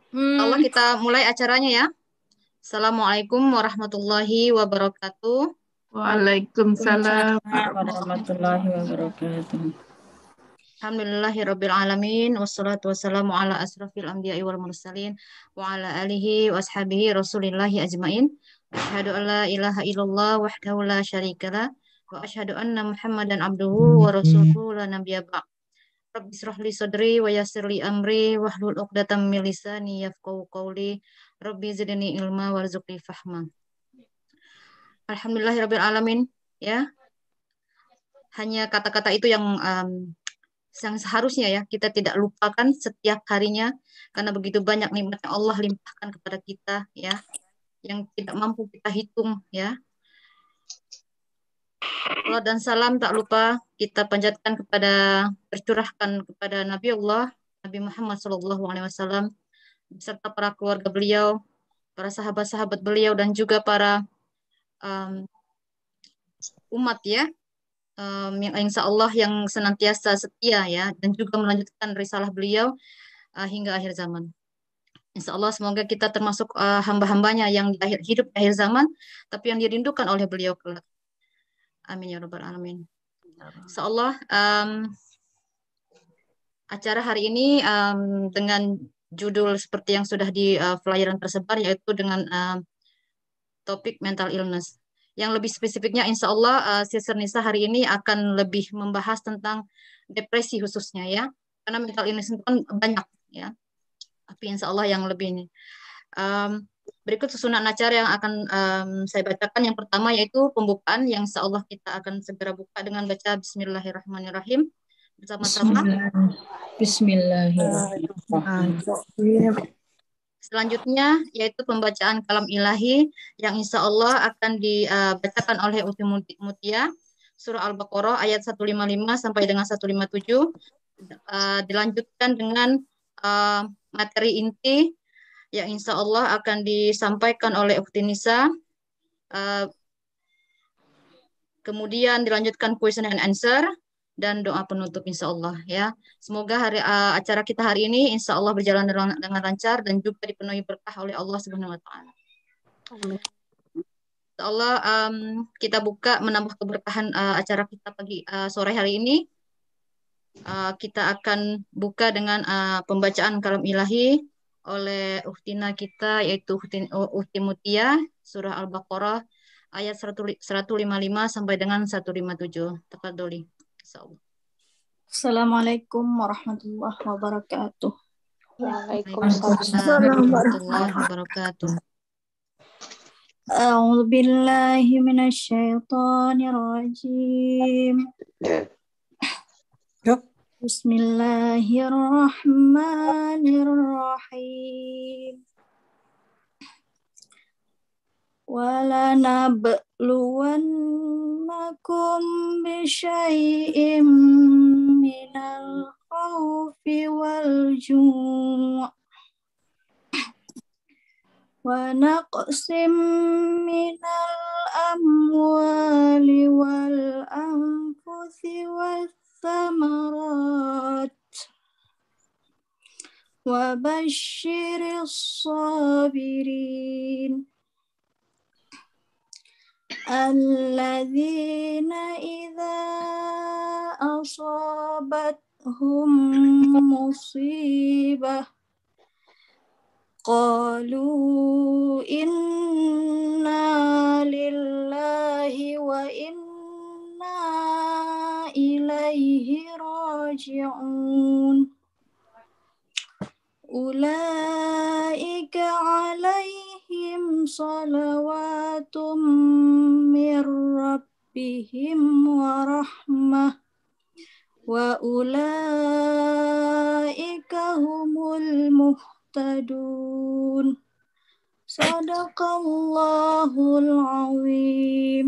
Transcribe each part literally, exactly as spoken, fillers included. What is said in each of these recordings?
Allah Hmm, kita mulai acaranya ya. Assalamualaikum warahmatullahi wabarakatuh. Waalaikumsalam Waalaikumsalam warahmatullahi wabarakatuh. Alhamdulillahirabbil alamin wassalatu wassalamu ala asrafil anbiya'i wal mursalin wa ala alihi washabihi rasulillahi ajmain. Asyhadu an la ilaha illallah wahdahu la syarikalah wa asyhadu anna Muhammadan abduhu wa rasuluhu la nabiyya ba'd. Rabbi israh li sadri wa yassir li amri wahlul 'uqdatam min lisani yafqahu qawli. Rabbi zidni ilma warzuqni fahma. Alhamdulillahirabbil alamin ya. Hanya kata-kata itu yang um, yang seharusnya ya kita tidak lupakan setiap harinya karena begitu banyak nikmat yang Allah limpahkan kepada kita ya yang tidak mampu kita hitung ya. Salam dan salam tak lupa kita panjatkan kepada tercurahkan kepada Nabi Allah Nabi Muhammad Shallallahu Alaihi Wasallam beserta para keluarga beliau, para sahabat-sahabat beliau dan juga para um, umat ya, um, yang insya Allah yang senantiasa setia ya dan juga melanjutkan risalah beliau uh, hingga akhir zaman. Insya Allah semoga kita termasuk uh, hamba-hambanya yang di akhir, hidup di akhir zaman, tapi yang dirindukan oleh beliau kelak. Amin ya rabbal alamin. Insya Allah um, acara hari ini um, dengan judul seperti yang sudah di uh, flyeran tersebar yaitu dengan um, topik mental illness. Yang lebih spesifiknya insya Allah uh, Sister Nisa hari ini akan lebih membahas tentang depresi khususnya ya. Karena mental illness itu kan banyak ya. Tapi insya Allah yang lebih ini. Um, berikut susunan acara yang akan um, saya bacakan. Yang pertama yaitu pembukaan yang insya Allah kita akan segera buka dengan baca Bismillahirrahmanirrahim bersama-sama. Bismillahirrahmanirrahim. Selanjutnya yaitu pembacaan kalam ilahi yang insya Allah akan dibacakan oleh Uti Mutia surah Al-Baqarah ayat seratus lima puluh lima sampai dengan seratus lima puluh tujuh. Uh, dilanjutkan dengan uh, materi inti yang insya Allah akan disampaikan oleh Ukti Nisa. Uh, kemudian dilanjutkan question and answer dan doa penutup insya Allah ya. Semoga hari uh, acara kita hari ini insya Allah berjalan dengan, dengan lancar dan juga dipenuhi berkah oleh Allah Subhanahu Wa Taala. Insya Allah um, kita buka menambah keberkahan uh, acara kita pagi uh, sore hari ini. Uh, kita akan buka dengan uh, pembacaan kalam ilahi oleh Uhtina kita yaitu Uhti Mutia surah Al-Baqarah ayat seratus lima puluh lima sampai dengan seratus lima puluh tujuh. Tafadholi. Assalamualaikum warahmatullahi wabarakatuh. Waalaikumsalam warahmatullahi wabarakatuh. A'udzu billahi minasyaitonir rajim. Bismillahirrahmanirrahim. وَلَنَبْلُوَنَّكُمْ بِشَيْءٍ مِّنَ الْخَوْفِ وَالْجُوعِ وَنَقْصٍ مِّنَ الْأَمْوَالِ وَالْأَنفُسِ وَالثَّمَرَاتِ وَبَشِّرِ الصَّابِرِينَ الذين إذا أصابتهم مصيبة قالوا إنا لله وإنا إليه راجعون أولئك عليهم صلوات من ربهم ورحمة وأولئك هم المهتدون صدق الله العظيم.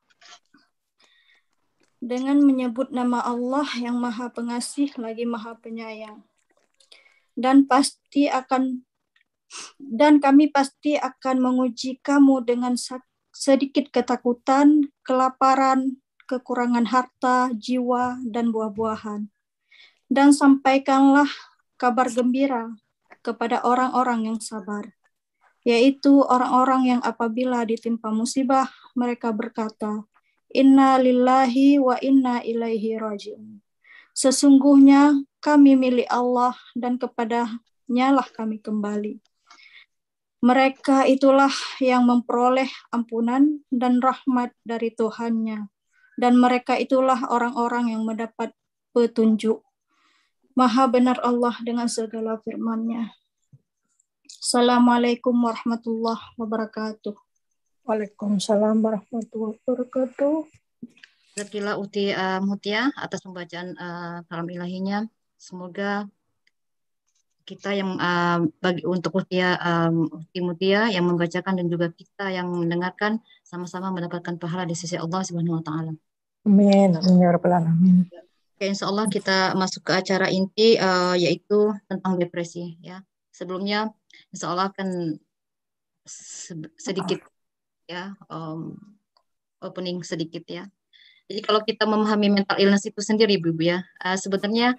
Dengan menyebut nama Allah yang Maha Pengasih lagi Maha Penyayang. Dan pasti akan dan kami pasti akan menguji kamu dengan sedikit ketakutan, kelaparan, kekurangan harta, jiwa, dan buah-buahan. Dan sampaikanlah kabar gembira kepada orang-orang yang sabar, yaitu orang-orang yang apabila ditimpa musibah, mereka berkata, Inna lillahi wa inna ilaihi raji'un. Sesungguhnya kami milik Allah dan kepadanya lah kami kembali. Mereka itulah yang memperoleh ampunan dan rahmat dari Tuhannya. Dan mereka itulah orang-orang yang mendapat petunjuk. Maha benar Allah dengan segala firman-Nya. Assalamualaikum warahmatullahi wabarakatuh. Waalaikumsalam warahmatullahi wabarakatuh. Jazakallah Uti uh, Mutia atas pembacaan uh, kalam ilahinya. Semoga kita yang uh, bagi untuk Utia um, Uti Mutia yang membacakan dan juga kita yang mendengarkan sama-sama mendapatkan pahala di sisi Allah Subhanahu wa taala. Amin. Amin ya rabbal alamin. Oke, insya Allah kita masuk ke acara inti uh, yaitu tentang depresi ya. Sebelumnya insya Allah akan sedikit ya um, opening sedikit ya. Jadi kalau kita memahami mental illness itu sendiri Ibu ya, uh, sebenarnya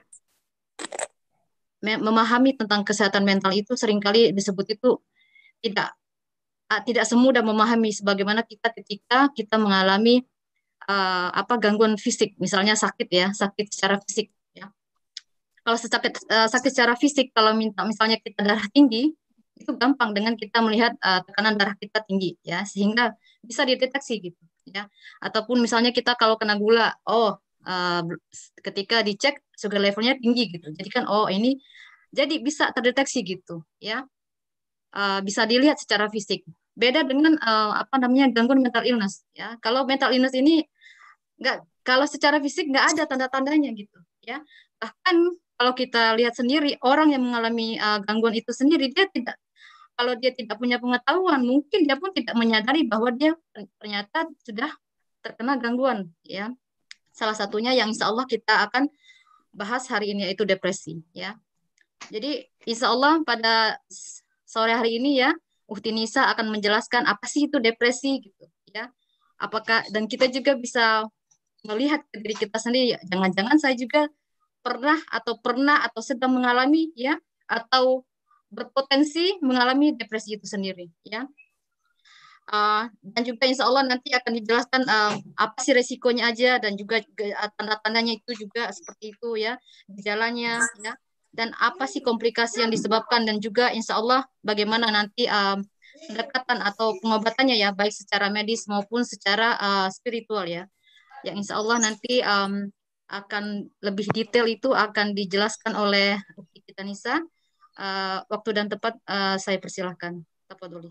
memahami tentang kesehatan mental itu seringkali disebut itu tidak uh, tidak semudah memahami sebagaimana kita ketika kita mengalami uh, apa gangguan fisik, misalnya sakit ya, sakit secara fisik ya. Kalau sakit uh, sakit secara fisik, kalau minta misalnya kita darah tinggi, itu gampang dengan kita melihat uh, tekanan darah kita tinggi ya, sehingga bisa dideteksi gitu ya. Ataupun misalnya kita kalau kena gula, oh uh, ketika dicek sugar levelnya tinggi gitu. Jadi kan oh ini jadi bisa terdeteksi gitu ya. Uh, bisa dilihat secara fisik. Beda dengan uh, apa namanya gangguan mental illness ya. Kalau mental illness ini enggak, kalau secara fisik nggak ada tanda-tandanya gitu ya. Bahkan kalau kita lihat sendiri orang yang mengalami uh, gangguan itu sendiri dia tidak, kalau dia tidak punya pengetahuan mungkin dia pun tidak menyadari bahwa dia ternyata sudah terkena gangguan ya. Salah satunya yang insya Allah kita akan bahas hari ini yaitu depresi ya. Jadi insya Allah pada sore hari ini ya Uhti Nisa akan menjelaskan apa sih itu depresi gitu ya. Apakah dan kita juga bisa melihat ke diri kita sendiri, jangan-jangan saya juga pernah atau pernah atau sedang mengalami ya atau berpotensi mengalami depresi itu sendiri ya. Uh, dan juga insya Allah nanti akan dijelaskan uh, apa sih resikonya aja dan juga uh, tanda-tandanya itu juga seperti itu ya, gejalanya ya, dan apa sih komplikasi yang disebabkan dan juga insya Allah bagaimana nanti um, pendekatan atau pengobatannya ya, baik secara medis maupun secara uh, spiritual ya. Yang insya Allah nanti um, akan lebih detail itu akan dijelaskan oleh kita Nisa. Uh, waktu dan tepat uh, saya persilahkan. Tafadholi.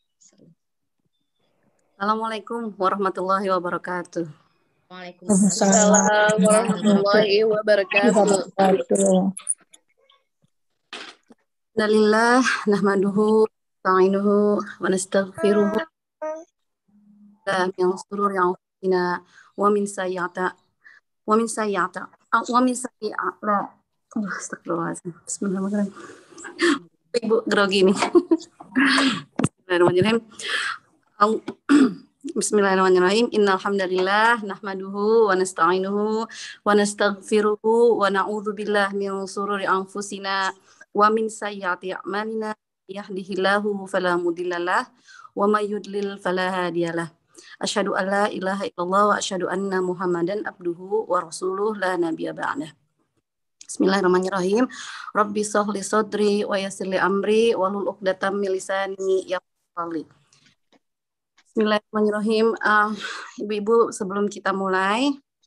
Assalamualaikum warahmatullahi wabarakatuh. Waalaikumsalam warahmatullahi wabarakatuh. Alhamdulillah nahmaduhu nasta'inuhu wa nastaghfiruhu min shururi anfusina wa min sayyi'ati wa min sayyi'ati wa min sayyi'ati astagfirullahaladzim. Bismillahirrahmanirrahim. Ibu grogi nih. Bismillahirrahmanirrahim. Bismillahirrahmanirrahim. Innal hamdalillah nahmaduhu wa nasta'inuhu wa nastaghfiruhu wa na'udzu billahi min shururi anfusina wa min sayyiati a'malina. Yahdihillahu fala mudhillalah wa may yudlil fala hadiyalah. Asyhadu an la ilaha illallah wa asyhadu anna Muhammadan abduhu wa rasuluh la nabiyya ba'dah. Bismillahirrahmanirrahim. Rabbi shrah li sadri wa yassir li amri wahlul 'uqdatam min lisani yafqahu. Bismillahirrahmanirrahim. Uh, Ibu-ibu, sebelum kita mulai,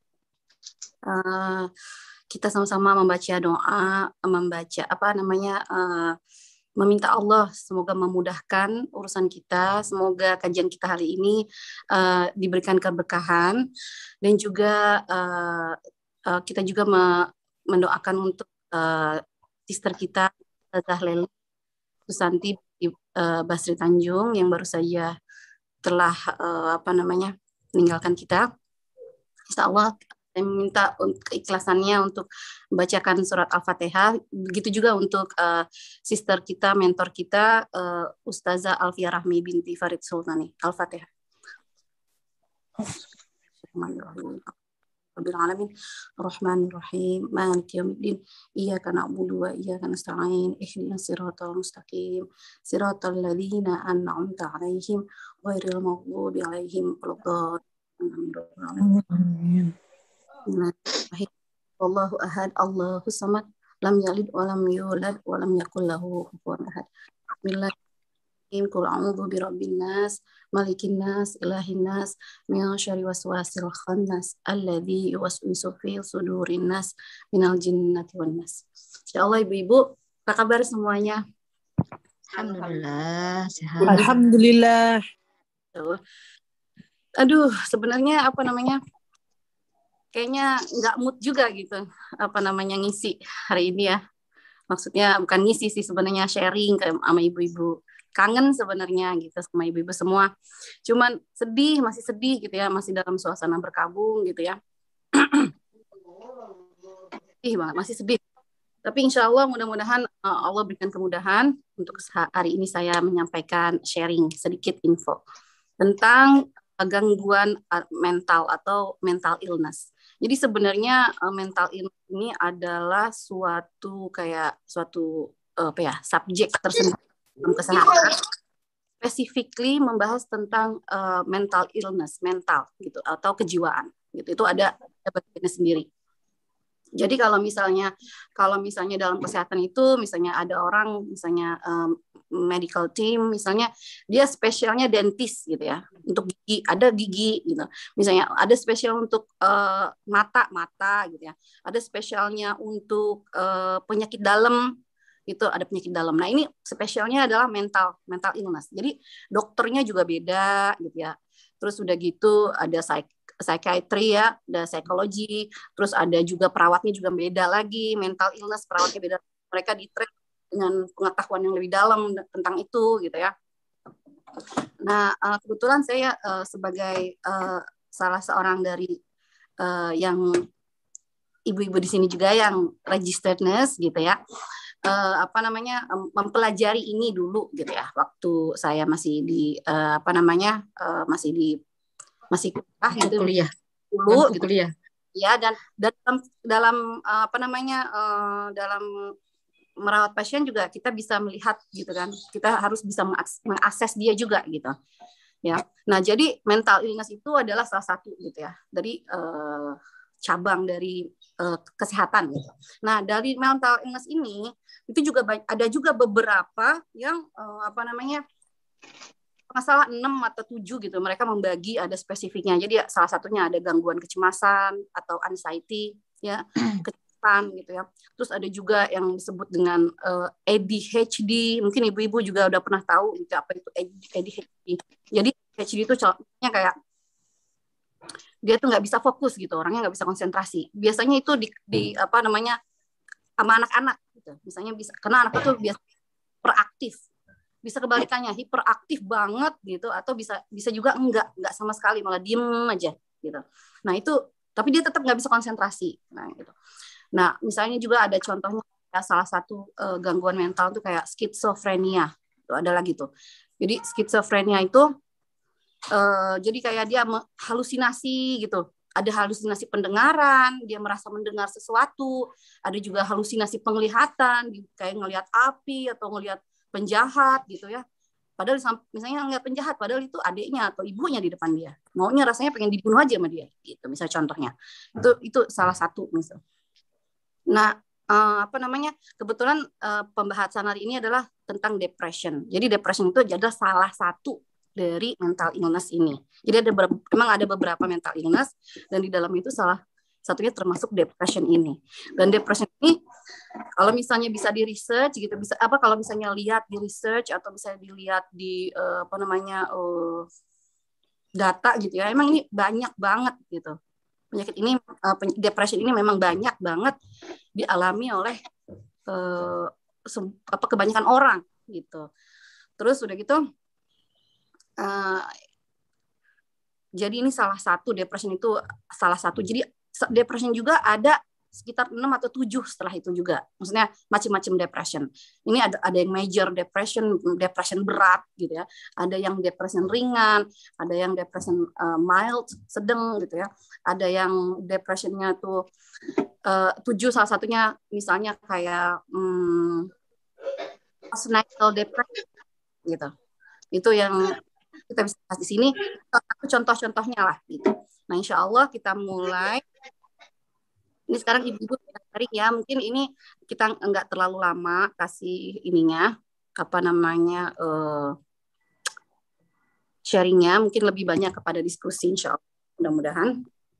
uh, kita sama-sama membaca doa, membaca apa namanya, uh, meminta Allah semoga memudahkan urusan kita, semoga kajian kita hari ini uh, diberikan keberkahan, dan juga uh, uh, kita juga me- mendoakan untuk uh, sister kita, Zahleli Susanti uh, Basri Tanjung yang baru saja telah uh, apa namanya meninggalkan kita. Insya Allah saya meminta untuk keikhlasannya untuk membacakan surat Al-Fatihah. Begitu juga untuk uh, sister kita, mentor kita, uh, Ustazah Alfia Rahmi binti Farid Sultani. Al-Fatihah. rabbil alamin arrahmanir rahim maliki yaumiddin iyyaka na'budu wa iyyaka nasta'in ihdinas siratal mustaqim siratal ladzina an'amta 'alaihim ghairil maghdubi 'alaihim waladdallin. Amin. Bismillahirrahmanirrahim. Allahu ahad, Allahu samad, lam yalid wa lam yulad wa lam yakul lahu kufuwan ahad. Bismillahirrahmanirrahim. Qul a'udzu birabbin nas, malikin nas, ilahin nas, min syarri waswasil khannas, alladzi yuwaswisu fi sudurin nas, minal jinnati wan nas. Insyaallah ibu-ibu, apa kabar semuanya? Alhamdulillah sehat. Alhamdulillah. Aduh, sebenarnya apa namanya? Kayaknya nggak mood juga gitu, apa namanya ngisi hari ini ya. Maksudnya bukan ngisi sih sebenarnya, sharing ke sama ibu-ibu. Kangen sebenarnya gitu sama ibu-ibu semua. Cuman sedih, masih sedih gitu ya, masih dalam suasana berkabung gitu ya. Sedih banget, masih sedih. Tapi insya Allah mudah-mudahan uh, Allah berikan kemudahan untuk hari ini saya menyampaikan sharing sedikit info tentang uh, gangguan uh, mental atau mental illness. Jadi sebenarnya uh, mental illness ini adalah suatu kayak suatu uh, apa ya subjek tersendiri dalam kesehatan, specifically membahas tentang uh, mental illness, mental gitu atau kejiwaan gitu. Itu ada ada bagiannya sendiri. Jadi kalau misalnya kalau misalnya dalam kesehatan itu misalnya ada orang misalnya um, medical team misalnya dia spesialnya dentist gitu ya untuk gigi, ada gigi gitu. Misalnya ada spesial untuk uh, mata mata gitu ya. Ada spesialnya untuk uh, penyakit dalam itu ada penyakit dalam. Nah ini spesialnya adalah mental mental illness. Jadi dokternya juga beda gitu ya. Terus udah gitu ada psych psikiatri ya, ada psikologi, terus ada juga perawatnya juga beda lagi, mental illness perawatnya beda, mereka di-train dengan pengetahuan yang lebih dalam tentang itu gitu ya. Nah kebetulan saya uh, sebagai uh, salah seorang dari uh, yang ibu-ibu di sini juga yang registered nurse gitu ya, uh, apa namanya mempelajari ini dulu gitu ya, waktu saya masih di uh, apa namanya uh, masih di masih kuliah gitu kuliah dulu gitu kuliah ya, dan dalam dalam apa namanya uh, dalam merawat pasien juga kita bisa melihat gitu kan, kita harus bisa mengakses dia juga gitu ya. Nah jadi mental illness itu adalah salah satu gitu ya dari uh, cabang dari uh, kesehatan gitu. Nah dari mental illness ini itu juga ada juga beberapa yang uh, apa namanya masalah enam atau tujuh gitu, mereka membagi ada spesifiknya. Jadi salah satunya ada gangguan kecemasan atau anxiety ya, kecemasan gitu ya. Terus ada juga yang disebut dengan uh, A D H D. Mungkin ibu-ibu juga udah pernah tahu gitu, apa itu A D H D. Jadi A D H D itu contohnya kayak dia tuh nggak bisa fokus gitu, orangnya nggak bisa konsentrasi. Biasanya itu di, di apa namanya sama anak-anak gitu. Misalnya bisa karena anak itu biasa peraktif. Bisa kebalikannya hiperaktif banget gitu, atau bisa bisa juga enggak enggak sama sekali malah diem aja gitu. Nah itu tapi dia tetap nggak bisa konsentrasi. Nah gitu. Nah misalnya juga ada contohnya ya, salah satu uh, gangguan mental itu kayak skizofrenia. Itu ada lagi tuh. Jadi skizofrenia itu uh, jadi kayak dia halusinasi gitu. Ada halusinasi pendengaran, dia merasa mendengar sesuatu. Ada juga halusinasi penglihatan, kayak ngelihat api atau ngelihat penjahat gitu ya. Padahal misalnya ngeliat penjahat, padahal itu adiknya atau ibunya di depan dia. Maunya rasanya pengen dibunuh aja sama dia. Gitu, misalnya contohnya. Itu itu salah satu misal. Nah, uh, apa namanya? Kebetulan uh, pembahasan hari ini adalah tentang depression. Jadi depression itu adalah salah satu dari mental illness ini. Jadi ada ber- memang ada beberapa mental illness dan di dalam itu salah satunya termasuk depression ini. Dan depression ini kalau misalnya bisa di research gitu, bisa apa kalau misalnya lihat di research atau bisa dilihat di uh, apa namanya uh, data gitu ya, emang ini banyak banget gitu. Penyakit ini uh, depression ini memang banyak banget dialami oleh uh, apa kebanyakan orang gitu. Terus udah gitu uh, jadi ini salah satu depression itu salah satu. Jadi depression juga ada sekitar enam atau tujuh setelah itu juga. Maksudnya macam-macam depression. Ini ada ada yang major depression, depression berat gitu ya. Ada yang depression ringan, ada yang depression uh, mild, sedang gitu ya. Ada yang depressionnya tuh uh, tujuh, salah satunya misalnya kayak hmm, postnatal depression gitu. Itu yang kita bisa bahas di sini. Contoh-contohnya lah gitu. Nah, insya Allah kita mulai. Ini sekarang ibu-ibu sharing ya, mungkin ini kita nggak terlalu lama kasih ininya, apa namanya, uh, sharingnya, mungkin lebih banyak kepada diskusi, insya Allah, mudah-mudahan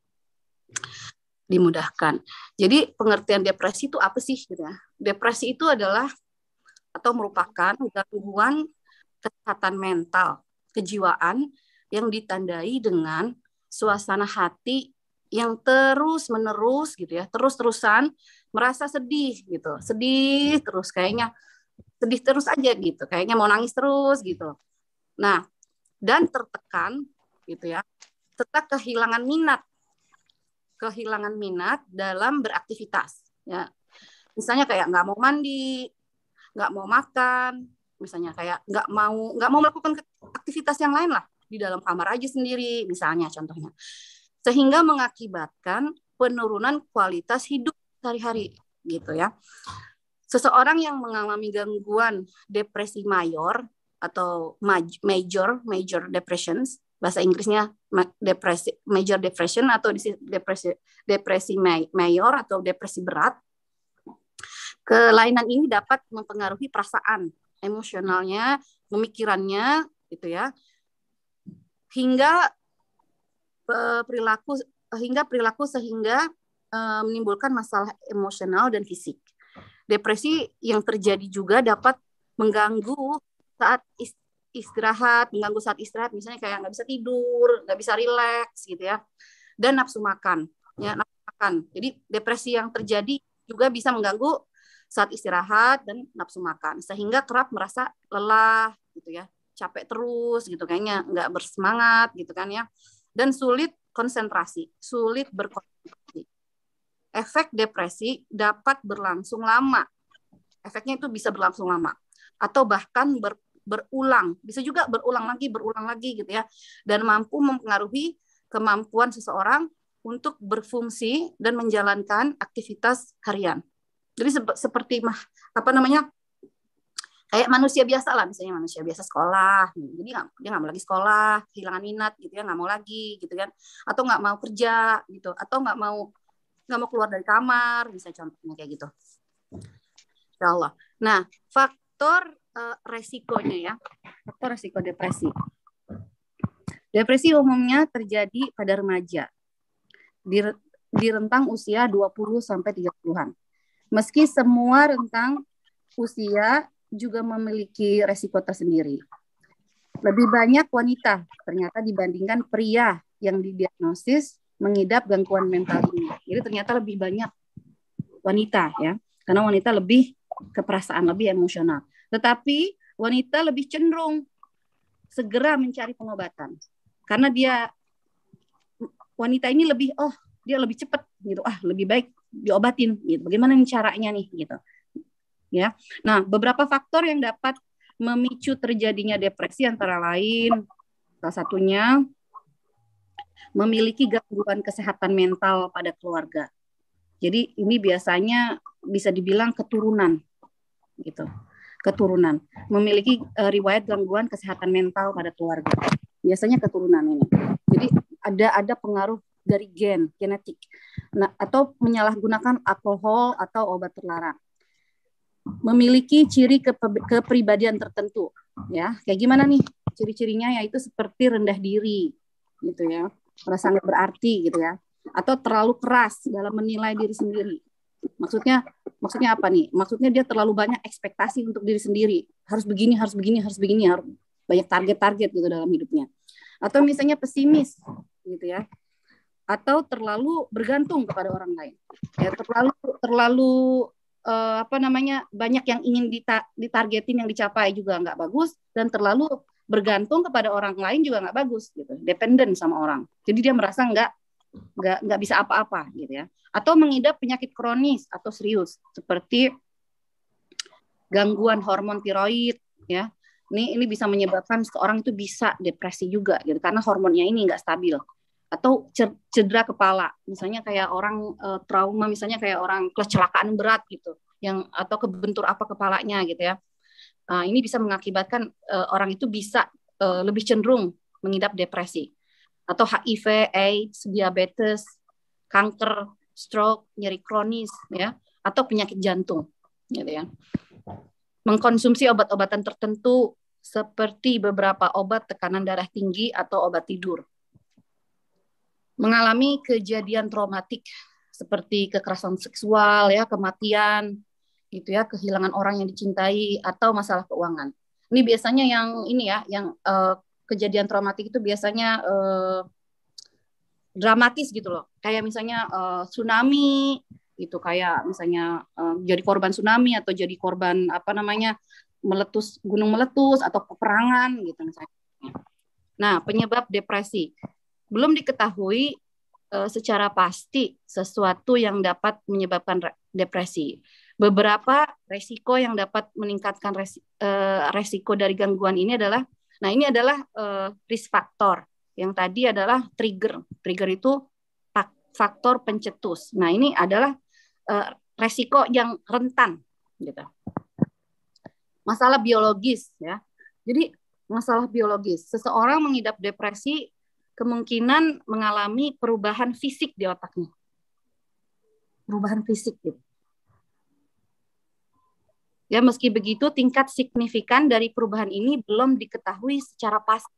dimudahkan. Jadi pengertian depresi itu apa sih gitu ya? Depresi itu adalah atau merupakan gangguan kesehatan mental, kejiwaan yang ditandai dengan suasana hati yang terus menerus gitu ya, terus-terusan merasa sedih gitu, sedih terus kayaknya sedih terus aja gitu, kayaknya mau nangis terus gitu. Nah, dan tertekan gitu ya, serta kehilangan minat, kehilangan minat dalam beraktivitas ya. Misalnya kayak nggak mau mandi, nggak mau makan, misalnya kayak nggak mau nggak mau melakukan aktivitas yang lain lah, di dalam kamar aja sendiri misalnya contohnya. Sehingga mengakibatkan penurunan kualitas hidup sehari-hari gitu ya. Seseorang yang mengalami gangguan depresi mayor atau major major depressions, bahasa Inggrisnya depresi major depression atau depresi depresi mayor atau depresi berat. Kelainan ini dapat mempengaruhi perasaan, emosionalnya, pemikirannya gitu ya. Hingga perilaku hingga perilaku sehingga uh, menimbulkan masalah emosional dan fisik. Depresi yang terjadi juga dapat mengganggu saat istirahat, mengganggu saat istirahat, misalnya kayak nggak bisa tidur, nggak bisa rileks gitu ya, dan nafsu makan, ya nafsu makan. Jadi depresi yang terjadi juga bisa mengganggu saat istirahat dan nafsu makan, sehingga kerap merasa lelah gitu ya, capek terus gitu, kayaknya nggak bersemangat gitu kan ya. Dan sulit konsentrasi, sulit berkonsentrasi. Efek depresi dapat berlangsung lama. Efeknya itu bisa berlangsung lama. Atau bahkan ber, berulang. Bisa juga berulang lagi, berulang lagi gitu ya. Dan mampu mempengaruhi kemampuan seseorang untuk berfungsi dan menjalankan aktivitas harian. Jadi se- seperti mah apa namanya? Kayak manusia biasa lah, misalnya manusia biasa sekolah, jadi gak, dia nggak mau lagi sekolah, kehilangan minat gitu ya, nggak mau lagi gitu kan, atau nggak mau kerja gitu, atau nggak mau nggak mau keluar dari kamar, bisa contohnya kayak gitu. Insya Allah. Nah, faktor uh, resikonya ya, faktor resiko depresi. Depresi umumnya terjadi pada remaja di, di rentang usia dua puluh sampai tiga puluhan. Meski semua rentang usia juga memiliki resiko tersendiri. Lebih banyak wanita ternyata dibandingkan pria yang didiagnosis mengidap gangguan mental ini. Jadi ternyata lebih banyak wanita ya, karena wanita lebih keperasaan, lebih emosional. Tetapi wanita lebih cenderung segera mencari pengobatan. Karena dia wanita ini lebih oh, dia lebih cepat gitu. Ah, lebih baik diobatin gitu. Bagaimana nih caranya nih gitu. Ya, nah beberapa faktor yang dapat memicu terjadinya depresi antara lain, salah satunya memiliki gangguan kesehatan mental pada keluarga. Jadi ini biasanya bisa dibilang keturunan, gitu, keturunan, memiliki uh, riwayat gangguan kesehatan mental pada keluarga. Biasanya keturunan ini. Jadi ada ada pengaruh dari gen, genetik, nah, atau menyalahgunakan alkohol atau obat terlarang. Memiliki ciri kepe- kepribadian tertentu, ya kayak gimana nih ciri-cirinya, yaitu seperti rendah diri gitu ya, merasa nggak berarti gitu ya, atau terlalu keras dalam menilai diri sendiri. Maksudnya maksudnya apa nih? Maksudnya dia terlalu banyak ekspektasi untuk diri sendiri, harus begini harus begini harus begini, harus banyak target-target gitu dalam hidupnya. Atau misalnya pesimis gitu ya, atau terlalu bergantung kepada orang lain, ya terlalu terlalu Uh, apa namanya banyak yang ingin dita- ditargetin, yang dicapai juga nggak bagus, dan terlalu bergantung kepada orang lain juga nggak bagus gitu, dependen sama orang, jadi dia merasa nggak nggak nggak bisa apa-apa gitu ya. Atau mengidap penyakit kronis atau serius seperti gangguan hormon tiroid ya. Ini ini bisa menyebabkan seorang itu bisa depresi juga gitu karena hormonnya ini nggak stabil. Atau cedera kepala, misalnya kayak orang uh, trauma, misalnya kayak orang kecelakaan berat gitu, yang atau kebentur apa kepalanya gitu ya. Uh, ini bisa mengakibatkan uh, orang itu bisa uh, lebih cenderung mengidap depresi. Atau H I V, AIDS, diabetes, kanker, stroke, nyeri kronis ya, atau penyakit jantung gitu ya. Mengkonsumsi obat-obatan tertentu seperti beberapa obat tekanan darah tinggi atau obat tidur. Mengalami kejadian traumatik seperti kekerasan seksual ya, kematian gitu ya, kehilangan orang yang dicintai atau masalah keuangan. Ini biasanya yang ini ya, yang uh, kejadian traumatik itu biasanya uh, dramatis gitu loh. Kayak misalnya uh, tsunami gitu, kayak misalnya uh, jadi korban tsunami atau jadi korban apa namanya meletus gunung meletus atau peperangan gitu misalnya. Nah, penyebab depresi belum diketahui uh, secara pasti sesuatu yang dapat menyebabkan depresi. Beberapa resiko yang dapat meningkatkan resi, uh, resiko dari gangguan ini adalah, nah ini adalah uh, risk factor. Yang tadi adalah trigger. Trigger itu faktor pencetus. Nah ini adalah uh, resiko yang rentan, gitu. Masalah biologis ya. Jadi masalah biologis. Seseorang mengidap depresi kemungkinan mengalami perubahan fisik di otaknya. Perubahan fisik gitu. Ya, meski begitu tingkat signifikan dari perubahan ini belum diketahui secara pasti.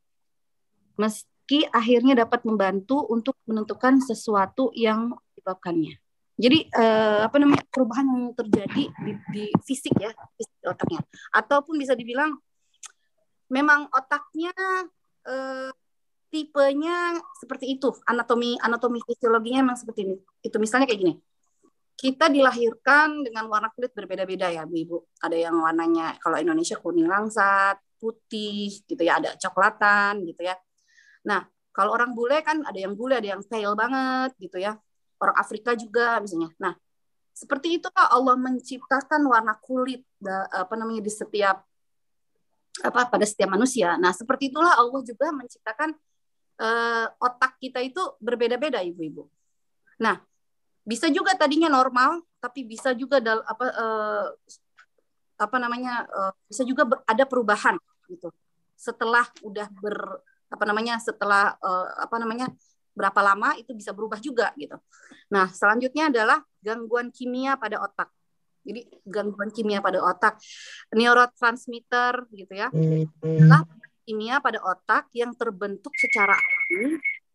Meski akhirnya dapat membantu untuk menentukan sesuatu yang menyebabkannya. Jadi eh, apa namanya perubahan yang terjadi di, di fisik ya, fisik di otaknya. Ataupun bisa dibilang memang otaknya eh, tipenya seperti itu, anatomi anatomi fisiologinya memang seperti ini. Itu misalnya kayak gini. Kita dilahirkan dengan warna kulit berbeda-beda ya, Bu Ibu. Ada yang warnanya kalau Indonesia kuning langsat, putih gitu ya, ada coklatan gitu ya. Nah, kalau orang bule kan ada yang bule, ada yang pale banget gitu ya. Orang Afrika juga misalnya. Nah, seperti itu Pak Allah menciptakan warna kulit apa namanya di setiap apa pada setiap manusia. Nah, seperti itulah Allah juga menciptakan eh, otak kita itu berbeda-beda Ibu-ibu. Nah, bisa juga tadinya normal, tapi bisa juga dal, apa eh, apa namanya eh, bisa juga ber, ada perubahan gitu. Setelah udah ber apa namanya setelah eh, apa namanya berapa lama itu bisa berubah juga gitu. Nah, selanjutnya adalah gangguan kimia pada otak. Jadi gangguan kimia pada otak, neurotransmitter gitu ya, adalah kimia pada otak yang terbentuk secara alami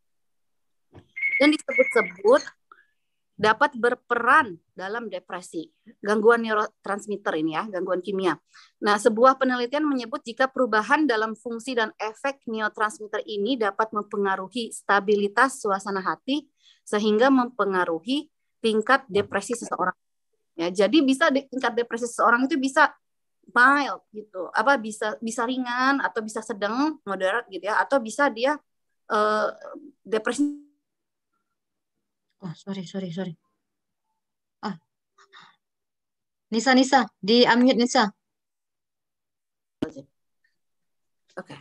dan disebut-sebut dapat berperan dalam depresi. Gangguan neurotransmitter ini ya, gangguan kimia. Nah, sebuah penelitian menyebut jika perubahan dalam fungsi dan efek neurotransmitter ini dapat mempengaruhi stabilitas suasana hati sehingga mempengaruhi tingkat depresi seseorang. Ya, jadi bisa de- tingkat depresi seseorang itu bisa mild gitu, apa bisa bisa ringan atau bisa sedang, moderat gitu ya, atau bisa dia uh, depresi. Oh, sorry, sorry, sorry. Ah, Nisa, Nisa, di unmute Nisa. Oke. Okay.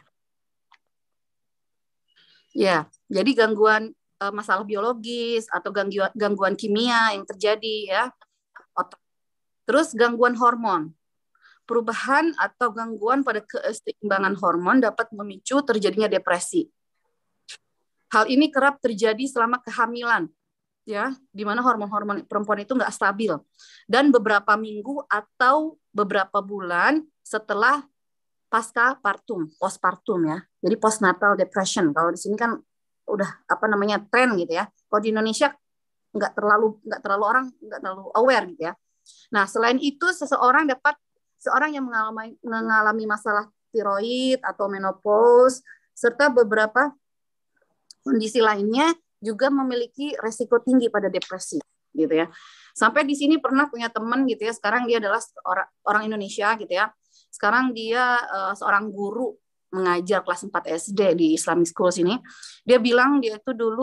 Ya, jadi gangguan uh, masalah biologis atau gangguan, gangguan kimia yang terjadi ya. Otak. Terus gangguan hormon. Perubahan atau gangguan pada keseimbangan hormon dapat memicu terjadinya depresi. Hal ini kerap terjadi selama kehamilan. Ya, di mana hormon-hormon perempuan itu nggak stabil dan beberapa minggu atau beberapa bulan setelah pasca partum, postpartum ya. Jadi postnatal depression. Kalau di sini kan udah apa namanya tren gitu ya. Kalau di Indonesia nggak terlalu nggak terlalu orang nggak terlalu aware gitu ya. Nah, selain itu seseorang dapat seorang yang mengalami mengalami masalah tiroid atau menopause serta beberapa kondisi lainnya juga memiliki resiko tinggi pada depresi gitu ya. Sampai di sini pernah punya teman gitu ya, sekarang dia adalah orang orang Indonesia gitu ya. Sekarang dia uh, seorang guru mengajar kelas empat S D di Islamic School sini. Dia bilang dia itu dulu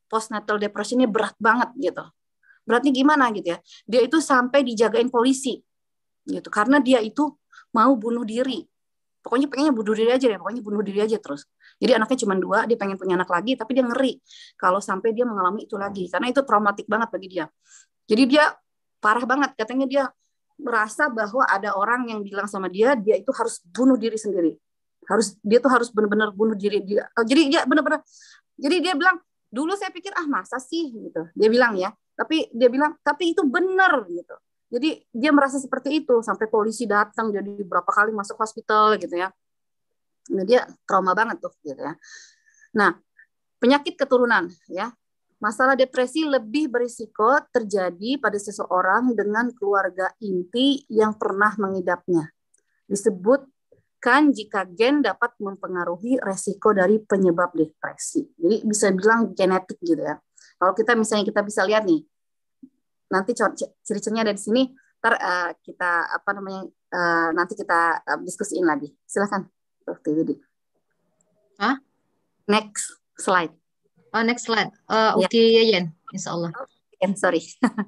postnatal depressionnya berat banget gitu. Beratnya gimana gitu ya? Dia itu sampai dijagain polisi gitu karena dia itu mau bunuh diri. Pokoknya pengennya bunuh diri aja deh, pokoknya bunuh diri aja terus. Jadi anaknya cuma dua, dia pengen punya anak lagi, tapi dia ngeri kalau sampai dia mengalami itu lagi karena itu traumatik banget bagi dia. Jadi dia parah banget, katanya dia merasa bahwa ada orang yang bilang sama dia, dia itu harus bunuh diri sendiri. Harus dia tuh harus benar-benar bunuh diri dia. Jadi dia benar-benar jadi dia bilang, dulu saya pikir ah masa sih gitu. Dia bilang ya, tapi dia bilang tapi itu benar gitu. Jadi dia merasa seperti itu sampai polisi datang jadi berapa kali masuk hospital gitu ya. Nah, dia trauma banget tuh gitu ya. Nah, penyakit keturunan ya. Masalah depresi lebih berisiko terjadi pada seseorang dengan keluarga inti yang pernah mengidapnya. Disebutkan jika gen dapat mempengaruhi resiko dari penyebab depresi. Jadi bisa bilang genetik gitu ya. Kalau kita misalnya kita bisa lihat nih, nanti ciri-cirinya ada di sini. Ntar uh, kita apa namanya uh, nanti kita uh, diskusiin lagi. Silakan, Dokter Widi. Hah? Next slide. Oh, next slide. Uh, Ya. Ukti Yayen, insya Allah. Okay, sorry.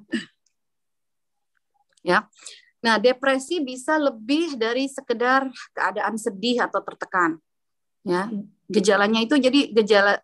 Ya. Nah, depresi bisa lebih dari sekedar keadaan sedih atau tertekan. Ya, gejalanya itu jadi gejala.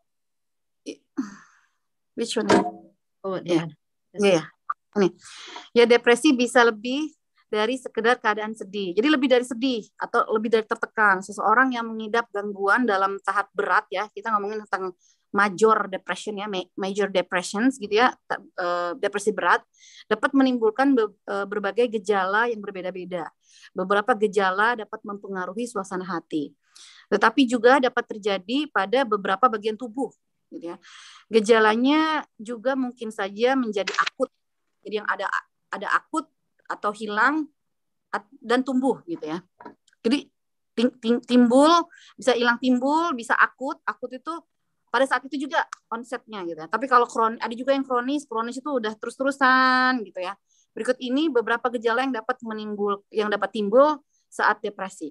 Which one? Oh, Ya, yeah. ya. Ini. Ya, depresi bisa lebih dari sekedar keadaan sedih. Jadi lebih dari sedih atau lebih dari tertekan. Seseorang yang mengidap gangguan dalam tahap berat ya, kita ngomongin tentang major depression ya, major depressions gitu ya, depresi berat dapat menimbulkan berbagai gejala yang berbeda-beda. Beberapa gejala dapat mempengaruhi suasana hati, tetapi juga dapat terjadi pada beberapa bagian tubuh gitu ya. Gejalanya juga mungkin saja menjadi akut. Jadi yang ada ada akut atau hilang dan tumbuh gitu ya. Jadi timbul, bisa hilang timbul, bisa akut. Akut itu pada saat itu juga onsetnya gitu ya. Tapi kalau kronis, ada juga yang kronis, kronis itu udah terus-terusan gitu ya. Berikut ini beberapa gejala yang dapat menimbul, yang dapat timbul saat depresi.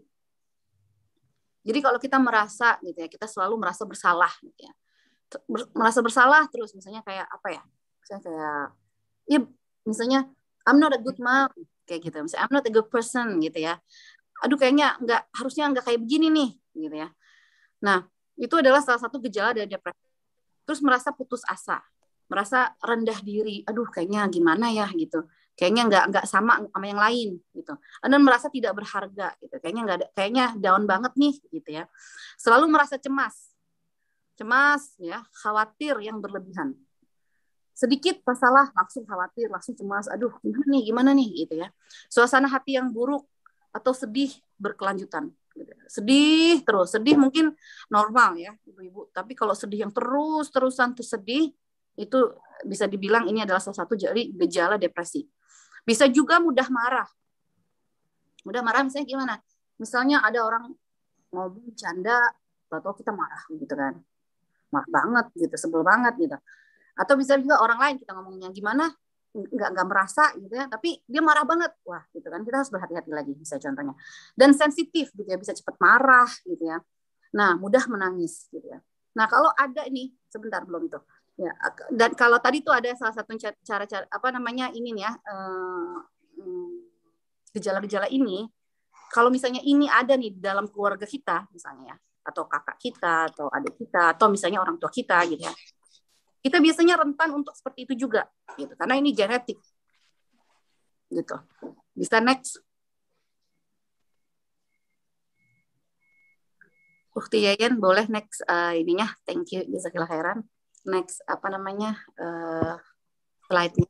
Jadi kalau kita merasa gitu ya, kita selalu merasa bersalah gitu ya. Merasa bersalah terus, misalnya kayak apa ya? Misalnya kayak ya misalnya I'm not a good mom kayak gitu. Misalnya I'm not a good person gitu ya. Aduh kayaknya nggak harusnya nggak kayak begini nih gitu ya. Nah, itu adalah salah satu gejala dari depresi. Terus merasa putus asa, merasa rendah diri. Aduh, kayaknya gimana ya gitu. Kayaknya nggak nggak sama sama yang lain gitu. Dan merasa tidak berharga gitu. Kayaknya nggak ada, kayaknya down banget nih gitu ya. Selalu merasa cemas, cemas ya, khawatir yang berlebihan. Sedikit masalah langsung khawatir, langsung cemas. Aduh, gimana nih, gimana nih gitu ya. Suasana hati yang buruk atau sedih berkelanjutan. Sedih terus, sedih mungkin normal ya ibu-ibu, tapi kalau sedih yang terus-terusan tersedih itu bisa dibilang ini adalah salah satu jadi gejala depresi. Bisa juga mudah marah. Mudah marah misalnya gimana? Misalnya ada orang ngomong bercanda atau kita marah gitu kan. Marah banget gitu, sebel banget gitu. Atau bisa juga orang lain kita ngomongnya gimana? nggak nggak merasa gitu ya, tapi dia marah banget, wah gitu kan, kita harus berhati-hati lagi bisa contohnya. Dan sensitif gitu ya, bisa cepat marah gitu ya. Nah, mudah menangis gitu ya. Nah, kalau ada ini sebentar belum itu ya, dan kalau tadi tuh ada salah satu cara-cara apa namanya ini ya, gejala-gejala ini, kalau misalnya ini ada nih dalam keluarga kita misalnya ya, atau kakak kita atau adik kita atau misalnya orang tua kita gitu ya, kita biasanya rentan untuk seperti itu juga, gitu. Karena ini genetik, gitu. Bisa next. Ukti Yayan, boleh next uh, ininya. Thank you, jazakallah khairan. Next, apa namanya, uh, slide-nya.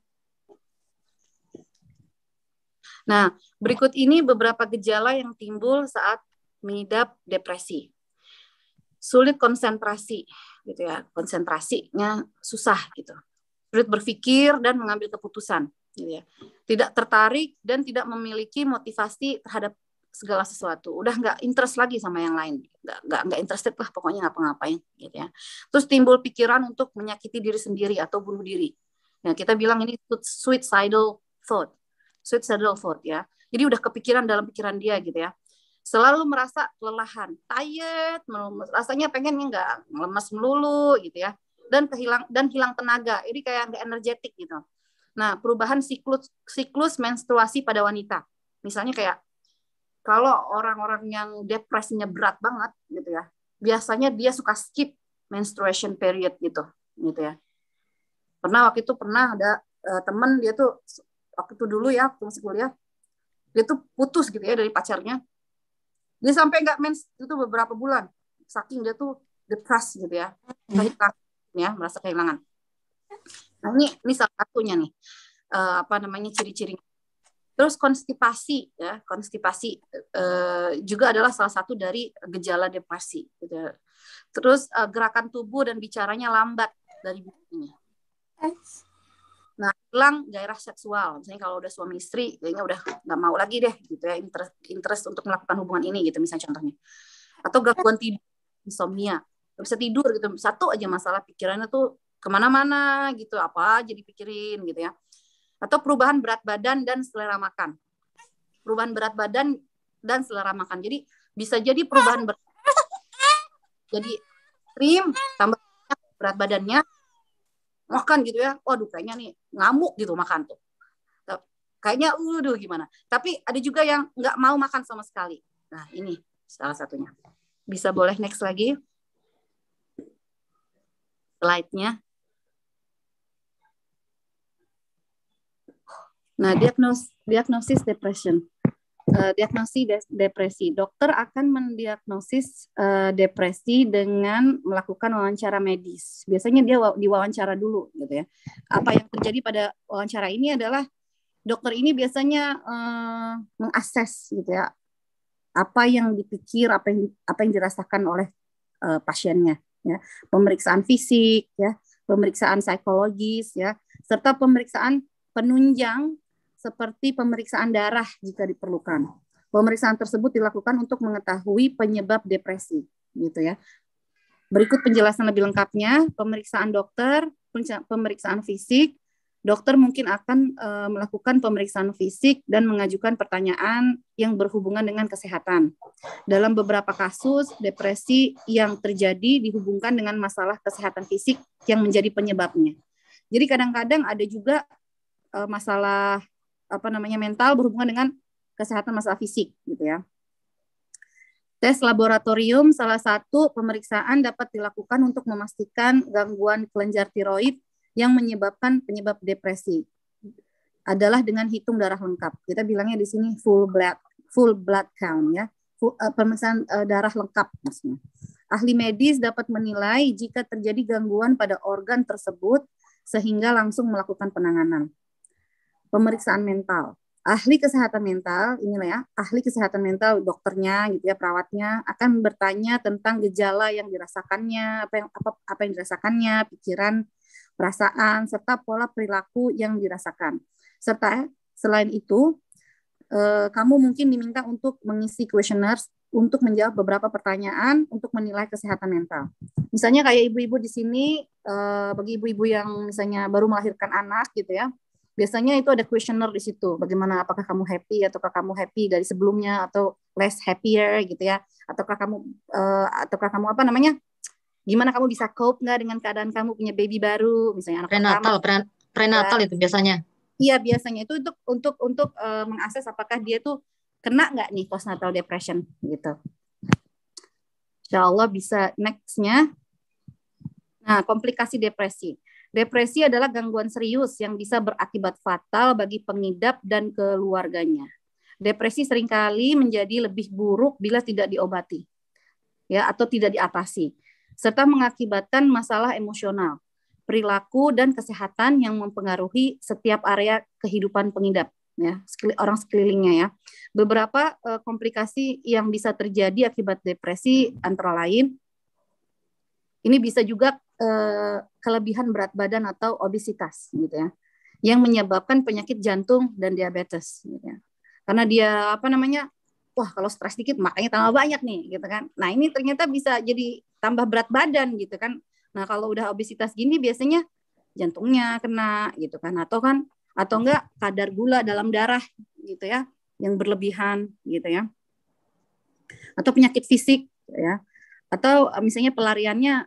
Nah, berikut ini beberapa gejala yang timbul saat mengidap depresi. Sulit konsentrasi, gitu ya, konsentrasinya susah gitu, sulit berpikir dan mengambil keputusan, gitu ya, tidak tertarik dan tidak memiliki motivasi terhadap segala sesuatu, udah nggak interest lagi sama yang lain, nggak nggak nggak interested lah pokoknya ngapa-ngapain, gitu ya. Terus timbul pikiran untuk menyakiti diri sendiri atau bunuh diri. Nah, kita bilang ini suicidal thought, suicidal thought ya. Jadi udah kepikiran dalam pikiran dia gitu ya. Selalu merasa kelelahan, tired, rasanya pengennya nggak lemas melulu gitu ya. dan kehilang dan hilang tenaga. Jadi kayak nggak energetik gitu. Nah, perubahan siklus siklus menstruasi pada wanita. Misalnya kayak kalau orang-orang yang depresinya berat banget gitu ya, biasanya dia suka skip menstruation period gitu, gitu ya. Pernah waktu itu pernah ada uh, temen dia tuh waktu itu dulu ya, waktu masih kuliah, dia tuh putus gitu ya dari pacarnya. Dia sampai nggak mens itu beberapa bulan, saking dia tuh depressed gitu ya, kehilangan ya, merasa kehilangan. Nah ini ini salah satunya nih, uh, apa namanya ciri-cirinya. Terus konstipasi ya, konstipasi uh, juga adalah salah satu dari gejala depresi. Gitu. Terus uh, gerakan tubuh dan bicaranya lambat dari bukunya. Nah, hilang gairah seksual. Misalnya kalau udah suami istri, kayaknya udah nggak mau lagi deh, gitu ya, interest, interest untuk melakukan hubungan ini, gitu misalnya contohnya. Atau gangguan tidur, insomnia, nggak bisa tidur gitu. Satu aja masalah pikirannya tuh kemana-mana gitu, apa aja dipikirin gitu ya. Atau perubahan berat badan dan selera makan. Perubahan berat badan dan selera makan. Jadi bisa jadi perubahan berat, jadi krim tambah berat badannya, makan gitu ya, waduh kayaknya nih ngamuk gitu makan tuh, kayaknya waduh gimana. Tapi ada juga yang nggak mau makan sama sekali. Nah ini salah satunya. Bisa boleh next lagi slide-nya. Nah diagnosis diagnosis depression. Uh, diagnosis de- depresi. Dokter akan mendiagnosis uh, depresi dengan melakukan wawancara medis. Biasanya dia wa- diwawancara dulu, gitu ya. Apa yang terjadi pada wawancara ini adalah dokter ini biasanya uh, mengakses, gitu ya, apa yang dipikir, apa yang apa yang dirasakan oleh uh, pasiennya, ya. Pemeriksaan fisik, ya, pemeriksaan psikologis, ya, serta pemeriksaan penunjang seperti pemeriksaan darah jika diperlukan. Pemeriksaan tersebut dilakukan untuk mengetahui penyebab depresi, gitu ya. Berikut penjelasan lebih lengkapnya: pemeriksaan dokter, pemeriksaan fisik. Dokter mungkin akan e, melakukan pemeriksaan fisik dan mengajukan pertanyaan yang berhubungan dengan kesehatan. Dalam beberapa kasus, depresi yang terjadi dihubungkan dengan masalah kesehatan fisik yang menjadi penyebabnya. Jadi kadang-kadang ada juga e, masalah apa namanya mental berhubungan dengan kesehatan masalah fisik, gitu ya. Tes laboratorium salah satu pemeriksaan dapat dilakukan untuk memastikan gangguan kelenjar tiroid yang menyebabkan penyebab depresi adalah dengan hitung darah lengkap. Kita bilangnya di sini full blood full blood count, ya. Full, uh, pemeriksaan uh, darah lengkap maksudnya. Ahli medis dapat menilai jika terjadi gangguan pada organ tersebut sehingga langsung melakukan penanganan. Pemeriksaan mental. Ahli kesehatan mental, inilah ya, ahli kesehatan mental, dokternya gitu ya, perawatnya akan bertanya tentang gejala yang dirasakannya, apa yang apa apa yang dirasakannya, pikiran, perasaan, serta pola perilaku yang dirasakan. Serta selain itu, eh, kamu mungkin diminta untuk mengisi questionnaires untuk menjawab beberapa pertanyaan untuk menilai kesehatan mental. Misalnya kayak ibu-ibu di sini, eh, bagi ibu-ibu yang misalnya baru melahirkan anak gitu ya, biasanya itu ada questionnaire di situ. Bagaimana, apakah kamu happy ataukah kamu happy dari sebelumnya atau less happier gitu ya? Ataukah kamu uh, ataukah kamu apa namanya? Gimana kamu bisa cope nggak dengan keadaan kamu punya baby baru, misalnya anak Prenatal, pertama? prenatal Ya. Itu biasanya. Iya, biasanya itu untuk untuk untuk uh, mengakses apakah dia tuh kena nggak nih postnatal depression gitu. Insya Allah bisa next-nya. Nah, komplikasi depresi. Depresi adalah gangguan serius yang bisa berakibat fatal bagi pengidap dan keluarganya. Depresi seringkali menjadi lebih buruk bila tidak diobati, ya, atau tidak diatasi, serta mengakibatkan masalah emosional, perilaku, dan kesehatan yang mempengaruhi setiap area kehidupan pengidap, ya, orang sekelilingnya, ya. Beberapa uh, komplikasi yang bisa terjadi akibat depresi antara lain, ini bisa juga eh, kelebihan berat badan atau obesitas, gitu ya, yang menyebabkan penyakit jantung dan diabetes, gitu ya. Karena dia apa namanya, wah kalau stres dikit makanya tambah banyak nih, gitu kan. Nah ini ternyata bisa jadi tambah berat badan, gitu kan. Nah kalau udah obesitas gini biasanya jantungnya kena, gitu kan, atau kan atau enggak kadar gula dalam darah, gitu ya, yang berlebihan, gitu ya, atau penyakit fisik, gitu ya. Atau misalnya pelariannya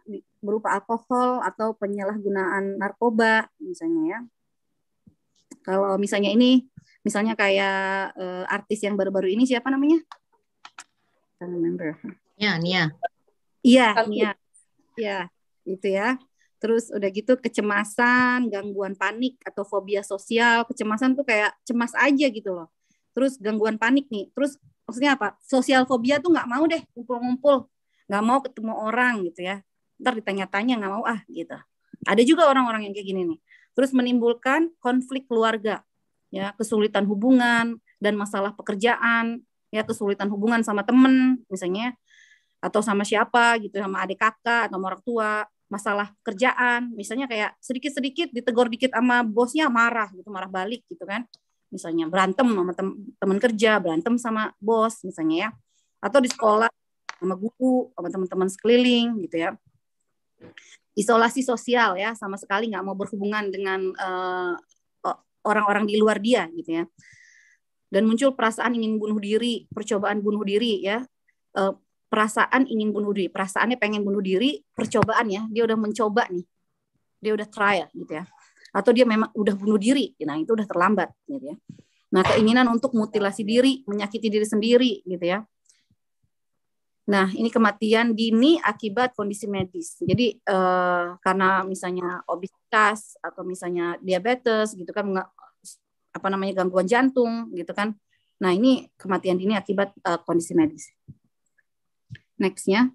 berupa alkohol atau penyalahgunaan narkoba misalnya ya. Kalau misalnya ini, misalnya kayak uh, artis yang baru-baru ini siapa namanya? I don't remember. Ya, Nia. Iya, Nia. Iya, itu ya. Terus udah gitu kecemasan, gangguan panik atau fobia sosial. Kecemasan tuh kayak cemas aja gitu loh. Terus gangguan panik nih. Terus maksudnya apa? Sosial fobia tuh nggak mau deh ngumpul-ngumpul. Nggak mau ketemu orang gitu ya. Ntar ditanya-tanya nggak mau ah gitu. Ada juga orang-orang yang kayak gini nih. Terus menimbulkan konflik keluarga, ya kesulitan hubungan dan masalah pekerjaan, ya kesulitan hubungan sama temen misalnya, atau sama siapa gitu, sama adik kakak atau sama orang tua, masalah kerjaan, misalnya kayak sedikit-sedikit ditegur dikit sama bosnya marah gitu, marah balik gitu kan, misalnya berantem sama tem- teman kerja, berantem sama bos misalnya ya, atau di sekolah sama guru, sama teman-teman sekeliling gitu ya. Isolasi sosial ya, sama sekali nggak mau berhubungan dengan uh, orang-orang di luar dia gitu ya. Dan muncul perasaan ingin bunuh diri, percobaan bunuh diri ya, uh, perasaan ingin bunuh diri, perasaannya pengen bunuh diri, percobaan ya, dia udah mencoba nih, dia udah trial gitu ya, atau dia memang udah bunuh diri, nah itu udah terlambat gitu ya. Nah keinginan untuk mutilasi diri, menyakiti diri sendiri gitu ya. Nah, ini kematian dini akibat kondisi medis. Jadi eh, karena misalnya obesitas atau misalnya diabetes gitu kan, apa namanya gangguan jantung gitu kan. Nah, ini kematian dini akibat eh, kondisi medis. Next-nya.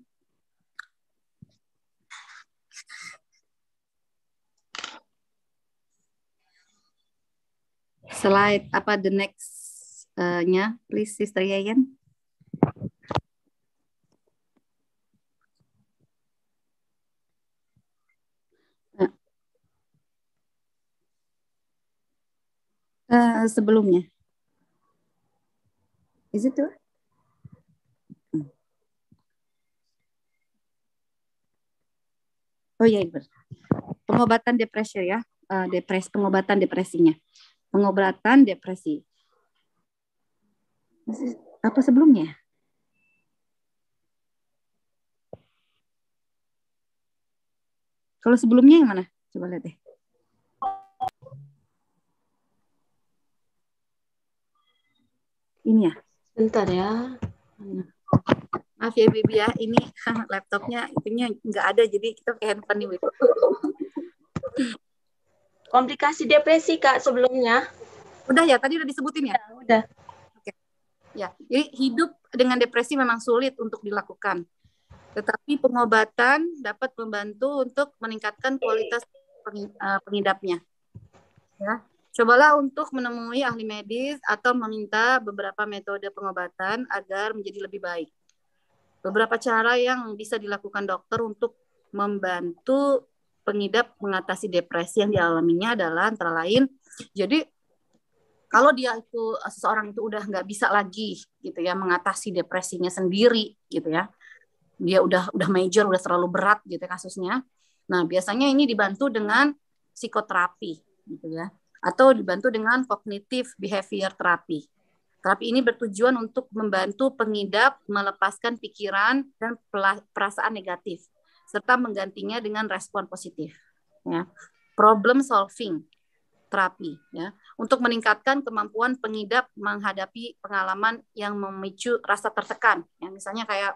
Slide apa the next-nya, please Sister Yayan. Uh, sebelumnya, is it too? Hmm. Oh iya, benar. Pengobatan depresi ya, uh, depresi, pengobatan depresinya, pengobatan depresi. Apa sebelumnya? Kalau sebelumnya yang mana? Coba lihat deh. Ini ya. Bentar ya. Maaf ya Bibi ya, ini laptopnya itunya nggak ada, jadi kita pakai handphone nih. Komplikasi depresi Kak sebelumnya. Udah ya, tadi udah disebutin ya? Ya, udah. Oke. Ya, jadi hidup dengan depresi memang sulit untuk dilakukan. Tetapi pengobatan dapat membantu untuk meningkatkan kualitas pengidapnya. Ya. Cobalah untuk menemui ahli medis atau meminta beberapa metode pengobatan agar menjadi lebih baik. Beberapa cara yang bisa dilakukan dokter untuk membantu pengidap mengatasi depresi yang dialaminya adalah antara lain, jadi kalau dia itu seseorang itu udah nggak bisa lagi gitu ya mengatasi depresinya sendiri gitu ya, dia udah udah major, udah terlalu berat gitu ya kasusnya. Nah biasanya ini dibantu dengan psikoterapi gitu ya, atau dibantu dengan cognitive behavior therapy. Terapi ini bertujuan untuk membantu pengidap melepaskan pikiran dan perasaan negatif, serta menggantinya dengan respon positif. Ya. Problem solving terapi, ya, untuk meningkatkan kemampuan pengidap menghadapi pengalaman yang memicu rasa tertekan. Ya, misalnya kayak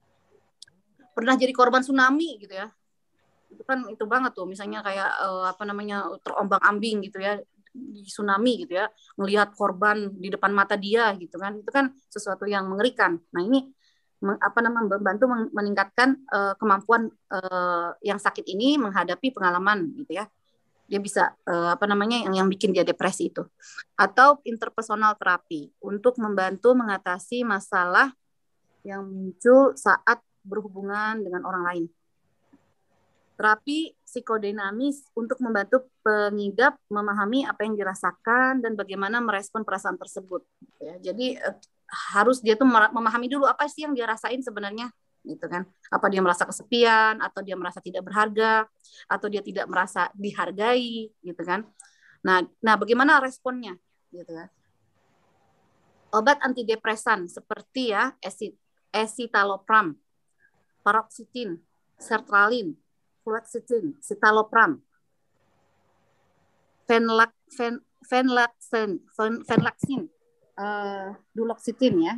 pernah jadi korban tsunami gitu ya, itu kan itu banget tuh. Misalnya kayak uh, apa namanya terombang-ambing gitu ya, di tsunami gitu ya, melihat korban di depan mata dia gitu kan, itu kan sesuatu yang mengerikan. Nah ini apa namanya membantu meningkatkan uh, kemampuan uh, yang sakit ini menghadapi pengalaman gitu ya, dia bisa uh, apa namanya yang yang bikin dia depresi itu. Atau interpersonal terapi untuk membantu mengatasi masalah yang muncul saat berhubungan dengan orang lain. Terapi psikodinamis untuk membantu pengidap memahami apa yang dirasakan dan bagaimana merespon perasaan tersebut. Ya, jadi eh, harus dia tuh memahami dulu apa sih yang dia rasain sebenarnya, gitu kan? Apa dia merasa kesepian, atau dia merasa tidak berharga, atau dia tidak merasa dihargai, gitu kan? Nah, nah bagaimana responnya, gitu kan? Obat antidepresan seperti ya esit, escitalopram, paroxetin, sertralin, fluoxetine, citalopram, venlac, ven, venlaxin, ven, venlaxin, uh, duloxetine ya,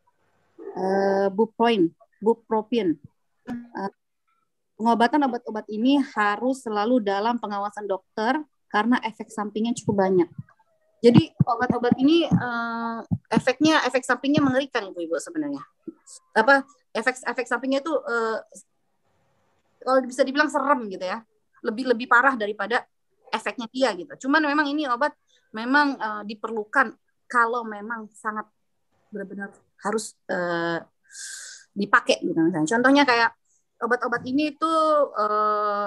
uh, buproin, bupropin. Uh, pengobatan obat-obat ini harus selalu dalam pengawasan dokter karena efek sampingnya cukup banyak. Jadi obat-obat ini uh, efeknya efek sampingnya mengerikan ibu-ibu sebenarnya. Apa efek efek sampingnya itu uh, kalau bisa dibilang serem gitu ya. Lebih lebih parah daripada efeknya dia gitu. Cuman memang ini obat memang uh, diperlukan kalau memang sangat benar-benar harus uh, dipakai gitu misalnya. Contohnya kayak obat-obat ini itu uh,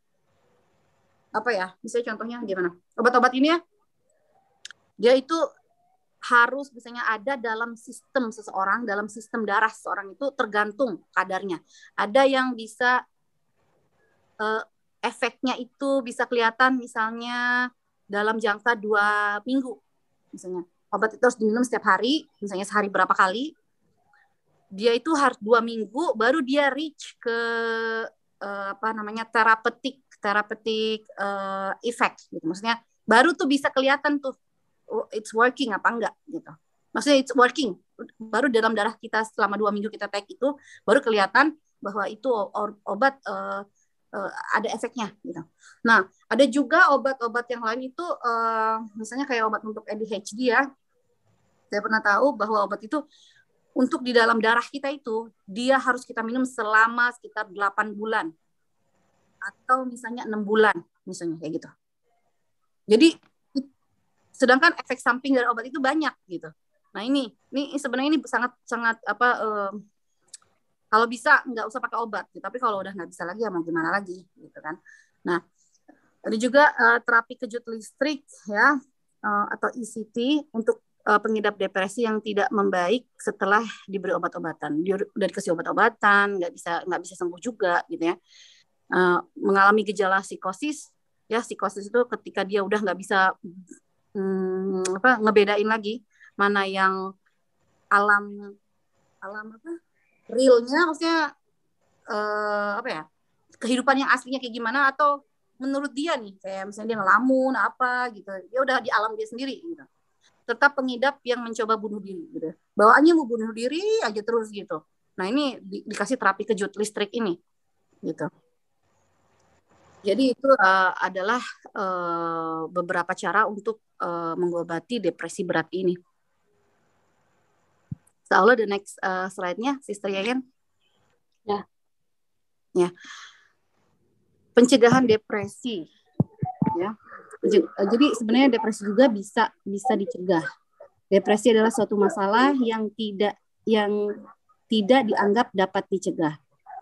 apa ya? Misalnya contohnya gimana? Obat-obat ini ya dia itu harus misalnya ada dalam sistem seseorang, dalam sistem darah seseorang itu tergantung kadarnya. Ada yang bisa uh, efeknya itu bisa kelihatan misalnya dalam jangka dua minggu. Misalnya obat itu harus diminum setiap hari, misalnya sehari berapa kali. Dia itu harus dua minggu baru dia reach ke uh, apa namanya terapeutik, terapeutik uh, effect gitu. Maksudnya baru tuh bisa kelihatan tuh it's working apa enggak gitu. Maksudnya it's working. Baru dalam darah kita selama dua minggu kita take itu baru kelihatan bahwa itu obat uh, uh, ada efeknya gitu. Nah, ada juga obat-obat yang lain itu uh, misalnya kayak obat untuk A D H D ya. Saya pernah tahu bahwa obat itu untuk di dalam darah kita itu dia harus kita minum selama sekitar delapan bulan atau misalnya enam bulan misalnya kayak gitu. Jadi sedangkan efek samping dari obat itu banyak gitu. Nah ini, ini sebenarnya ini sangat sangat apa? Um, kalau bisa nggak usah pakai obat, gitu. Tapi kalau udah nggak bisa lagi ya mau gimana lagi, gitu kan? Nah ada juga uh, terapi kejut listrik ya uh, atau E C T untuk uh, pengidap depresi yang tidak membaik setelah diberi obat-obatan. Dia udah dikasih obat-obatan, nggak bisa nggak bisa sembuh juga, gitu ya. Uh, mengalami gejala psikosis, ya psikosis itu ketika dia udah nggak bisa Hmm, apa ngebedain lagi mana yang alam alam apa realnya maksudnya eh, apa ya kehidupan yang aslinya kayak gimana atau menurut dia nih kayak misalnya dia ngelamun apa gitu dia udah di alam dia sendiri gitu. Tetap pengidap yang mencoba bunuh diri gitu bawaannya mau bunuh diri aja terus gitu. Nah ini di, dikasih terapi kejut listrik ini gitu. Jadi itu uh, adalah uh, beberapa cara untuk uh, mengobati depresi berat ini. So, the next uh, slide-nya, Sister Yayan. Ya. Ya. Pencegahan depresi. Ya. Jadi sebenarnya depresi juga bisa bisa dicegah. Depresi adalah suatu masalah yang tidak yang tidak dianggap dapat dicegah.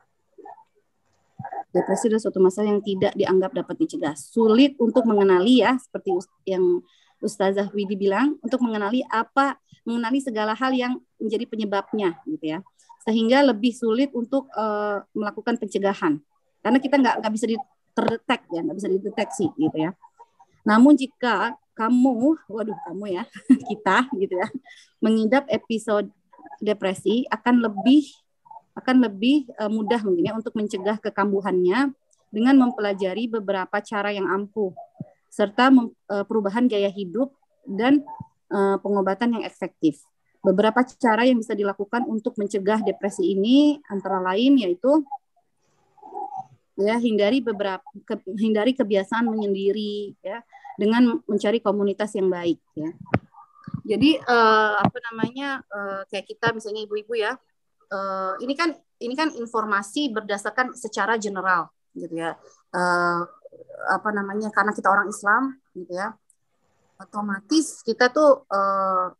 Depresi adalah suatu masalah yang tidak dianggap dapat dicegah. Sulit untuk mengenali ya, seperti yang Ustazah Widi bilang, untuk mengenali apa, mengenali segala hal yang menjadi penyebabnya, gitu ya. Sehingga lebih sulit untuk uh, melakukan pencegahan, karena kita nggak nggak bisa terdetek ya, nggak bisa dideteksi, gitu ya. Namun jika kamu, waduh kamu ya, kita, gitu ya, mengidap episode depresi akan lebih akan lebih uh, mudah mungkin ya untuk mencegah kekambuhannya dengan mempelajari beberapa cara yang ampuh serta mem, uh, perubahan gaya hidup dan uh, pengobatan yang efektif. Beberapa cara yang bisa dilakukan untuk mencegah depresi ini antara lain yaitu ya hindari beberapa ke, hindari kebiasaan menyendiri ya dengan mencari komunitas yang baik ya. Jadi uh, apa namanya uh, kayak kita misalnya ibu-ibu ya. Uh, ini kan ini kan informasi berdasarkan secara general gitu ya uh, apa namanya karena kita orang Islam gitu ya otomatis kita tuh uh,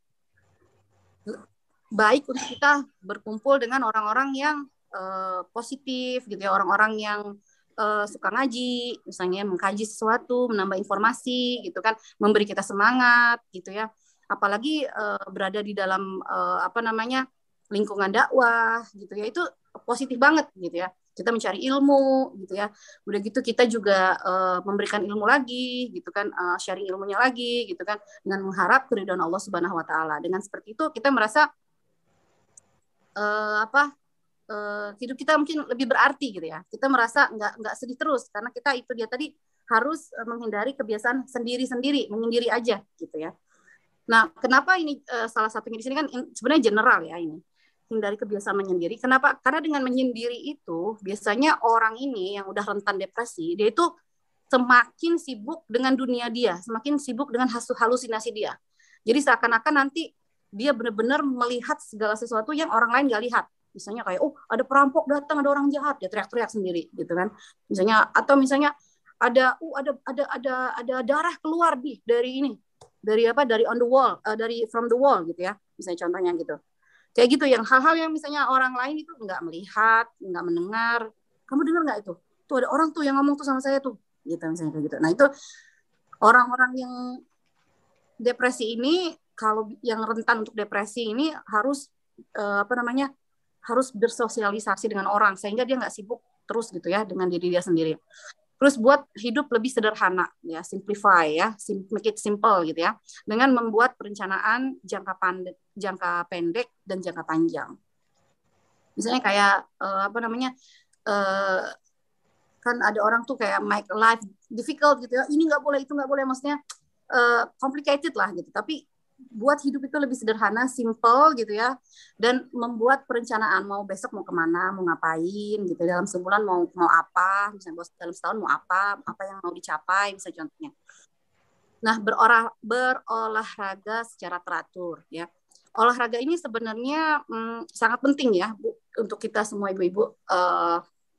baik untuk kita berkumpul dengan orang-orang yang uh, positif gitu ya orang-orang yang uh, suka ngaji misalnya mengkaji sesuatu menambah informasi gitu kan memberi kita semangat gitu ya apalagi uh, berada di dalam uh, apa namanya lingkungan dakwah gitu ya itu positif banget gitu ya kita mencari ilmu gitu ya udah gitu kita juga uh, memberikan ilmu lagi gitu kan uh, sharing ilmunya lagi gitu kan dengan mengharap keridhaan Allah Subhanahu Wa Taala dengan seperti itu kita merasa uh, apa uh, hidup kita mungkin lebih berarti gitu ya. Kita merasa nggak nggak sedih terus karena kita itu dia tadi harus uh, menghindari kebiasaan sendiri-sendiri, menyendiri aja gitu ya. Nah, kenapa ini uh, salah satunya di sini kan in, sebenarnya general ya ini. Hindari kebiasaan menyendiri. Kenapa? Karena dengan menyendiri itu biasanya orang ini yang udah rentan depresi, dia itu semakin sibuk dengan dunia dia, semakin sibuk dengan halusinasi dia. Jadi seakan-akan nanti dia benar-benar melihat segala sesuatu yang orang lain nggak lihat. Misalnya kayak, oh ada perampok datang, ada orang jahat, dia teriak-teriak sendiri, gitu kan? Misalnya atau misalnya ada, uh, ada ada ada ada darah keluar nih dari ini, dari apa? Dari on the wall, uh, dari from the wall, gitu ya. Misalnya contohnya gitu. Kayak gitu, yang hal-hal yang misalnya orang lain itu nggak melihat, nggak mendengar. Kamu dengar nggak itu? Tuh ada orang tuh yang ngomong tuh sama saya tuh, gitu misalnya kayak gitu. Nah itu orang-orang yang depresi ini, kalau yang rentan untuk depresi ini harus uh, apa namanya harus bersosialisasi dengan orang sehingga dia nggak sibuk terus gitu ya dengan diri dia sendiri. Terus buat hidup lebih sederhana ya, simplify ya, sim- make it simple gitu ya, dengan membuat perencanaan jangka pendek, jangka pendek dan jangka panjang. Misalnya kayak uh, apa namanya uh, kan ada orang tuh kayak make life difficult gitu ya, ini nggak boleh, itu nggak boleh, maksudnya uh, complicated lah gitu. Tapi buat hidup itu lebih sederhana, simple gitu ya, dan membuat perencanaan mau besok mau kemana, mau ngapain gitu, dalam sebulan mau mau apa, misalnya dalam setahun mau apa, apa yang mau dicapai, misalnya contohnya. Nah, berolah, berolahraga secara teratur ya. Olahraga ini sebenarnya hmm, sangat penting ya Bu, untuk kita semua ibu-ibu. Uh,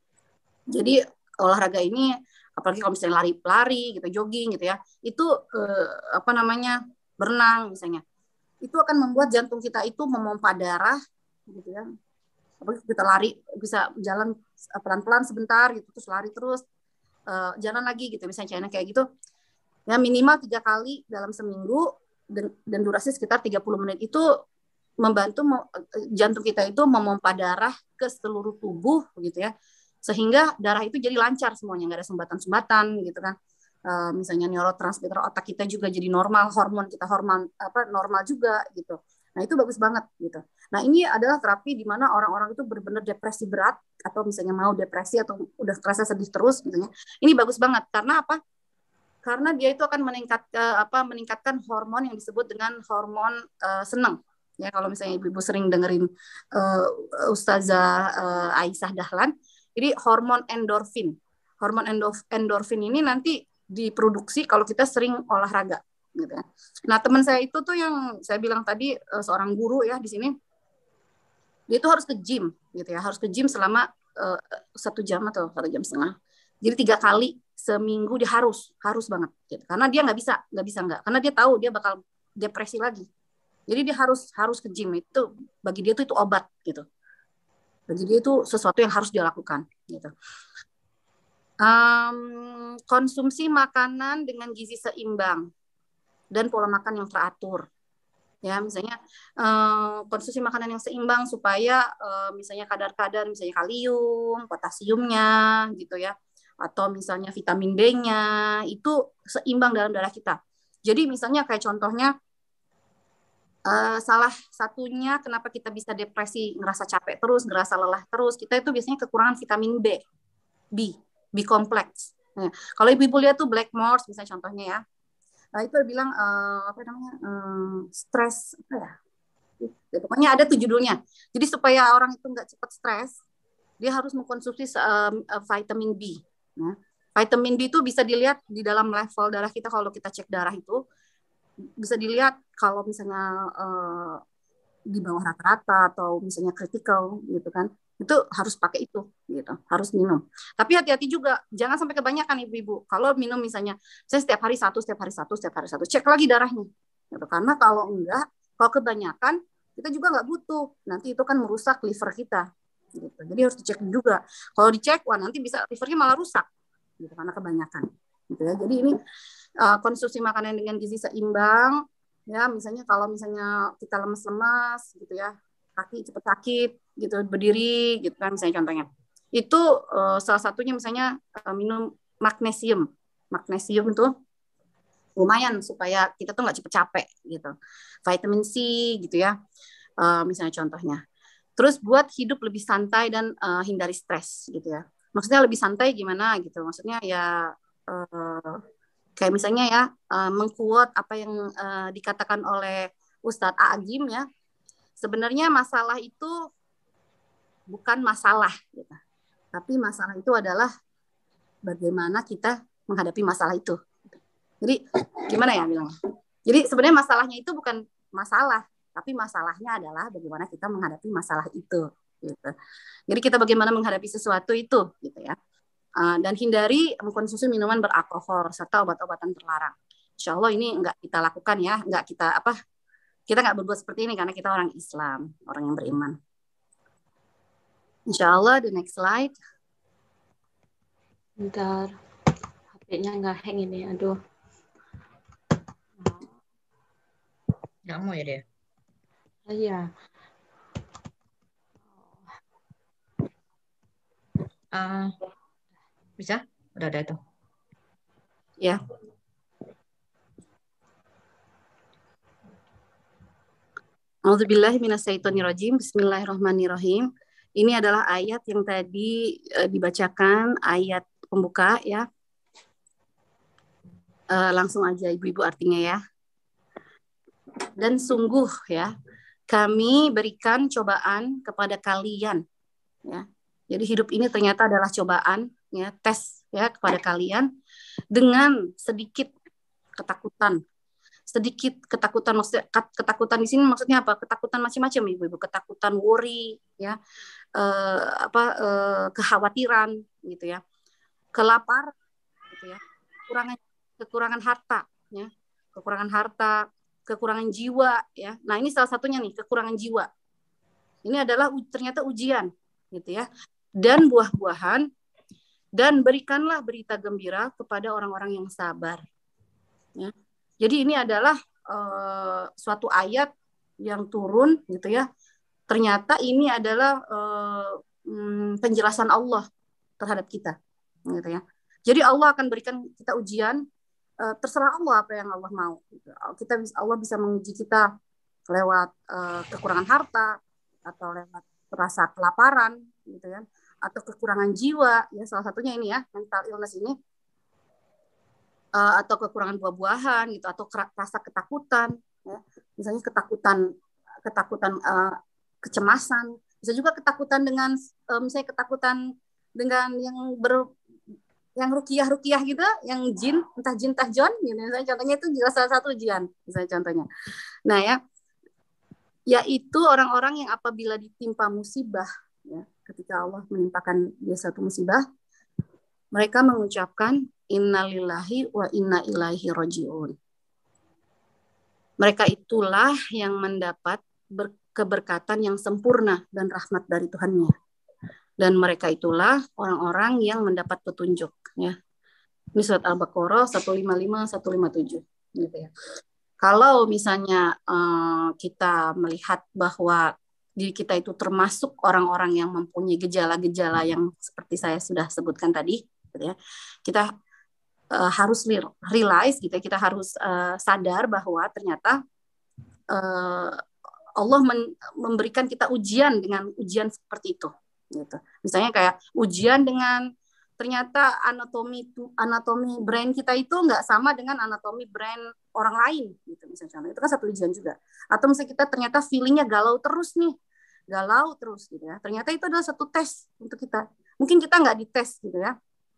jadi olahraga ini, apalagi kalau misalnya lari-lari gitu, jogging gitu ya, itu uh, apa namanya berenang misalnya, itu akan membuat jantung kita itu memompa darah gitu ya. Apalagi kita lari, bisa jalan pelan-pelan sebentar gitu, terus lari terus, uh, jalan lagi gitu, misalnya kayak gitu ya, minimal tiga kali dalam seminggu, dan, dan durasi sekitar tiga puluh menit. Itu membantu jantung kita itu memompa darah ke seluruh tubuh gitu ya, sehingga darah itu jadi lancar semuanya, nggak ada sumbatan-sumbatan gitu kan. Uh, misalnya neurotransmitter otak kita juga jadi normal, hormon kita hormon apa normal juga gitu. Nah itu bagus banget gitu. Nah ini adalah terapi di mana orang-orang itu benar-benar depresi berat atau misalnya mau depresi atau udah terasa sedih terus gitu ya. Ini bagus banget karena apa? Karena dia itu akan meningkat uh, apa meningkatkan hormon yang disebut dengan hormon uh, senang. Ya kalau misalnya ibu-ibu sering dengerin uh, Ustazah uh, Aisyah Dahlan, jadi hormon endorfin. Hormon endorf, endorfin ini nanti diproduksi kalau kita sering olahraga gitu ya. Nah, teman saya itu tuh yang saya bilang tadi, seorang guru ya di sini, dia itu harus ke gym gitu ya, harus ke gym selama uh, satu jam atau satu jam setengah. Jadi tiga kali seminggu dia harus harus banget gitu. Karena dia nggak bisa nggak bisa nggak, karena dia tahu dia bakal depresi lagi. Jadi dia harus harus ke gym, itu bagi dia tuh itu obat gitu. Bagi dia itu sesuatu yang harus dia lakukan gitu. Um, konsumsi makanan dengan gizi seimbang dan pola makan yang teratur ya, misalnya uh, konsumsi makanan yang seimbang supaya uh, misalnya kadar-kadar misalnya kalium, potasiumnya gitu ya, atau misalnya vitamin D-nya itu seimbang dalam darah kita. Jadi misalnya kayak contohnya uh, salah satunya kenapa kita bisa depresi, ngerasa capek terus, ngerasa lelah terus, kita itu biasanya kekurangan vitamin B, B B kompleks. Nah, kalau ibu-ibu lihat tuh Blackmores misalnya contohnya ya, nah, itu bilang uh, apa namanya um, stres apa ya? Ya, pokoknya ada tuh judulnya. Jadi supaya orang itu nggak cepat stres, dia harus mengkonsumsi um, uh, vitamin B. Nah, vitamin B itu bisa dilihat di dalam level darah kita. Kalau kita cek darah itu bisa dilihat kalau misalnya uh, di bawah rata-rata atau misalnya kritikal gitu kan, itu harus pakai itu gitu, harus minum. Tapi hati-hati juga, jangan sampai kebanyakan ibu-ibu. Kalau minum misalnya saya setiap hari satu, setiap hari satu, setiap hari satu, cek lagi darahnya gitu. Karena kalau enggak, kalau kebanyakan kita juga nggak butuh, nanti itu kan merusak liver kita gitu. Jadi harus dicek juga. Kalau dicek, wah nanti bisa livernya malah rusak gitu karena kebanyakan gitu ya. Jadi ini uh, konsumsi makanan dengan gizi seimbang ya, misalnya kalau misalnya kita lemas-lemas gitu ya, kaki cepat sakit gitu, berdiri gitu kan misalnya contohnya, itu uh, salah satunya misalnya uh, minum magnesium. Magnesium itu lumayan supaya kita tuh nggak cepat capek gitu. Vitamin C gitu ya, uh, misalnya contohnya. Terus buat hidup lebih santai dan uh, hindari stres gitu ya. Maksudnya lebih santai gimana gitu. Maksudnya ya uh, kayak misalnya ya uh, mengquote apa yang uh, dikatakan oleh Ustadz Agim ya. Sebenarnya masalah itu bukan masalah gitu. Tapi masalah itu adalah bagaimana kita menghadapi masalah itu. Jadi gimana ya bilangnya? Jadi sebenarnya masalahnya itu bukan masalah, tapi masalahnya adalah bagaimana kita menghadapi masalah itu. Gitu. Jadi kita bagaimana menghadapi sesuatu itu, gitu ya. Uh, dan hindari mengkonsumsi minuman beralkohol serta obat-obatan terlarang. Insya Allah ini nggak kita lakukan ya, nggak kita apa, kita nggak berbuat seperti ini karena kita orang Islam, orang yang beriman. Insya Allah, the next slide. Bentar, H P-nya nggak hang ini, aduh. Nggak mau ya dia? Iya. Uh, bisa? Udah ada itu. Ya. A'udzubillahi minasyaitonirrajim. Bismillahirrahmanirrahim. Ini adalah ayat yang tadi uh, dibacakan, ayat pembuka ya. Uh, langsung aja ibu-ibu artinya ya. Dan sungguh ya, kami berikan cobaan kepada kalian ya. Jadi hidup ini ternyata adalah cobaan ya, tes ya kepada kalian dengan sedikit ketakutan. Sedikit ketakutan, maksudnya ketakutan di sini maksudnya apa? Ketakutan macam-macam ibu-ibu, ketakutan worry ya. Eh, apa eh, kekhawatiran gitu ya. Kelaparan gitu ya. Kekurangan kekurangan harta ya. Kekurangan harta, kekurangan jiwa ya. Nah, ini salah satunya nih, kekurangan jiwa. Ini adalah ternyata ujian gitu ya. Dan buah-buahan, dan berikanlah berita gembira kepada orang-orang yang sabar. Ya. Jadi ini adalah uh, suatu ayat yang turun gitu ya. Ternyata ini adalah uh, penjelasan Allah terhadap kita gitu ya. Jadi Allah akan berikan kita ujian, uh, terserah Allah apa yang Allah mau. Gitu. Kita Allah bisa menguji kita lewat uh, kekurangan harta atau lewat rasa kelaparan gitu kan, atau kekurangan jiwa ya, salah satunya ini ya, mental illness ini. Uh, atau kekurangan buah-buahan gitu, atau rasa ketakutan ya. Misalnya ketakutan ketakutan uh, kecemasan, bisa juga ketakutan dengan uh, misalnya ketakutan dengan yang ber yang rukiah-rukiah gitu, yang jin, entah jin entah jon gitu. Misalnya contohnya itu jelas salah satu ujian misalnya contohnya. Nah ya, yaitu orang-orang yang apabila ditimpa musibah ya, ketika Allah menimpakan dia satu musibah, mereka mengucapkan innalillahi wa inna ilaihi raji'un. Mereka itulah yang mendapat keberkatan yang sempurna dan rahmat dari Tuhannya. Dan mereka itulah orang-orang yang mendapat petunjuk. Ya. Ini surat Al-Baqarah seratus lima puluh lima sampai seratus lima puluh tujuh. Gitu ya. Kalau misalnya uh, kita melihat bahwa diri kita itu termasuk orang-orang yang mempunyai gejala-gejala yang seperti saya sudah sebutkan tadi, gitu ya, kita Uh, harus realize gitu ya, kita harus uh, sadar bahwa ternyata uh, Allah men- memberikan kita ujian dengan ujian seperti itu gitu. Misalnya kayak ujian dengan ternyata anatomi anatomi brain kita itu nggak sama dengan anatomi brain orang lain gitu misalnya, itu kan satu ujian juga. Atau misalnya kita ternyata feelingnya galau terus nih, galau terus gitu ya, ternyata itu adalah satu tes untuk kita. Mungkin kita nggak dites gitu ya.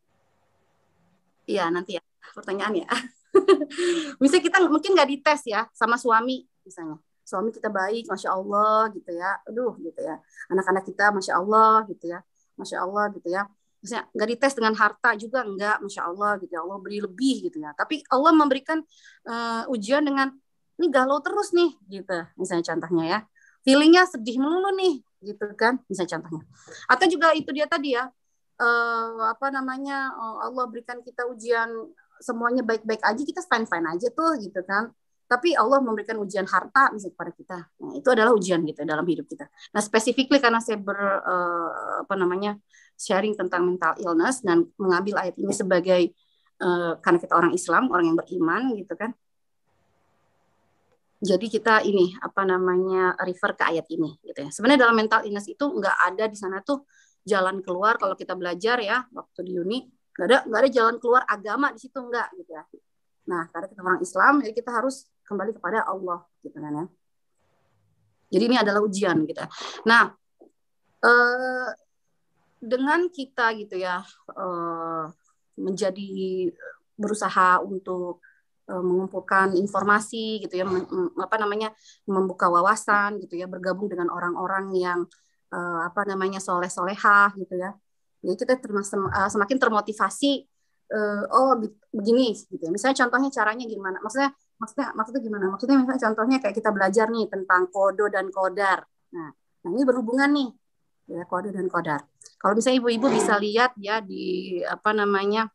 Iya nanti ya pertanyaan ya. Misalnya kita mungkin nggak dites ya sama suami misalnya. Suami kita baik, masya Allah gitu ya. Aduh gitu ya. Anak-anak kita masya Allah gitu ya. Masya Allah gitu ya. Misalnya nggak dites dengan harta juga enggak, masya Allah gitu ya. Allah beri lebih gitu ya. Tapi Allah memberikan uh, ujian dengan ini galau terus nih gitu. Misalnya contohnya ya. Feelingnya sedih melulu nih gitu kan. Misalnya contohnya. Atau juga itu dia tadi ya. Uh, apa namanya uh, Allah berikan kita ujian semuanya baik-baik aja, kita fine-fine aja tuh gitu kan, tapi Allah memberikan ujian harta misalnya kepada kita. Nah, itu adalah ujian gitu dalam hidup kita. Nah specifically karena saya ber uh, apa namanya sharing tentang mental illness dan mengambil ayat ini sebagai uh, karena kita orang Islam, orang yang beriman gitu kan, Jadi kita ini apa namanya refer ke ayat ini gitu ya. Sebenarnya dalam mental illness itu nggak ada di sana tuh jalan keluar kalau kita belajar ya waktu di uni nggak ada nggak ada jalan keluar agama di situ nggak gitu ya. Nah karena kita orang Islam jadi kita harus kembali kepada Allah gitu kan ya. Jadi ini adalah ujian gitu ya. Nah eh, dengan kita gitu ya eh, menjadi berusaha untuk mengumpulkan informasi gitu ya, apa namanya membuka wawasan gitu ya, bergabung dengan orang-orang yang uh, apa namanya soleh-solehah gitu ya. Jadi kita termasuk uh, semakin termotivasi uh, oh begini gitu ya. Misalnya contohnya caranya gimana? Maksudnya maksudnya maksudnya gimana? Maksudnya misalnya contohnya kayak kita belajar nih tentang kodo dan kodar. Nah, nah ini berhubungan nih ya kodo dan kodar. Kalau misalnya ibu-ibu bisa lihat ya di apa namanya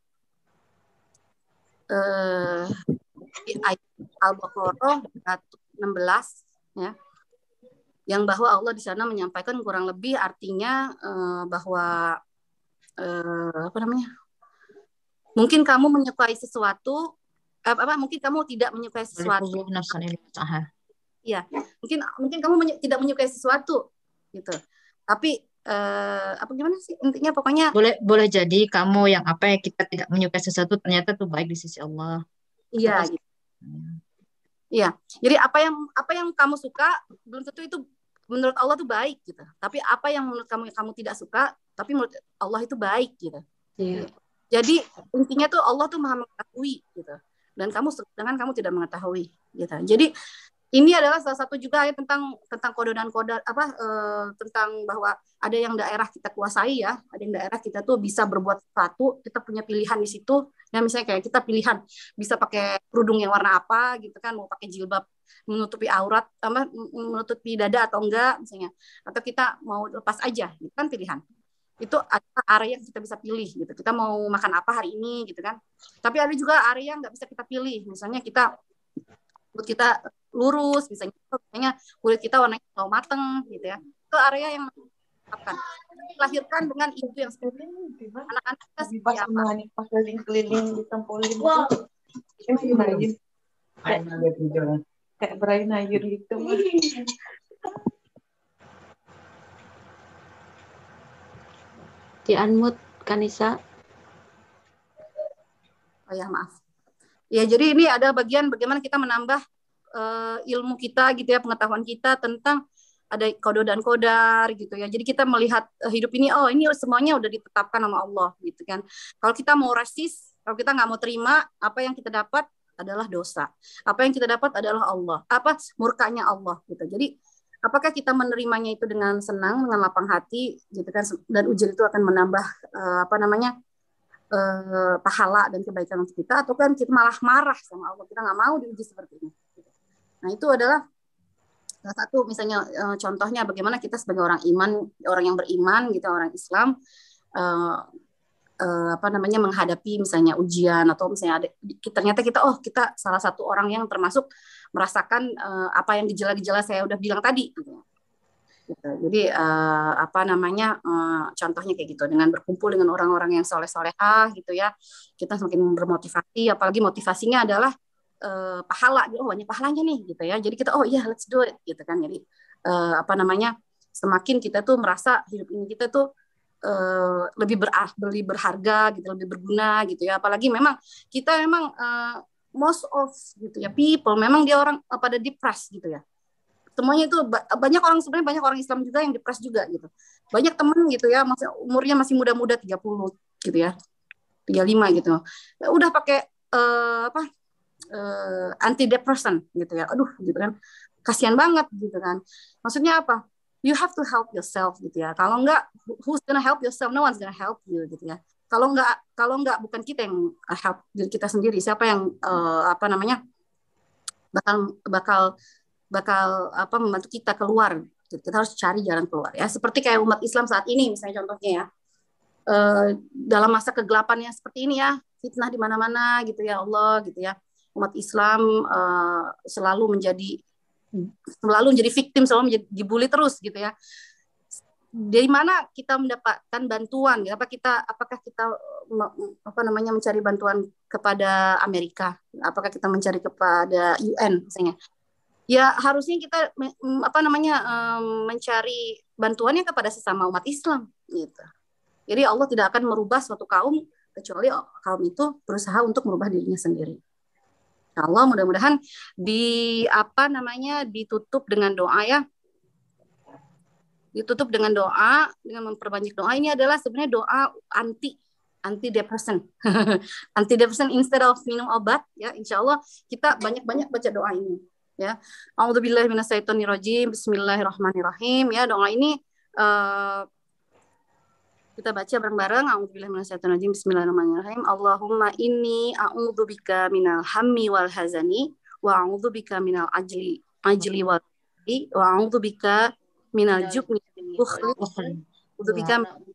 eh di ayat Al-Baqarah seratus enam belas ya yang bahwa Allah di sana menyampaikan kurang lebih artinya eh, bahwa eh, apa namanya mungkin kamu menyukai sesuatu eh, apa mungkin kamu tidak menyukai sesuatu ya mungkin mungkin kamu menye- tidak menyukai sesuatu gitu tapi eh, apa gimana sih intinya pokoknya boleh boleh jadi kamu yang apa ya kita tidak menyukai sesuatu ternyata tuh baik di sisi Allah. Iya gitu. Iya, jadi apa yang apa yang kamu suka belum tentu itu menurut Allah tuh baik gitu. Tapi apa yang menurut kamu kamu tidak suka, tapi menurut Allah itu baik gitu. Iya. Jadi intinya tuh Allah tuh maha mengetahui gitu. Dan kamu sedangkan kamu tidak mengetahui gitu. Jadi ini adalah salah satu juga ayat tentang tentang kode dan kode apa e, tentang bahwa ada yang daerah kita kuasai ya, ada yang daerah kita tuh bisa berbuat sesuatu, kita punya pilihan di situ. Ya misalnya kayak kita pilihan bisa pakai kerudung yang warna apa gitu kan, mau pakai jilbab menutupi aurat, apa menutupi dada atau enggak misalnya, atau kita mau lepas aja, itu kan pilihan. Itu ada area yang kita bisa pilih gitu. Kita mau makan apa hari ini gitu kan. Tapi ada juga area yang nggak bisa kita pilih. Misalnya kita kulit kita lurus, misalnya, misalnya kulit kita warnanya mau mateng gitu ya. Itu area yang akan dilahirkan dengan itu yang seperti anak-anak kita seperti apa? Pas keliling-keliling di tempolin wow. Itu kayak kayak berain air gitu. Di unmute Kanisa. Oh ya maaf. Ya jadi ini ada bagian bagaimana kita menambah uh, ilmu kita gitu ya, pengetahuan kita tentang ada kodo dan kodar gitu ya. Jadi kita melihat uh, hidup ini, oh ini semuanya udah ditetapkan sama Allah gitu kan. Kalau kita mau rasis, kalau kita nggak mau terima, apa yang kita dapat adalah dosa. Apa yang kita dapat adalah Allah. Apa murkanya Allah gitu. Jadi apakah kita menerimanya itu dengan senang, dengan lapang hati gitu kan, dan ujian itu akan menambah uh, apa namanya uh, pahala dan kebaikan untuk kita, atau kan kita malah marah sama Allah, kita nggak mau diuji seperti ini. Nah itu adalah salah satu misalnya uh, contohnya bagaimana kita sebagai orang iman, orang yang beriman gitu, orang Islam uh, uh, apa namanya menghadapi misalnya ujian atau misalnya ada, ternyata kita oh kita salah satu orang yang termasuk merasakan uh, apa yang gejala-gejala saya udah bilang tadi gitu. Gitu. Jadi uh, apa namanya uh, contohnya kayak gitu dengan berkumpul dengan orang-orang yang soleh-solehah gitu ya, kita semakin bermotivasi, apalagi motivasinya adalah Uh, pahala, oh banyak pahalanya nih gitu ya. Jadi kita oh iya let's do it gitu kan. Jadi uh, apa namanya semakin kita tuh merasa hidup ini kita tuh uh, lebih berah, lebih berharga gitu, lebih berguna gitu ya. Apalagi memang kita memang uh, most of gitu ya people memang dia orang uh, pada depressed gitu ya. Semuanya itu banyak orang sebenarnya banyak orang Islam juga yang depressed juga gitu. Banyak temen gitu ya, masih umurnya masih muda-muda tiga puluh gitu ya. tiga puluh lima gitu. Udah pakai uh, apa Uh, antidepresan gitu ya, aduh gitu kan, kasihan banget gitu kan. Maksudnya apa? You have to help yourself gitu ya. Kalau enggak, who's gonna help yourself? No one's gonna help you gitu ya. Kalau enggak, kalau enggak bukan kita yang help diri kita sendiri, siapa yang uh, apa namanya bakal bakal bakal apa membantu kita keluar? Gitu. Kita harus cari jalan keluar ya. Seperti kayak umat Islam saat ini misalnya contohnya ya. Uh, dalam masa kegelapan yang seperti ini ya, fitnah di mana-mana gitu ya Allah gitu ya. Umat Islam uh, selalu menjadi selalu menjadi victim, selalu menjadi dibully terus gitu ya. Dari mana kita mendapatkan bantuan? Apa kita apakah kita apa namanya mencari bantuan kepada Amerika? Apakah kita mencari kepada U N misalnya? ya harusnya kita apa namanya um, mencari bantuannya kepada sesama umat Islam gitu. Jadi Allah tidak akan merubah suatu kaum kecuali kaum itu berusaha untuk merubah dirinya sendiri. Allah mudah-mudahan di apa namanya ditutup dengan doa ya. Ditutup dengan doa, dengan memperbanyak doa. Ini adalah sebenarnya doa anti antidepresan. Antidepresan instead of minum obat ya. Insya Allah kita banyak-banyak baca doa ini ya. A'udzubillahi minasyaitonirrajim. Bismillahirrahmanirrahim ya. Doa ini uh, kita baca bareng-bareng. A'udzubillahi minasyaitonirrajim. Bismillahirrahmanirrahim. Allahumma inni a'udzubika minal hammi wal hazani wa a'udzubika minal ajli ajli wal ajli wa a'udzubika minal jubni bukhli wa a'udzubika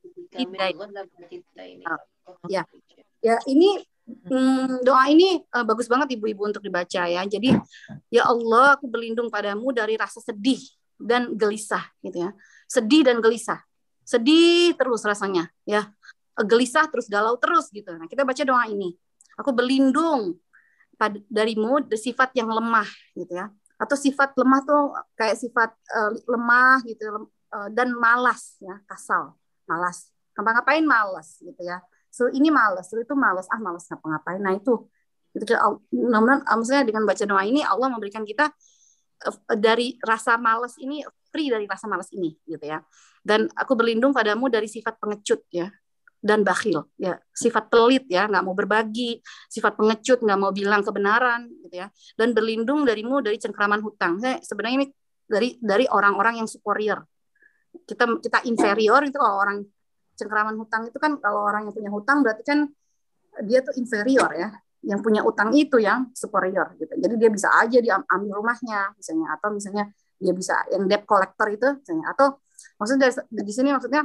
ya. Ya, ini hmm, doa ini uh, bagus banget ibu-ibu untuk dibaca ya. Jadi ya Allah, aku berlindung padamu dari rasa sedih dan gelisah gitu ya. Sedih dan gelisah. Sedih terus rasanya ya, gelisah terus, galau terus gitu. Nah, kita baca doa ini. Aku berlindung pada darimu dari sifat yang lemah gitu ya. Atau sifat lemah tuh kayak sifat uh, lemah gitu uh, dan malas ya, kasal, malas. Ngapa-ngapain malas gitu ya. So ini malas, so itu malas, ah malas ngapa-ngapain. Nah, itu itu mudah-mudahan maksudnya dengan baca doa ini Allah memberikan kita uh, dari rasa malas ini, free dari rasa malas ini gitu ya. Dan aku berlindung padamu dari sifat pengecut ya dan bakhil ya, sifat pelit ya, nggak mau berbagi, sifat pengecut, nggak mau bilang kebenaran gitu ya. Dan berlindung darimu dari cengkraman hutang. Saya sebenarnya ini dari dari orang-orang yang superior. Kita kita inferior itu kalau orang cengkraman hutang itu kan kalau orang yang punya hutang berarti kan dia tuh inferior ya. Yang punya utang itu yang superior gitu. Jadi dia bisa aja diambil rumahnya misalnya, atau misalnya dia bisa yang debt collector itu misalnya, atau maksudnya dari, di sini maksudnya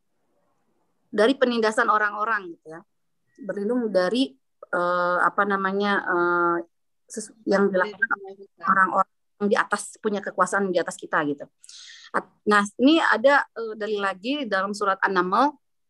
dari penindasan orang-orang gitu ya, berlindung dari uh, apa namanya uh, yang dilakukan orang-orang yang di atas, punya kekuasaan di atas kita gitu. Nah, ini ada uh, dalil lagi dalam surat An-Naml.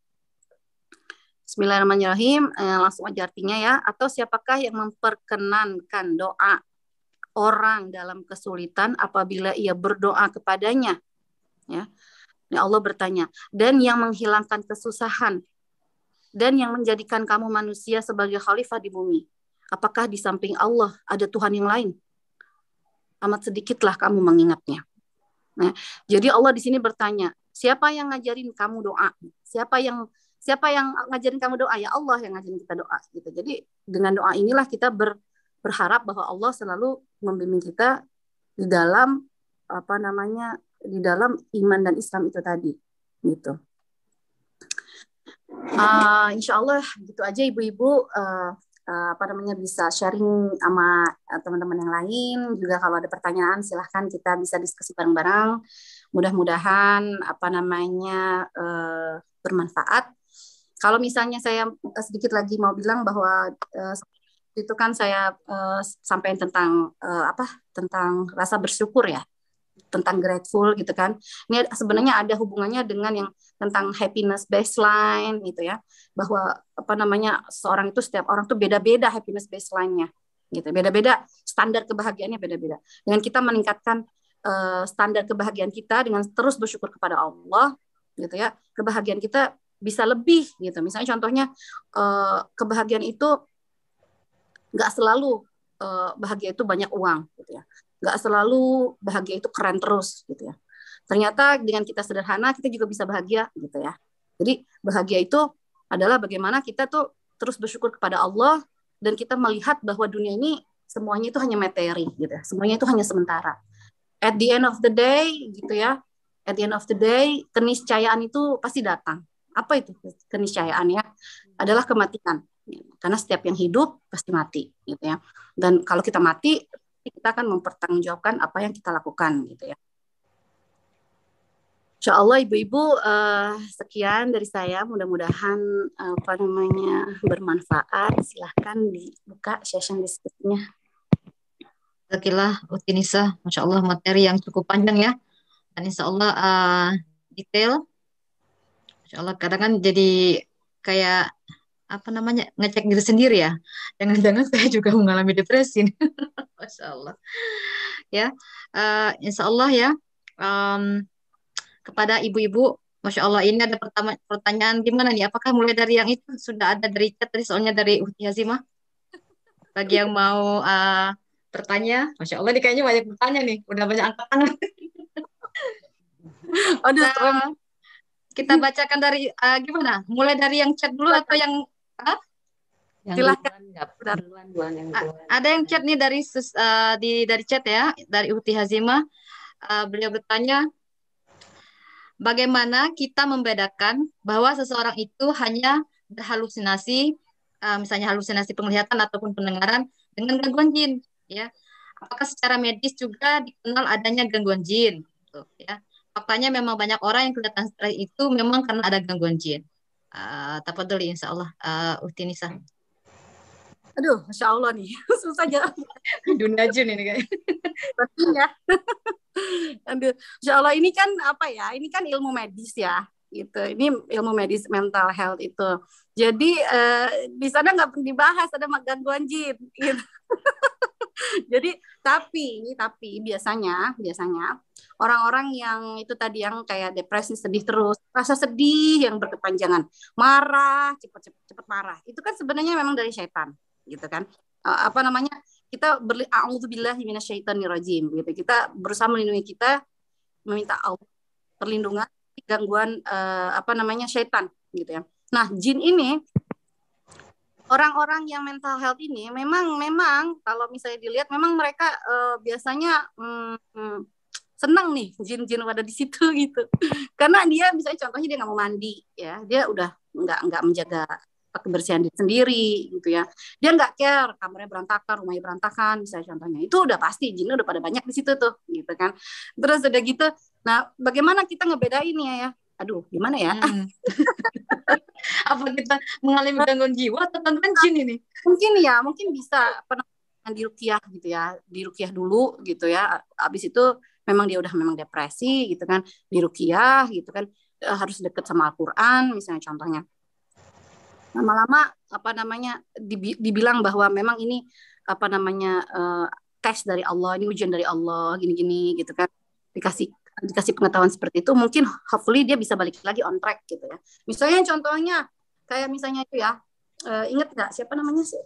Bismillahirrahmanirrahim, eh, langsung aja artinya ya. Atau siapakah yang memperkenankan doa orang dalam kesulitan apabila ia berdoa kepadanya? Ya. Ini Allah bertanya, dan yang menghilangkan kesusahan dan yang menjadikan kamu manusia sebagai khalifah di bumi. Apakah di samping Allah ada Tuhan yang lain? Amat sedikitlah kamu mengingatnya. Nah, jadi Allah di sini bertanya, siapa yang ngajarin kamu doa? Siapa yang siapa yang ngajarin kamu doa? Ya Allah yang ngajarin kita doa. Gitu. Jadi dengan doa inilah kita ber, berharap bahwa Allah selalu membimbing kita di dalam apa namanya di dalam iman dan Islam itu tadi. Gitu. Uh, insya Allah gitu aja ibu-ibu. Uh, uh, apa namanya bisa sharing sama uh, teman-teman yang lain. Juga kalau ada pertanyaan silahkan kita bisa diskusi bareng-bareng. Mudah-mudahan apa namanya uh, bermanfaat. Kalau misalnya saya uh, sedikit lagi mau bilang bahwa uh, itu kan saya uh, sampaikan tentang uh, apa tentang rasa bersyukur ya, tentang grateful gitu kan. Ini sebenarnya ada hubungannya dengan yang tentang happiness baseline gitu ya, bahwa apa namanya seorang itu setiap orang tuh beda-beda happiness baseline-nya gitu, beda-beda standar kebahagiaannya beda-beda. Dengan kita meningkatkan uh, standar kebahagiaan kita dengan terus bersyukur kepada Allah gitu ya, kebahagiaan kita bisa lebih gitu. Misalnya contohnya uh, kebahagiaan itu nggak selalu uh, bahagia itu banyak uang gitu ya. Nggak selalu bahagia itu keren terus gitu ya. Ternyata dengan kita sederhana kita juga bisa bahagia gitu ya. Jadi bahagia itu adalah bagaimana kita tuh terus bersyukur kepada Allah dan kita melihat bahwa dunia ini semuanya itu hanya materi gitu ya. Semuanya itu hanya sementara. At the end of the day gitu ya. At the end of the day keniscayaan itu pasti datang. Apa itu keniscayaan ya? Adalah kematian. Karena setiap yang hidup pasti mati gitu ya. Dan kalau kita mati kita akan mempertanggungjawabkan apa yang kita lakukan gitu ya. Insya Allah ibu-ibu uh, sekian dari saya, mudah-mudahan uh, apa namanya bermanfaat. Silahkan dibuka session diskusinya. Alhamdulillah, Utinisa, Masya Allah materi yang cukup panjang ya, dan Insya Allah uh, detail. Masya Allah kadang kan jadi kayak apa namanya ngecek diri sendiri ya. Jangan-jangan saya juga mengalami depresi. Masya Allah. Ya, eh, Insya Allah ya. em, kepada ibu-ibu, Masya Allah ini ada pertama pertanyaan gimana nih? Apakah mulai dari yang itu sudah ada dari chat tadi soalnya dari Uhti Hazimah? Bagi yang mau eh, bertanya, Masya Allah nih kayaknya banyak bertanya nih. Udah banyak angkat tangan. Aduh, serem. Nah, kita bacakan dari eh, gimana? Mulai dari yang chat dulu atau yang ah? Yang Silahkan. duluan, nggak duluan, duluan yang A- duluan. ada yang chat nih dari sus- eh, di dari chat ya, dari Uhti Hazimah. Eh, beliau bertanya, bagaimana kita membedakan bahwa seseorang itu hanya berhalusinasi, eh, misalnya halusinasi penglihatan ataupun pendengaran dengan gangguan jin, ya? Apakah secara medis juga dikenal adanya gangguan jin? Tuh, ya. Faktanya memang banyak orang yang kelihatan stres itu memang karena ada gangguan jin. Uh, Tafadholi insya Allah, uh, Uhti Nisa. Aduh, Masya Allah nih. Susah jalan. Dunia jin ini kayak. ya. Aduh, Masya Allah ini kan apa ya? Ini kan ilmu medis ya. Gitu. Ini ilmu medis mental health itu. Jadi eh, di sana nggak dibahas ada gangguan jin. Gitu. Jadi tapi tapi biasanya biasanya orang-orang yang itu tadi yang kayak depresi, sedih terus, rasa sedih yang berkepanjangan, marah, cepat-cepat cepat marah. Itu kan sebenarnya memang dari setan, gitu kan. Uh, apa namanya? Kita berli a'udzubillahi minasyaitonirrajim gitu. Kita berusaha melindungi kita, meminta Allah perlindungan dari gangguan uh, apa namanya? Setan gitu ya. Nah, jin ini orang-orang yang mental health ini memang memang kalau misalnya dilihat memang mereka uh, biasanya hmm, senang nih jin-jin ada di situ gitu karena dia misalnya contohnya dia nggak mau mandi ya dia udah nggak nggak menjaga kebersihan diri sendiri gitu ya dia nggak care kamarnya berantakan rumahnya berantakan misalnya contohnya itu udah pasti jin udah pada banyak di situ tuh gitu kan terus udah gitu nah bagaimana kita ngebedain ya ya aduh gimana ya Hmm. Apa kita mengalami gangguan jiwa atau gangguan jin ini? Mungkin ya, mungkin bisa penanganan di ruqyah gitu ya, di ruqyah dulu gitu ya. Abis itu memang dia udah memang depresi gitu kan, di ruqyah gitu kan harus deket sama Al-Qur'an misalnya contohnya. Lama-lama apa namanya dibilang bahwa memang ini apa namanya uh, tes dari Allah, ini ujian dari Allah gini-gini gitu kan. Dikasih dikasih pengetahuan seperti itu mungkin hopefully dia bisa balik lagi on track gitu ya. Misalnya contohnya kayak misalnya itu ya uh, inget nggak siapa namanya sih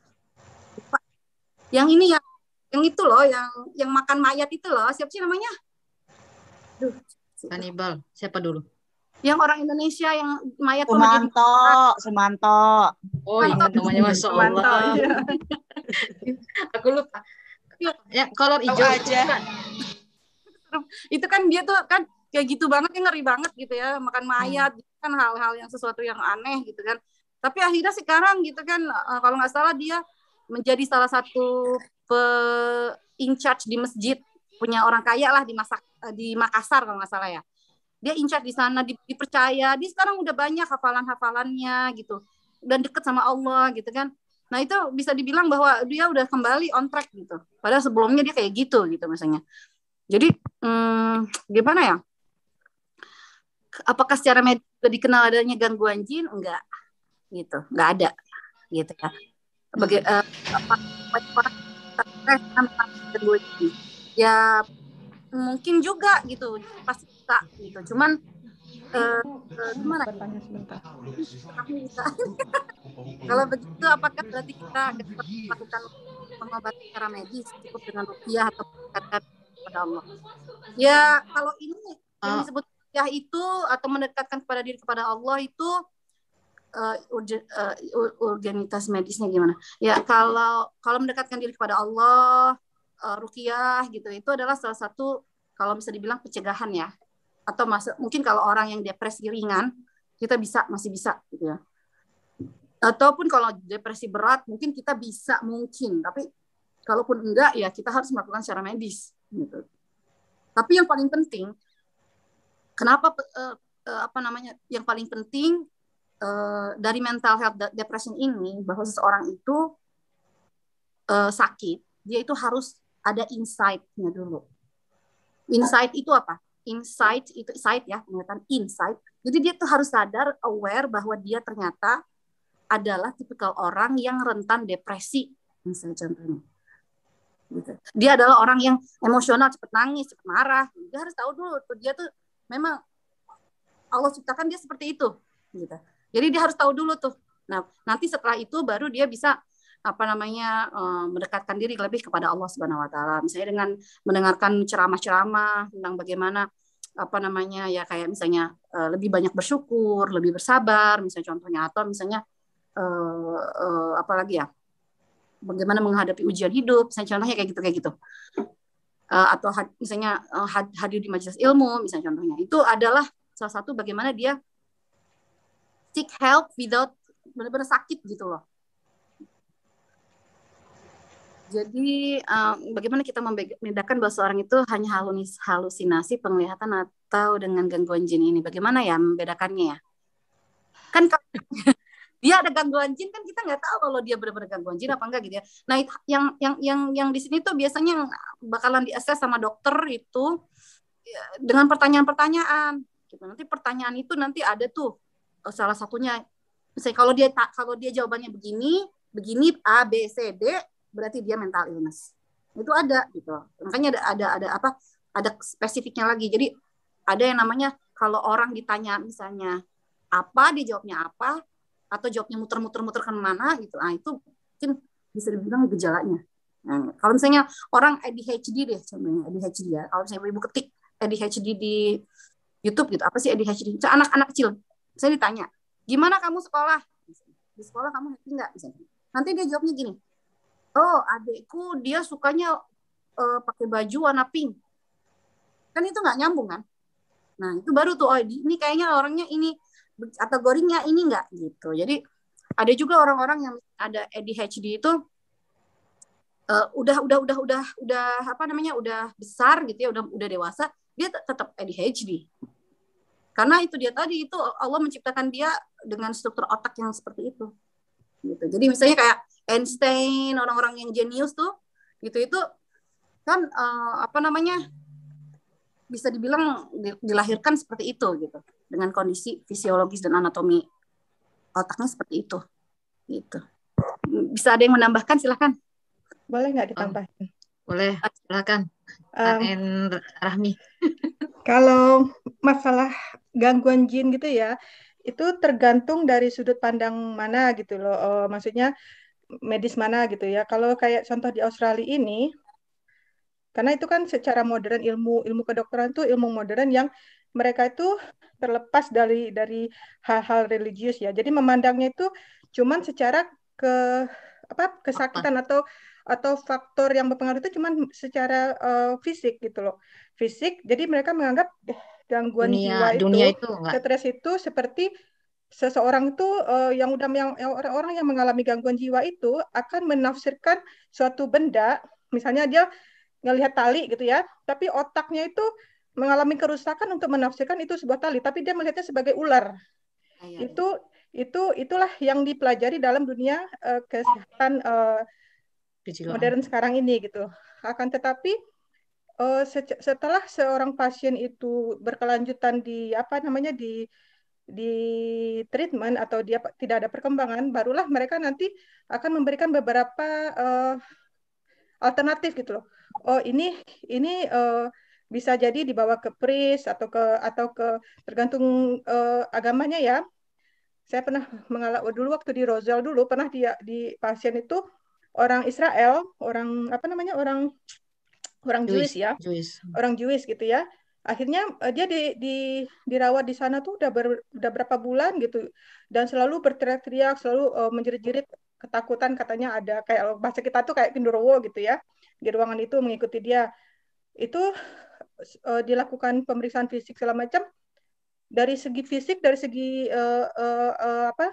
yang ini yang yang itu loh yang yang makan mayat itu loh siapa sih namanya Duh, kanibal siapa dulu yang orang Indonesia yang mayat Sumanto Sumanto oh ingat namanya Masya Allah iya. aku lupa ya kolor hijau aja itu kan dia tuh kan kayak gitu banget ya ngeri banget gitu ya makan mayat hmm. kan hal-hal yang sesuatu yang aneh gitu kan tapi akhirnya sekarang gitu kan kalau nggak salah dia menjadi salah satu pe in charge di masjid punya orang kaya lah di Masak di Makassar kalau nggak salah ya dia in charge di sana di, dipercaya dia sekarang udah banyak hafalan-hafalannya gitu dan deket sama Allah gitu kan nah itu bisa dibilang bahwa dia udah kembali on track gitu padahal sebelumnya dia kayak gitu gitu misalnya jadi hmm, gimana ya apakah secara medis dikenal adanya gangguan jin enggak gitu enggak ada gitu ya bagi uh, apa orang gangguan jin ya mungkin juga gitu pasti bisa gitu cuman uh, uh, gimana kalau begitu apakah berarti kita melakukan pengobatan secara medis cukup dengan ruqyah atau kepada Allah ya kalau ini yang disebut ruqyah itu atau mendekatkan kepada diri kepada Allah itu uh, urgen, uh, urgenitas medisnya gimana ya kalau kalau mendekatkan diri kepada Allah uh, ruqyah gitu itu adalah salah satu kalau bisa dibilang pencegahan ya atau masuk mungkin kalau orang yang depresi ringan kita bisa masih bisa gitu ya ataupun kalau depresi berat mungkin kita bisa mungkin tapi kalaupun enggak ya kita harus melakukan secara medis gitu. Tapi yang paling penting kenapa uh, uh, apa namanya yang paling penting uh, dari mental health depression ini bahwa seseorang itu uh, sakit dia itu harus ada insight-nya dulu. Insight itu apa? Insight itu insight ya, pengertian insight. Jadi dia tuh harus sadar aware bahwa dia ternyata adalah tipikal orang yang rentan depresi, misalnya contohnya. Gitu. Dia adalah orang yang emosional, cepat nangis, cepat marah. Dia harus tahu dulu, tuh, dia tuh memang Allah ciptakan dia seperti itu. Gitu. Jadi dia harus tahu dulu tuh. Nah, nanti setelah itu baru dia bisa apa namanya uh, mendekatkan diri lebih kepada Allah Subhanahu Wa Taala. Misalnya dengan mendengarkan ceramah-ceramah tentang bagaimana apa namanya ya kayak misalnya uh, lebih banyak bersyukur, lebih bersabar, misalnya contohnya, atau misalnya uh, uh, apa lagi ya, bagaimana menghadapi ujian hidup, misalnya contohnya kayak gitu kayak gitu. Uh, atau had, misalnya uh, hadir di majelis ilmu, misalnya contohnya itu adalah salah satu bagaimana dia seek help without benar-benar sakit gitu loh. Jadi um, bagaimana kita membedakan bahwa seorang itu hanya halus, halusinasi penglihatan atau dengan gangguan jin ini? Bagaimana ya membedakannya ya? Kan kalau dia ada gangguan jin kan kita nggak tahu kalau dia benar-benar gangguan jin apa enggak gitu ya. Nah yang yang yang yang di sini tuh biasanya bakalan diakses sama dokter itu dengan pertanyaan-pertanyaan. Gitu. Nanti pertanyaan itu nanti ada tuh salah satunya. Misalnya kalau dia kalau dia jawabannya begini, begini A B C D, berarti dia mental illness. Itu ada gitu. Makanya ada ada ada apa? Ada spesifiknya lagi. Jadi ada yang namanya kalau orang ditanya misalnya apa, dia jawabnya apa, atau jawabnya muter-muter-muter kemana gitu. Nah itu mungkin bisa dibilang gejalanya. Nah, kalau misalnya orang A D H D deh, contohnya A D H D ya. Kalau misalnya ibu ketik A D H D di YouTube gitu, apa sih A D H D? So, anak-anak kecil, saya ditanya, gimana kamu sekolah? Di sekolah kamu happy nggak? Nanti dia jawabnya gini, oh adekku dia sukanya uh, pakai baju warna pink. Kan itu nggak nyambung kan? Nah itu baru tuh, oh ini kayaknya orangnya ini kategorinya ini nggak gitu. Jadi ada juga orang-orang yang ada A D H D itu uh, udah udah udah udah udah apa namanya udah besar gitu ya, udah udah dewasa, dia tetap A D H D. Karena itu dia tadi itu Allah menciptakan dia dengan struktur otak yang seperti itu. Gitu. Jadi misalnya kayak Einstein, orang-orang yang jenius tuh, gitu itu kan uh, apa namanya bisa dibilang dilahirkan seperti itu gitu, dengan kondisi fisiologis dan anatomi otaknya seperti itu. Gitu. Bisa ada yang menambahkan? Silakan. Boleh nggak ditambahin? Oh, boleh, silakan. Um, Rahmi. Kalau masalah gangguan jin gitu ya, itu tergantung dari sudut pandang mana gitu loh. Oh, maksudnya medis mana gitu ya. Kalau kayak contoh di Australia ini, karena itu kan secara modern ilmu ilmu kedokteran itu ilmu modern yang mereka itu terlepas dari dari hal-hal religius ya. Jadi memandangnya itu cuman secara ke apa kesakitan atau atau faktor yang berpengaruh itu cuman secara uh, fisik gitu loh. Fisik. Jadi mereka menganggap eh, gangguan dunia, jiwa itu, dunia itu stres itu seperti seseorang itu uh, yang udah yang, yang orang-orang yang mengalami gangguan jiwa itu akan menafsirkan suatu benda, misalnya dia ngelihat tali gitu ya, tapi otaknya itu mengalami kerusakan untuk menafsirkan itu sebuah tali, tapi dia melihatnya sebagai ular. Ayah, itu itu itulah yang dipelajari dalam dunia uh, kesehatan uh, modern sekarang ini gitu. Akan tetapi uh, setelah seorang pasien itu berkelanjutan di apa namanya di di treatment atau dia tidak ada perkembangan, barulah mereka nanti akan memberikan beberapa uh, alternatif gitu loh. Oh ini ini uh, bisa jadi dibawa ke priest atau ke atau ke tergantung uh, agamanya ya. Saya pernah mengalami dulu waktu di Rosal dulu pernah dia di pasien itu orang Israel, orang apa namanya orang orang Jewish, Jewish ya, Jewish. orang Jewish gitu ya. Akhirnya uh, dia di, di dirawat di sana tuh udah ber, udah berapa bulan gitu dan selalu berteriak-teriak, selalu uh, menjerit-jerit ketakutan, katanya ada kayak bahasa kita tuh kayak genderuwo gitu ya di ruangan itu mengikuti dia. Itu uh, dilakukan pemeriksaan fisik segala macam, dari segi fisik, dari segi uh, uh, uh, apa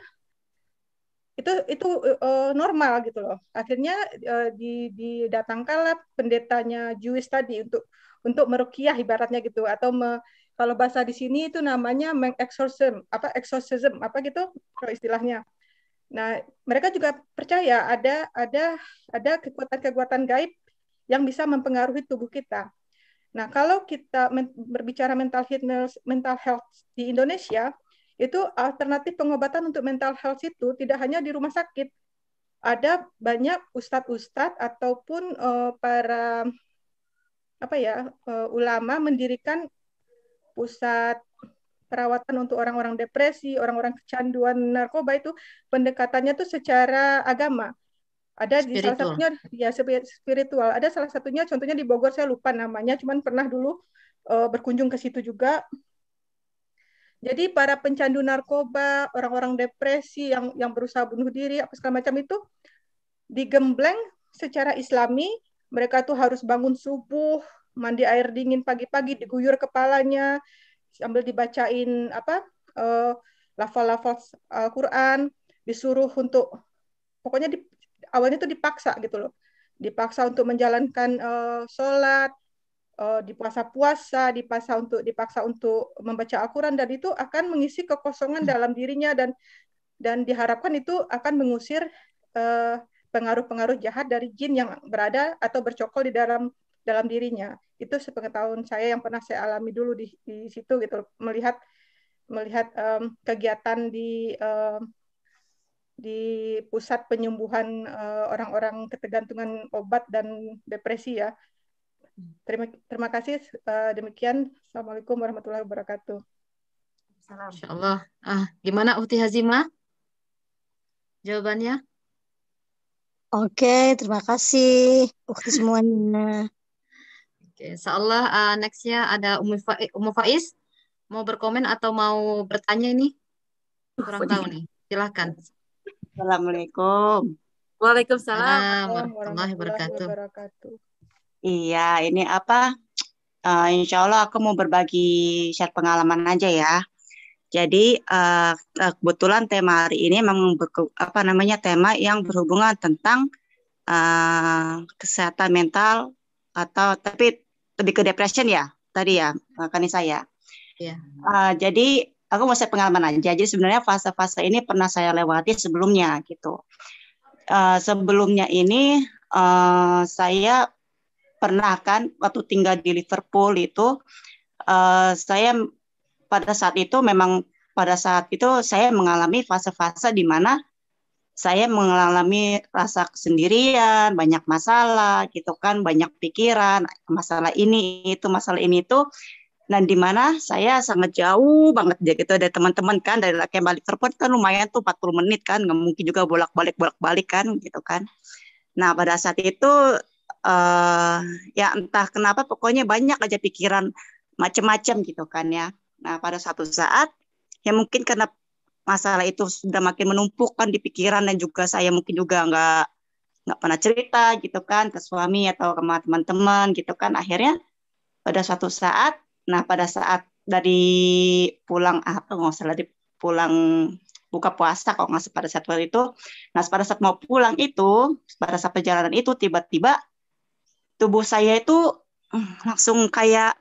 itu itu uh, normal gitu loh. Akhirnya uh, di didatangkanlah pendetanya Jewish tadi untuk untuk meruqyah ibaratnya gitu, atau me, kalau bahasa di sini itu namanya mengexorcism apa exorcism apa gitu kalau istilahnya. Nah, mereka juga percaya ada ada ada kekuatan-kekuatan gaib yang bisa mempengaruhi tubuh kita. Nah, kalau kita men- berbicara mental health mental health di Indonesia, itu alternatif pengobatan untuk mental health itu tidak hanya di rumah sakit. Ada banyak ustadz-ustadz ataupun uh, para apa ya uh, ulama mendirikan pusat perawatan untuk orang-orang depresi, orang-orang kecanduan narkoba itu pendekatannya tuh secara agama. Ada di salah Spiritual. satunya ya spiritual. Ada salah satunya contohnya di Bogor, saya lupa namanya, cuman pernah dulu uh, berkunjung ke situ juga. Jadi para pencandu narkoba, orang-orang depresi yang yang berusaha bunuh diri apa segala macam itu digembleng secara Islami. Mereka tuh harus bangun subuh, mandi air dingin pagi-pagi, diguyur kepalanya sambil dibacain apa uh, lafal-lafal Al-Qur'an, disuruh untuk pokoknya di, awalnya tuh dipaksa gitu loh. Dipaksa untuk menjalankan uh, sholat, uh, dipaksa puasa, dipaksa untuk dipaksa untuk membaca Al-Qur'an, dan itu akan mengisi kekosongan dalam dirinya dan dan diharapkan itu akan mengusir uh, pengaruh-pengaruh jahat dari jin yang berada atau bercokol di dalam dalam dirinya. Itu sepengetahuan saya yang pernah saya alami dulu di, di situ gitu, melihat melihat um, kegiatan di um, di pusat penyembuhan uh, orang-orang ketergantungan obat dan depresi ya. Terima, terima kasih. Uh, demikian. Assalamualaikum warahmatullahi wabarakatuh. Insya Allah. Ah, gimana Ukhti Hazimah? Jawabannya? Oke, terima kasih Ukhti semuanya. Oke, insya Allah uh, nextnya ada Ummu Fa Ummu Faiz. Mau berkomen atau mau bertanya ini? Kurang tahu nih. Silahkan. Assalamualaikum. Waalaikumsalam. Assalamualaikum warahmatullahi wabarakatuh. wabarakatuh. Iya, ini apa? Uh, insya Allah aku mau berbagi share pengalaman aja ya. Jadi uh, kebetulan tema hari ini memang berke, apa namanya tema yang berhubungan tentang uh, kesehatan mental atau tapi lebih ke depression ya tadi ya kan saya. Yeah. Uh, jadi aku mau share pengalaman aja. Jadi sebenarnya fase-fase ini pernah saya lewati sebelumnya gitu. Uh, sebelumnya ini uh, saya pernah kan waktu tinggal di Liverpool itu uh, saya pada saat itu memang pada saat itu saya mengalami fase-fase di mana saya mengalami rasa kesendirian, banyak masalah gitu kan, banyak pikiran, masalah ini itu, masalah ini itu, dan di mana saya sangat jauh banget dia gitu dari teman-teman kan, dari Kembali Liverpool kan lumayan tuh empat puluh menit kan, nggak mungkin juga bolak-balik bolak-balik kan gitu kan. Nah pada saat itu Uh, ya entah kenapa pokoknya banyak aja pikiran macam-macam gitu kan ya. Nah pada satu saat ya mungkin karena masalah itu sudah makin menumpuk kan di pikiran, dan juga saya mungkin juga nggak nggak pernah cerita gitu kan ke suami atau ke teman-teman gitu kan. Akhirnya pada suatu saat, nah pada saat dari pulang apa nggak salah di pulang buka puasa kalau nggak pada saat itu, nah pada saat mau pulang itu, pada saat perjalanan itu tiba-tiba tubuh saya itu langsung kayak,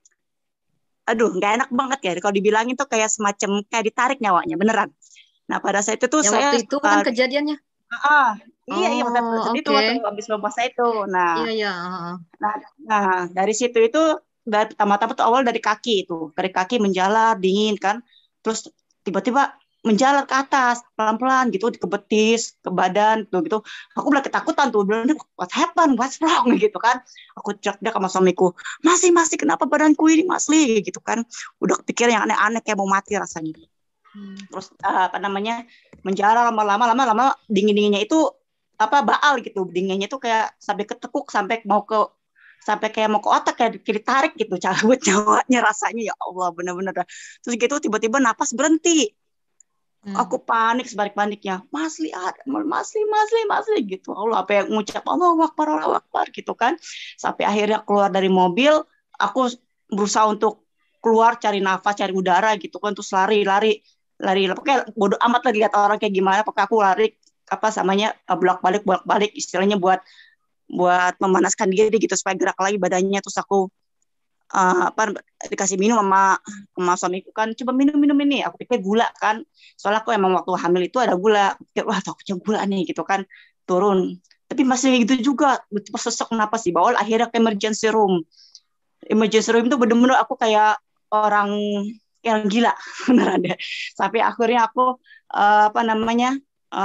aduh nggak enak banget ya. Kalau dibilangin tuh kayak semacam kayak ditarik nyawanya, beneran. Nah pada saat itu tuh ya, saya... waktu itu kan uh, kejadiannya? Uh, iya, oh, iya pada saat okay. itu waktu habis puasa itu. Nah, iya, iya. Uh. nah, nah dari situ itu, dari pertama-tama tuh awal dari kaki itu. Dari kaki menjalar, dingin kan. Terus tiba-tiba menjalar ke atas pelan-pelan gitu, ke betis, ke badan tuh gitu. Aku bilang ketakutan tuh, bilang what happened, what's wrong gitu kan. Aku cek dia sama suamiku, masih masih kenapa badanku ini masih gitu kan. Udah kepikir yang aneh-aneh kayak mau mati rasanya. Hmm. Terus uh, apa namanya menjalar lama-lama lama-lama dingin-dinginnya itu apa baal gitu, dinginnya itu kayak sampai ketekuk, sampai mau ke sampai kayak mau ke otak, kayak ditarik gitu cabut nyawanya rasanya. Ya Allah benar-benar. Terus gitu tiba-tiba napas berhenti. Hmm. Aku panik sebalik paniknya, Masli ada, Masli, Masli, Masli gitu. Allah apa yang ngucap Allahu Akbar, Allahu Akbar gitu kan. Sampai akhirnya keluar dari mobil, aku berusaha untuk keluar cari nafas, cari udara gitu kan, terus lari, lari, lari. Pokoknya bodoh amat lah lihat orang kayak gimana. Pokoknya aku lari apa samanya bolak-balik, bolak-balik istilahnya buat buat memanaskan diri gitu supaya gerak lagi badannya. Terus aku Uh, apa dikasih minum sama sama suamiku kan, coba minum minum ini, aku pikir gula kan, soalnya aku emang waktu hamil itu ada gula, aku pikir wah takutnya gula nih gitu kan, turun tapi masih gitu juga, sesek napas di bawah. Akhirnya ke emergency room. Emergency room itu bener-bener aku kayak orang yang gila beneran deh. Sampai akhirnya aku uh, apa namanya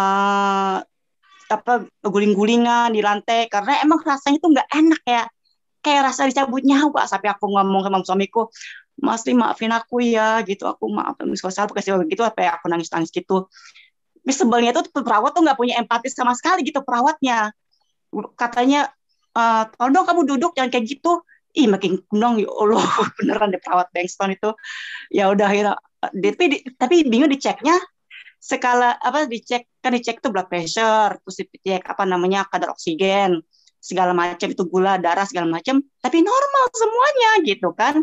uh, apa guling-gulingan di lantai karena emang rasanya tuh nggak enak ya, kayak rasa dicabut nyawa. Sampai aku ngomong sama suamiku, Mas Li maafin aku ya gitu, aku maaf kalau salah kasih begitu, apa ya aku nangis-nangis gitu. Tapi sebelnya tuh perawat tuh nggak punya empati sama sekali gitu perawatnya. Katanya, e, tolong dong kamu duduk jangan kayak gitu. Ih makin kunong, ya Allah beneran deh perawat Bangston itu. Ya udah akhirnya, tapi, tapi bingung diceknya skala apa dicek kan dicek tuh blood pressure, terus dicek apa namanya kadar oksigen segala macam, itu gula darah segala macam, tapi normal semuanya gitu kan.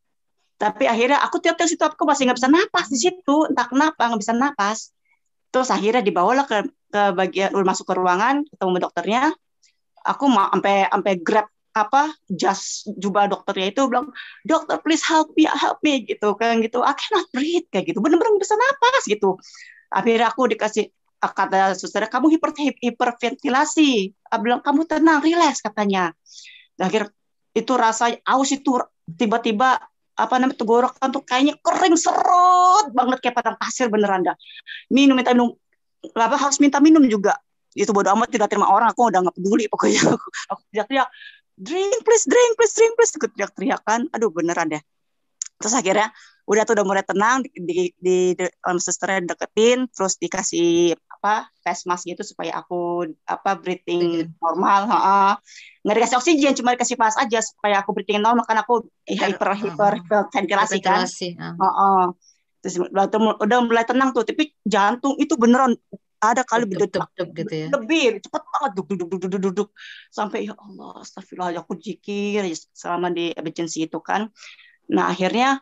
Tapi akhirnya aku tiap-tiap situ aku masih nggak bisa napas di situ, entah kenapa nggak bisa napas. Terus akhirnya dibawalah ke ke bagian masuk ke ruangan ketemu dokternya. Aku mau sampai sampai grab apa jas jubah dokternya itu, bilang dokter please help me help me gitu kan gitu, I cannot breathe kayak gitu, bener-bener nggak bisa napas gitu. Akhirnya aku dikasih, kata susternya kamu hiper hiperventilasi, aku bilang kamu tenang relax katanya. Dan akhir itu rasa aus itu tiba-tiba apa namanya tenggorokan tuh kayaknya kering serut banget kayak padang pasir beneran dah. Minum minta minum apa harus minta minum juga. Itu bodo amat, tidak terima orang, aku udah nggak peduli pokoknya. Aku, aku teriak-teriak, drink please, drink please, drink please, aku teriak-teriak kan, aduh beneran deh. Terus akhirnya udah tuh udah mulai tenang, di, di, di, di um, susternya deketin, terus dikasih apa face mask gitu supaya aku apa breathing Oksigen. normal, ha, nggak dikasih oksigen, cuma dikasih mask aja supaya aku breathing normal, kan aku eh, hyper hyper ventilasi kan. Ventilasi. ah. Oh, oh. Terus udah, udah mulai tenang tuh, tapi jantung itu beneran ada kali Duk, duk, berdetak duk, gitu ya. lebih cepet banget duk duk duk duk duk duk sampai ya Allah astagfirullah, aku jikir selama di emergency itu kan. Nah akhirnya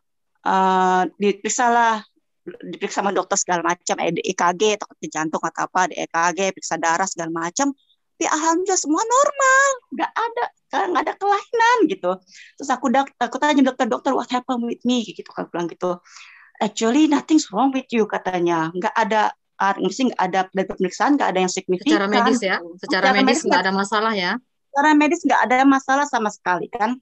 uh, diperiksalah diperiksa sama dokter segala macam, E K G takut jantung atau apa, di E K G periksa darah segala macam, tapi alhamdulillah semua normal, nggak ada nggak ada kelainan gitu. Terus aku dak aku tanya dokter dokter what happened with me gitu kan, bilang gitu, actually nothing's wrong with you katanya, nggak ada mesti nggak ada dari pemeriksaan nggak ada yang signifikan. Secara medis ya, secara, secara medis nggak ada masalah ya. Secara medis nggak ada masalah sama sekali kan.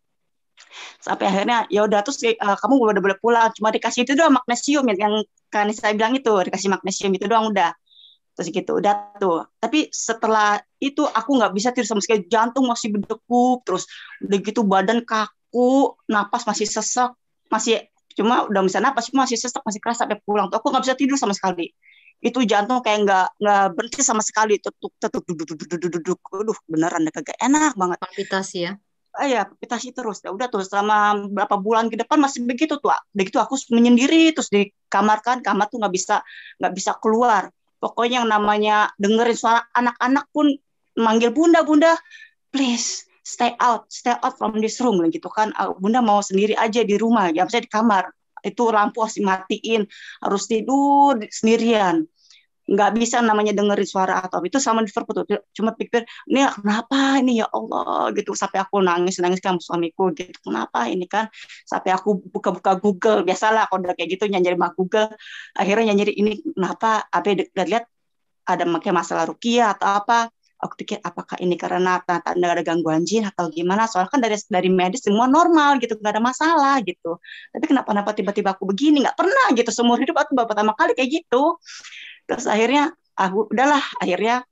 Sampai akhirnya ya udah, terus uh, kamu udah boleh pulang, cuma dikasih itu doang magnesium yang kan saya bilang itu, dikasih magnesium itu doang udah. Terus gitu udah tuh. Tapi setelah itu aku nggak bisa tidur sama sekali, jantung masih berdegup, terus udah gitu badan kaku, napas masih sesak, masih cuma udah bisa napas cuma masih sesak, masih keras. Sampai pulang tuh aku nggak bisa tidur sama sekali. Itu jantung kayak nggak nggak berhenti sama sekali, tetuk tetuk duduk duduk duduk duduk, aduh beneran deh kagak enak banget. Palpitasi ya. Ah ya palpitasi terus. Ya udah tuh selama berapa bulan ke depan masih begitu tuh. Begitu aku menyendiri terus di kamar kan, kamar tuh nggak bisa nggak bisa keluar. Pokoknya yang namanya dengerin suara anak-anak pun manggil bunda bunda, please stay out, stay out from this room gitu kan. Bunda mau sendiri aja di rumah, ya saya di kamar. Itu lampu harus dimatiin, harus tidur sendirian, nggak bisa namanya dengerin suara atau itu. Sama Liverpool tuh cuma pikir ini kenapa ini ya Allah gitu, sampai aku nangis nangis sama suamiku gitu, kenapa ini kan, sampai aku buka-buka Google, biasalah kalau udah kayak gitu nyari mah Google, akhirnya nyari ini kenapa, apa lihat ada makanya masalah ruqyah atau apa. Aku pikir apakah ini karena tanda ada gangguan jin atau gimana, soalnya kan dari dari medis semua normal gitu, nggak ada masalah gitu. Tapi kenapa-napa tiba-tiba aku begini, nggak pernah gitu seumur hidup aku baru pertama kali kayak gitu. Terus akhirnya aku udahlah, akhirnya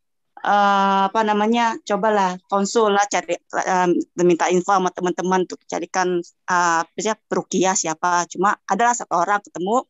uh, apa namanya cobalah konsul lah, cari uh, minta info sama teman-teman untuk carikan uh, ruqyah siapa. Cuma adalah satu orang ketemu,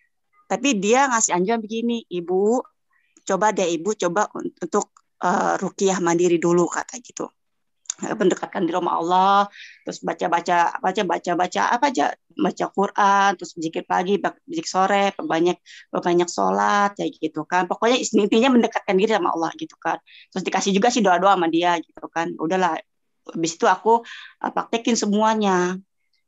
tapi dia ngasih anjuran begini, ibu coba deh ibu coba untuk Uh, ruqyah mandiri dulu kata gitu, pendekatan di rumah Allah, terus baca-baca baca baca-baca apa aja, baca Quran, terus zikir pagi, zikir sore, banyak banyak sholat kayak gitu kan. Pokoknya intinya mendekatkan diri sama Allah gitu kan. Terus dikasih juga sih doa-doa sama dia gitu kan. Udahlah, habis itu aku uh, praktekin semuanya.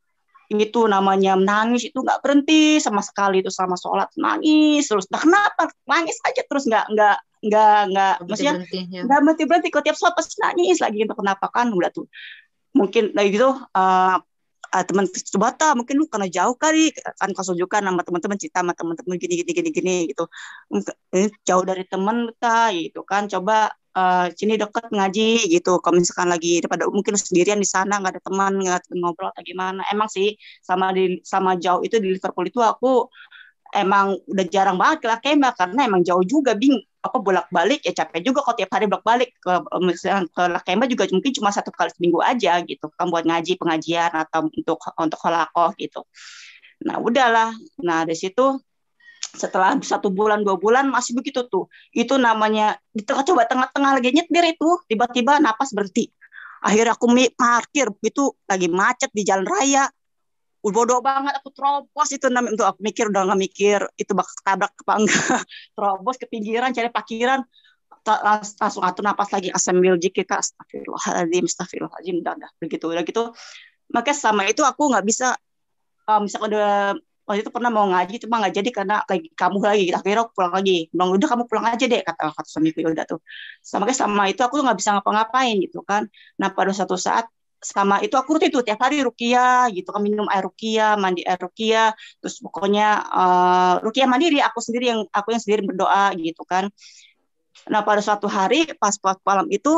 Itu namanya menangis itu nggak berhenti sama sekali, itu sama sholat nangis terus. Nah kenapa nangis aja terus, nggak nggak nggak nggak maksudnya nggak berhenti berhenti, kalau tiap sholat pasti nangis lagi gitu. Kenapa kan udah tuh mungkin lagi gitu uh, uh, teman coba tak mungkin lu karena jauh kali kan, konsul juga sama teman-teman, cerita sama teman-teman gini gini gini gini gitu, jauh dari teman ta gitu kan, coba uh, sini deket ngaji gitu. Kalau misalkan lagi daripada mungkin sendirian di sana nggak ada teman nggak ngobrol atau gimana. Emang sih sama di sama jauh itu di Liverpool itu aku emang udah jarang banget ke Lakemba karena emang jauh juga, bing apa bolak-balik ya capek juga kalau tiap hari bolak-balik ke misalnya ke Lakemba juga mungkin cuma satu kali seminggu aja gitu kan buat ngaji pengajian atau untuk untuk holakoh gitu. Nah udahlah, nah dari situ setelah satu bulan dua bulan masih begitu tuh, itu namanya di tengah coba tengah-tengah lagi nyetir itu tiba-tiba napas berhenti. Akhirnya aku parkir itu lagi macet di jalan raya. Bodoh banget aku terobos itu namanya, untuk aku mikir udah nggak mikir itu bakal ketabrak apa enggak. Terobos ke pinggiran cari parkiran, langsung atur napas lagi sambil zikir, astagfirullahaladzim astagfirullahaladzim udah udah begitu udah gitu. Makanya sama itu aku nggak bisa uh, misalkan udah waktu itu pernah mau ngaji cuma nggak jadi karena lagi kamu lagi akhirnya aku pulang lagi, bilang udah kamu pulang aja deh kata kata suamiku. Udah tuh sama kayak sama itu aku tuh nggak bisa ngapa-ngapain gitu kan. Nah pada suatu saat sama itu aku rutin tuh tiap hari ruqyah gitu kan, minum air ruqyah, mandi air ruqyah, terus pokoknya uh, ruqyah mandiri aku sendiri yang aku yang sendiri berdoa gitu kan. Nah pada suatu hari pas pas malam itu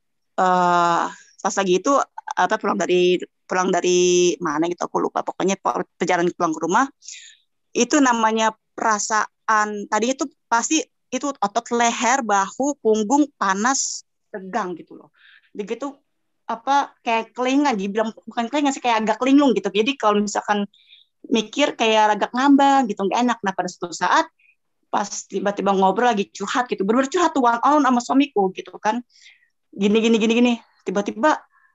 uh, pas lagi itu apa pulang dari pulang dari mana gitu aku lupa, pokoknya perjalanan pulang ke rumah itu namanya perasaan tadinya tuh pasti itu otot leher, bahu, punggung panas, tegang gitu loh. Begitu apa kayak kelingan, dibilang bukan kelingan sih kayak agak linglung gitu. Jadi kalau misalkan mikir kayak agak ngambang gitu, nggak enak. Nah pada suatu saat pas tiba-tiba ngobrol lagi curhat gitu, bener-bener curhat tuh one on sama suamiku gitu kan, gini gini gini gini, tiba-tiba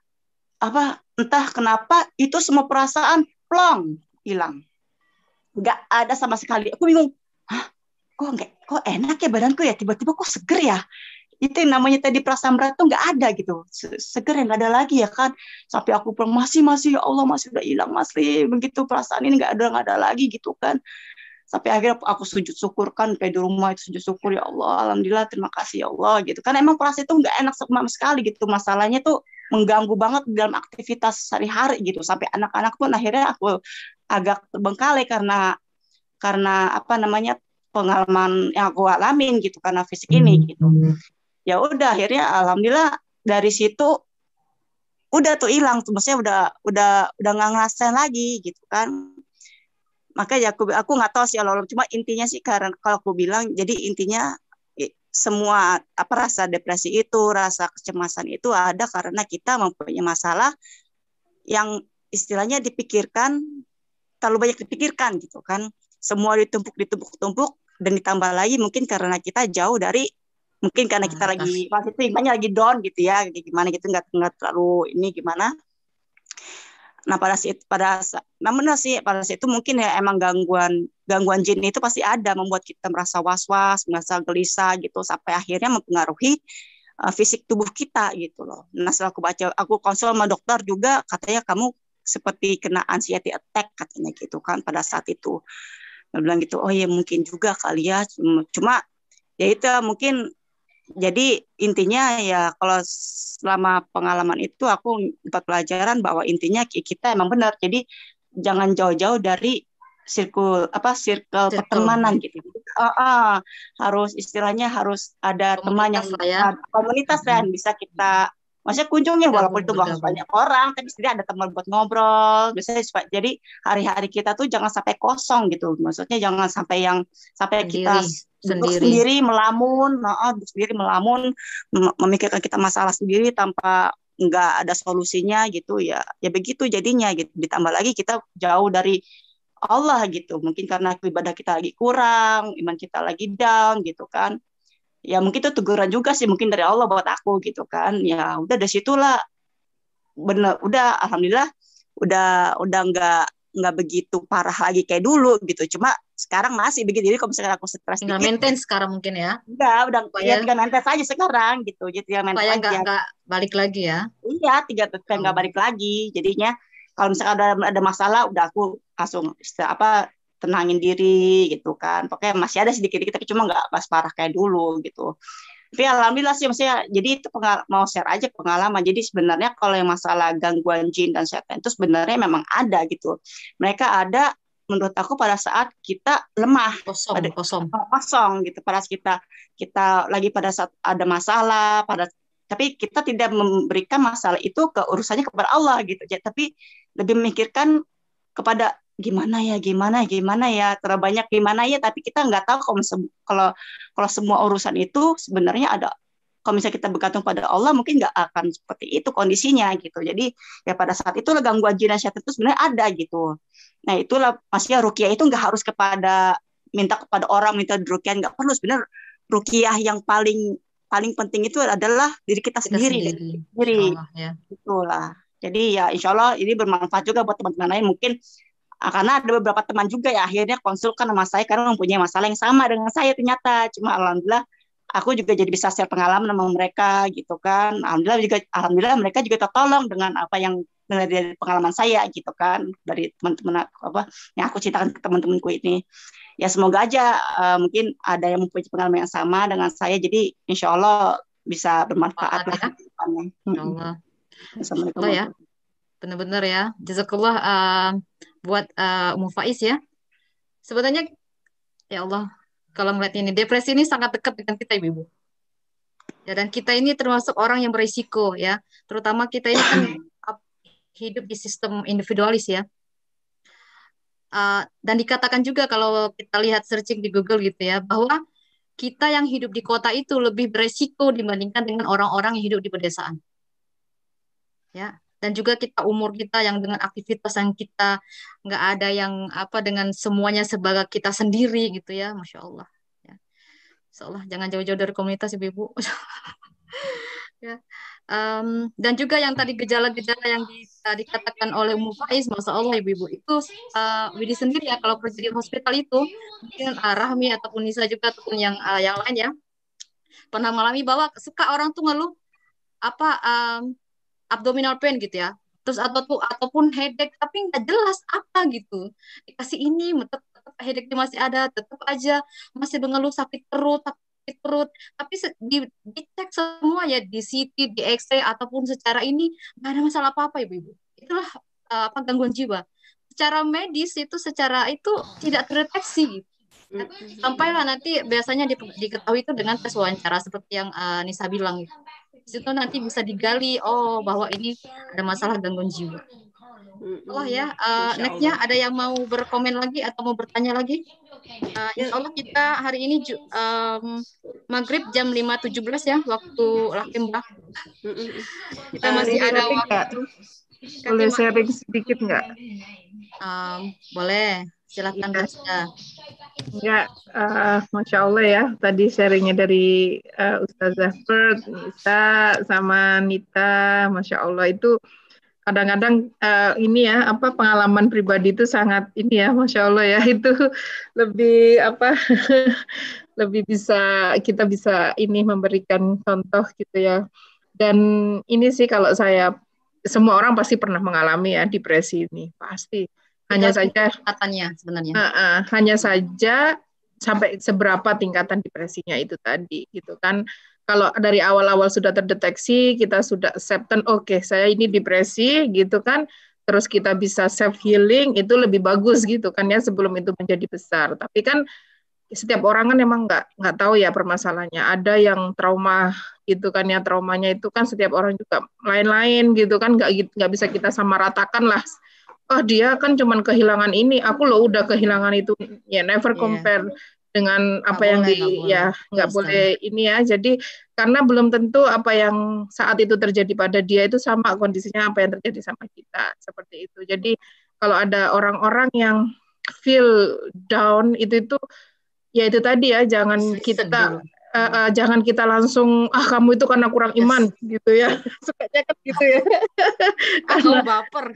apa entah kenapa itu semua perasaan plong hilang, nggak ada sama sekali. Aku bingung, hah kok nggak kok enak ya badanku ya, tiba-tiba kok seger ya. Itu yang namanya tadi perasaan berat tuh nggak ada gitu, seger yang nggak ada lagi ya kan. Sampai aku pulang masih masih ya Allah masih udah hilang masih begitu, perasaan ini nggak ada nggak ada lagi gitu kan. Sampai akhirnya aku sujud syukur kan kayak di rumah itu sujud syukur, ya Allah alhamdulillah terima kasih ya Allah gitu kan. Emang perasaan itu nggak enak sama sekali gitu, masalahnya tuh mengganggu banget dalam aktivitas sehari-hari gitu. Sampai anak-anak pun akhirnya aku agak terbengkalai karena karena apa namanya pengalaman yang aku alamin gitu karena fisik ini gitu. Ya udah akhirnya alhamdulillah dari situ udah tuh hilang tuh, maksudnya udah udah udah nggak ngerasain lagi gitu kan. Makanya aku aku nggak tahu sih Allah, cuma intinya sih karena kalau aku bilang jadi intinya semua apa rasa depresi itu, rasa kecemasan itu ada karena kita mempunyai masalah yang istilahnya dipikirkan terlalu banyak dipikirkan gitu kan. Semua ditumpuk ditumpuk tumpuk dan ditambah lagi mungkin karena kita jauh dari, mungkin karena kita lagi pas itu imannya lagi down gitu ya, gimana gitu, nggak nggak terlalu ini gimana. Nah pada saat pada namun sih pada saat itu mungkin ya emang gangguan gangguan jin itu pasti ada, membuat kita merasa was-was, merasa gelisah gitu sampai akhirnya mempengaruhi uh, fisik tubuh kita gitu loh. Nah setelah aku baca, aku konsul sama dokter juga katanya kamu seperti kena anxiety attack katanya gitu kan pada saat itu. Dia bilang gitu, oh ya mungkin juga kali ya, cuma ya itu mungkin. Jadi intinya ya kalau selama pengalaman itu aku dapat pelajaran bahwa intinya kita emang benar. Jadi jangan jauh-jauh dari circle apa circle pertemanan gitu. Uh, uh, harus istilahnya harus ada komunitas teman yang ya. komunitas hmm. yang bisa kita maksudnya kunjungin walaupun itu gak banyak orang, tapi setidaknya ada teman buat ngobrol. Biasanya jadi hari-hari kita tuh jangan sampai kosong gitu. Maksudnya jangan sampai yang sampai sendiri, kita sendiri. sendiri melamun, nah, sendiri melamun, memikirkan kita masalah sendiri tanpa nggak ada solusinya gitu ya. Ya begitu jadinya gitu. Ditambah lagi kita jauh dari Allah gitu. Mungkin karena ibadah kita lagi kurang, iman kita lagi down gitu kan. Ya mungkin itu teguran juga sih mungkin dari Allah buat aku gitu kan. Ya udah dari situlah bener udah alhamdulillah udah udah nggak nggak begitu parah lagi kayak dulu gitu. Cuma sekarang masih begitu. Jadi kalau misalnya aku stres tinggal dikit, maintain sekarang mungkin ya. Udah udah supaya, ya tinggal maintain aja sekarang gitu. Jadi tinggal maintain aja. Supaya nggak balik lagi ya. Iya, tiga supaya nggak oh. balik lagi. Jadinya kalau misalnya ada ada masalah udah aku langsung apa tenangin diri gitu kan. Pokoknya masih ada sedikit-sedikit tapi cuma nggak pas parah kayak dulu gitu. Tapi alhamdulillah sih maksudnya jadi itu pengal- mau share aja pengalaman. Jadi sebenarnya kalau yang masalah gangguan jin dan setan itu sebenarnya memang ada gitu. Mereka ada menurut aku pada saat kita lemah, Kosong, pada kosong. kosong gitu, pada saat kita kita lagi pada saat ada masalah, pada tapi kita tidak memberikan masalah itu ke urusannya kepada Allah gitu, ya, tapi lebih memikirkan kepada gimana ya, gimana, gimana ya, terlalu banyak gimana ya, tapi kita nggak tahu kalau kalau kalau semua urusan itu sebenarnya ada. Kalau misalnya kita bergantung pada Allah, mungkin nggak akan seperti itu kondisinya gitu. Jadi ya pada saat itulah gangguan jin dan syaitan itu sebenarnya ada gitu. Nah itulah maksudnya ruqyah itu nggak harus kepada minta kepada orang minta ruqyah, nggak perlu. Sebenarnya ruqyah yang paling paling penting itu adalah diri kita, Kita sendiri. sendiri. sendiri. Insya Allah, ya. Itulah. Jadi ya insya Allah ini bermanfaat juga buat teman-teman lain. Mungkin karena ada beberapa teman juga ya akhirnya konsulkan sama saya karena mempunyai masalah yang sama dengan saya ternyata. Cuma alhamdulillah aku juga jadi bisa share pengalaman sama mereka gitu kan. Alhamdulillah juga alhamdulillah mereka juga tertolong dengan apa yang dari pengalaman saya gitu kan, dari teman-teman apa yang aku ceritakan ke teman-temanku ini. Ya semoga aja uh, mungkin ada yang mempunyai pengalaman yang sama dengan saya, jadi insya Allah bisa bermanfaat lah. Insya Allah. Assalamualaikum. Oh ya, benar-benar ya. Jazakallah uh, buat uh, Ummu Faiz ya. Sebenarnya ya Allah, kalau melihat ini, depresi ini sangat dekat dengan kita, Ibu. Ya, dan kita ini termasuk orang yang berisiko, ya. Terutama kita ini kan hidup di sistem individualis, ya. Uh, dan dikatakan juga kalau kita lihat searching di Google gitu ya, bahwa kita yang hidup di kota itu lebih berisiko dibandingkan dengan orang-orang yang hidup di pedesaan. Ya. Dan juga kita umur kita yang dengan aktivitas yang kita nggak ada yang apa dengan semuanya sebagai kita sendiri gitu ya, Masya Allah. Ya. Insya Allah jangan jauh-jauh dari komunitas ibu-ibu. Ya. Um, dan juga yang tadi gejala-gejala yang di, uh, dikatakan oleh Ummu Faiz, Masya Allah ibu-ibu itu uh, Widi sendiri ya kalau kerja di hospital itu mungkin uh, Rahmi ataupun Nisa juga ataupun yang uh, yang lain ya pernah mengalami bahwa suka orang tuh ngeluh apa um, abdominal pain gitu ya, terus ataupun ataupun headache tapi nggak jelas apa gitu, dikasih ini tetap, tetap headache masih ada, tetap aja masih mengeluh sakit perut sakit perut, tapi di, dicek semua ya di C T, di X-ray ataupun secara ini nggak ada masalah apa-apa ibu-ibu. Itulah uh, apa gangguan jiwa. Secara medis itu secara itu tidak terdeteksi. Sampailah nanti biasanya di, diketahui itu dengan tes wawancara seperti yang uh, Nisa bilang gitu. Di situ nanti bisa digali oh bahwa ini ada masalah gangguan jiwa. Allah ya, uh, nextnya ada yang mau berkomen lagi atau mau bertanya lagi? Uh, insya Allah kita hari ini um, maghrib jam lima tujuh belas ya waktu Lakimbah. Kita masih uh, ada waktu. Boleh sharing sedikit nggak? Um, boleh, silakan Ustazah. Ya, uh, Masya Allah ya, tadi sharingnya dari uh, Ustazah Ferd, Nisa, sama Nita, Masya Allah itu kadang-kadang uh, ini ya, apa pengalaman pribadi itu sangat ini ya, Masya Allah ya, itu lebih apa, lebih bisa, kita bisa ini memberikan contoh gitu ya. Dan ini sih kalau saya, semua orang pasti pernah mengalami ya depresi ini, pasti. Hanya saja tingkatannya sebenarnya. Uh, uh, hanya saja sampai seberapa tingkatan depresinya itu tadi gitu kan. Kalau dari awal-awal sudah terdeteksi, kita sudah acceptance, oke okay, saya ini depresi gitu kan. Terus kita bisa self healing itu lebih bagus gitu kan ya sebelum itu menjadi besar. Tapi kan setiap orang kan memang nggak nggak tahu ya permasalahannya. Ada yang trauma gitu kan ya, traumanya itu kan setiap orang juga lain-lain gitu kan, nggak nggak bisa kita samaratakan lah. Oh dia kan cuman kehilangan ini, aku loh udah kehilangan itu, ya never compare yeah. dengan apa gak yang boleh, di gak ya nggak boleh ini ya. Jadi karena belum tentu apa yang saat itu terjadi pada dia itu sama kondisinya apa yang terjadi sama kita seperti itu. Jadi kalau ada orang-orang yang feel down itu itu ya itu tadi ya jangan kita Uh, uh, jangan kita langsung ah kamu itu karena kurang iman yes. gitu ya, sukanya kan gitu ya karena baper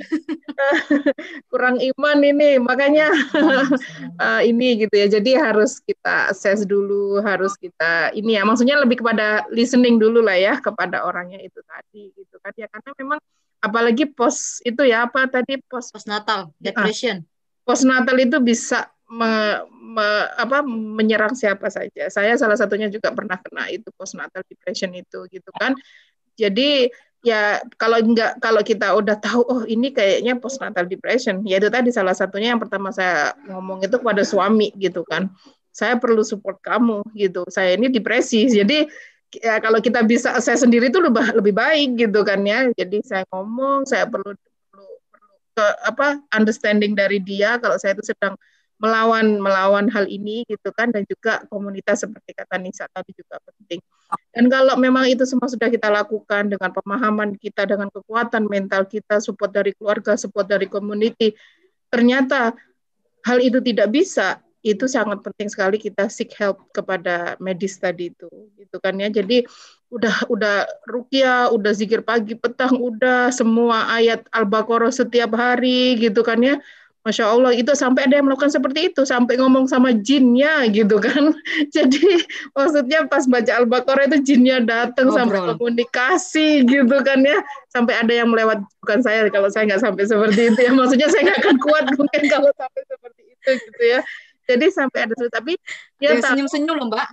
kurang iman ini makanya uh, ini gitu ya. Jadi harus kita assess dulu, harus kita ini ya maksudnya lebih kepada listening dulu lah ya kepada orangnya itu tadi gitu kan ya, karena memang apalagi post itu ya apa tadi post postnatal depression, uh, postnatal itu bisa Me, me, apa, menyerang siapa saja. Saya salah satunya juga pernah kena itu postnatal depression itu gitu kan. Jadi ya kalau enggak kalau kita udah tahu oh ini kayaknya postnatal depression, ya itu tadi salah satunya yang pertama saya ngomong itu kepada suami gitu kan. Saya perlu support kamu gitu. Saya ini depresi. Jadi ya kalau kita bisa assess sendiri itu lebih lebih baik gitu kan ya. Jadi saya ngomong, saya perlu perlu, perlu ke apa understanding dari dia kalau saya itu sedang melawan melawan hal ini gitu kan, dan juga komunitas seperti kata Nisa tadi juga penting. Dan kalau memang itu semua sudah kita lakukan dengan pemahaman kita, dengan kekuatan mental kita, support dari keluarga, support dari community, ternyata hal itu tidak bisa, itu sangat penting sekali kita seek help kepada medis tadi itu, gitu kan ya. Jadi udah udah ruqyah, udah zikir pagi petang, udah semua ayat Al-Baqarah setiap hari, gitu kan ya. Masya Allah, itu sampai ada yang melakukan seperti itu, sampai ngomong sama jinnya gitu kan. Jadi maksudnya pas baca Al-Baqarah itu jinnya datang sampai komunikasi gitu kan ya. Sampai ada yang melewat, bukan saya, kalau saya nggak sampai seperti itu ya. Maksudnya saya nggak akan kuat mungkin kalau sampai seperti itu gitu ya. Jadi sampai ada, tapi dia tahu, senyum-senyum loh Mbak.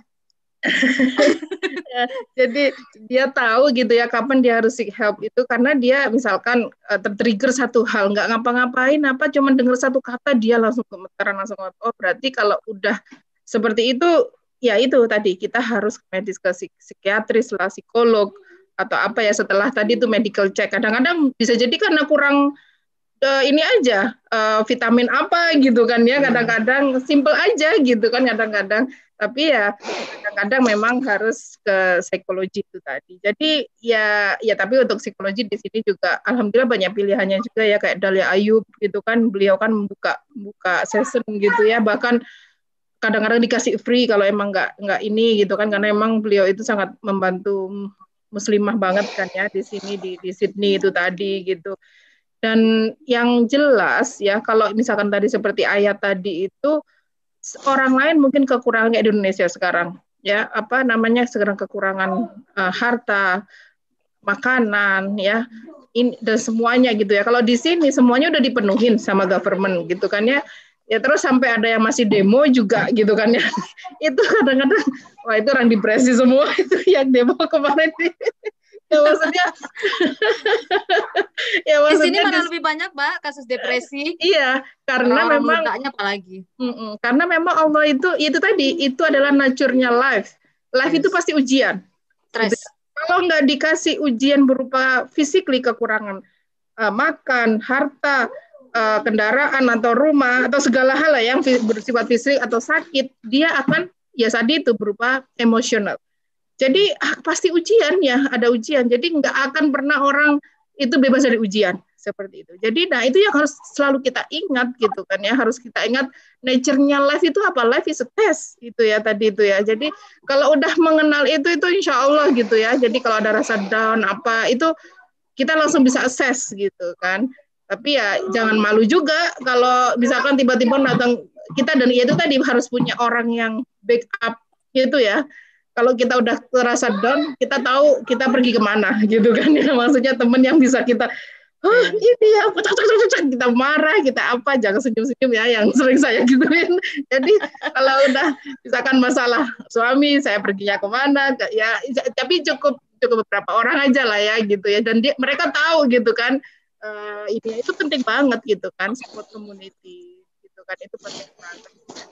ya, jadi dia tahu gitu ya kapan dia harus seek help itu, karena dia misalkan uh, tertrigger satu hal, nggak ngapa-ngapain apa, cuman dengar satu kata dia langsung gemetaran, langsung oh berarti kalau udah seperti itu ya itu tadi kita harus medis ke psikiatris lah, psikolog atau apa ya setelah tadi itu medical check. Kadang-kadang bisa jadi karena kurang uh, ini aja uh, vitamin apa gitu kan ya, kadang-kadang simple aja gitu kan kadang-kadang. Tapi ya kadang-kadang memang harus ke psikologi itu tadi. Jadi ya ya tapi untuk psikologi di sini juga alhamdulillah banyak pilihannya juga ya, kayak Dalia Ayub gitu kan, beliau kan membuka buka session gitu ya, bahkan kadang-kadang dikasih free kalau emang nggak nggak ini gitu kan, karena emang beliau itu sangat membantu muslimah banget kan ya di sini di di Sydney itu tadi gitu. Dan yang jelas ya kalau misalkan tadi seperti ayat tadi itu, orang lain mungkin kekurangan kayak di Indonesia sekarang ya, apa namanya sekarang kekurangan uh, harta, makanan ya, in, dan semuanya gitu ya. Kalau di sini semuanya udah dipenuhin sama government gitu kan ya. Ya terus sampai ada yang masih demo juga gitu kan ya. Itu kadang-kadang wah itu orang depresi semua itu yang demo kemarin. Ya maksudnya ya Di sini maksudnya malah di, lebih banyak Mbak kasus depresi. iya karena Orang memang mudanya apalagi. mm-mm, karena memang Allah itu itu tadi itu adalah nature-nya life. Life Yes. itu pasti ujian. Gitu. Stres. Kalau nggak dikasih ujian berupa physically kekurangan uh, makan, harta, uh, kendaraan atau rumah atau segala hal lah yang bersifat fisik atau sakit, dia akan ya tadi itu berupa emosional. Jadi ah, pasti ujian ya, ada ujian. Jadi nggak akan pernah orang itu bebas dari ujian seperti itu. Jadi nah itu yang harus selalu kita ingat gitu kan ya, harus kita ingat nature-nya life itu apa? Life is a test itu ya tadi itu ya. Jadi kalau udah mengenal itu itu insya Allah gitu ya. Jadi kalau ada rasa down apa itu kita langsung bisa assess gitu kan. Tapi ya jangan malu juga kalau misalkan tiba-tiba datang kita, dan itu tadi harus punya orang yang backup gitu ya. Kalau kita udah terasa down, kita tahu kita pergi kemana gitu kan ya. Maksudnya teman yang bisa kita, oh ini ya, kita marah, kita apa, jangan senyum-senyum ya, yang sering saya gituin. Jadi kalau udah misalkan masalah suami, saya perginya kemana, ya tapi cukup cukup beberapa orang aja lah ya gitu ya. Dan dia, mereka tahu gitu kan, uh, ini itu penting banget gitu kan, support community gitu kan, itu penting banget.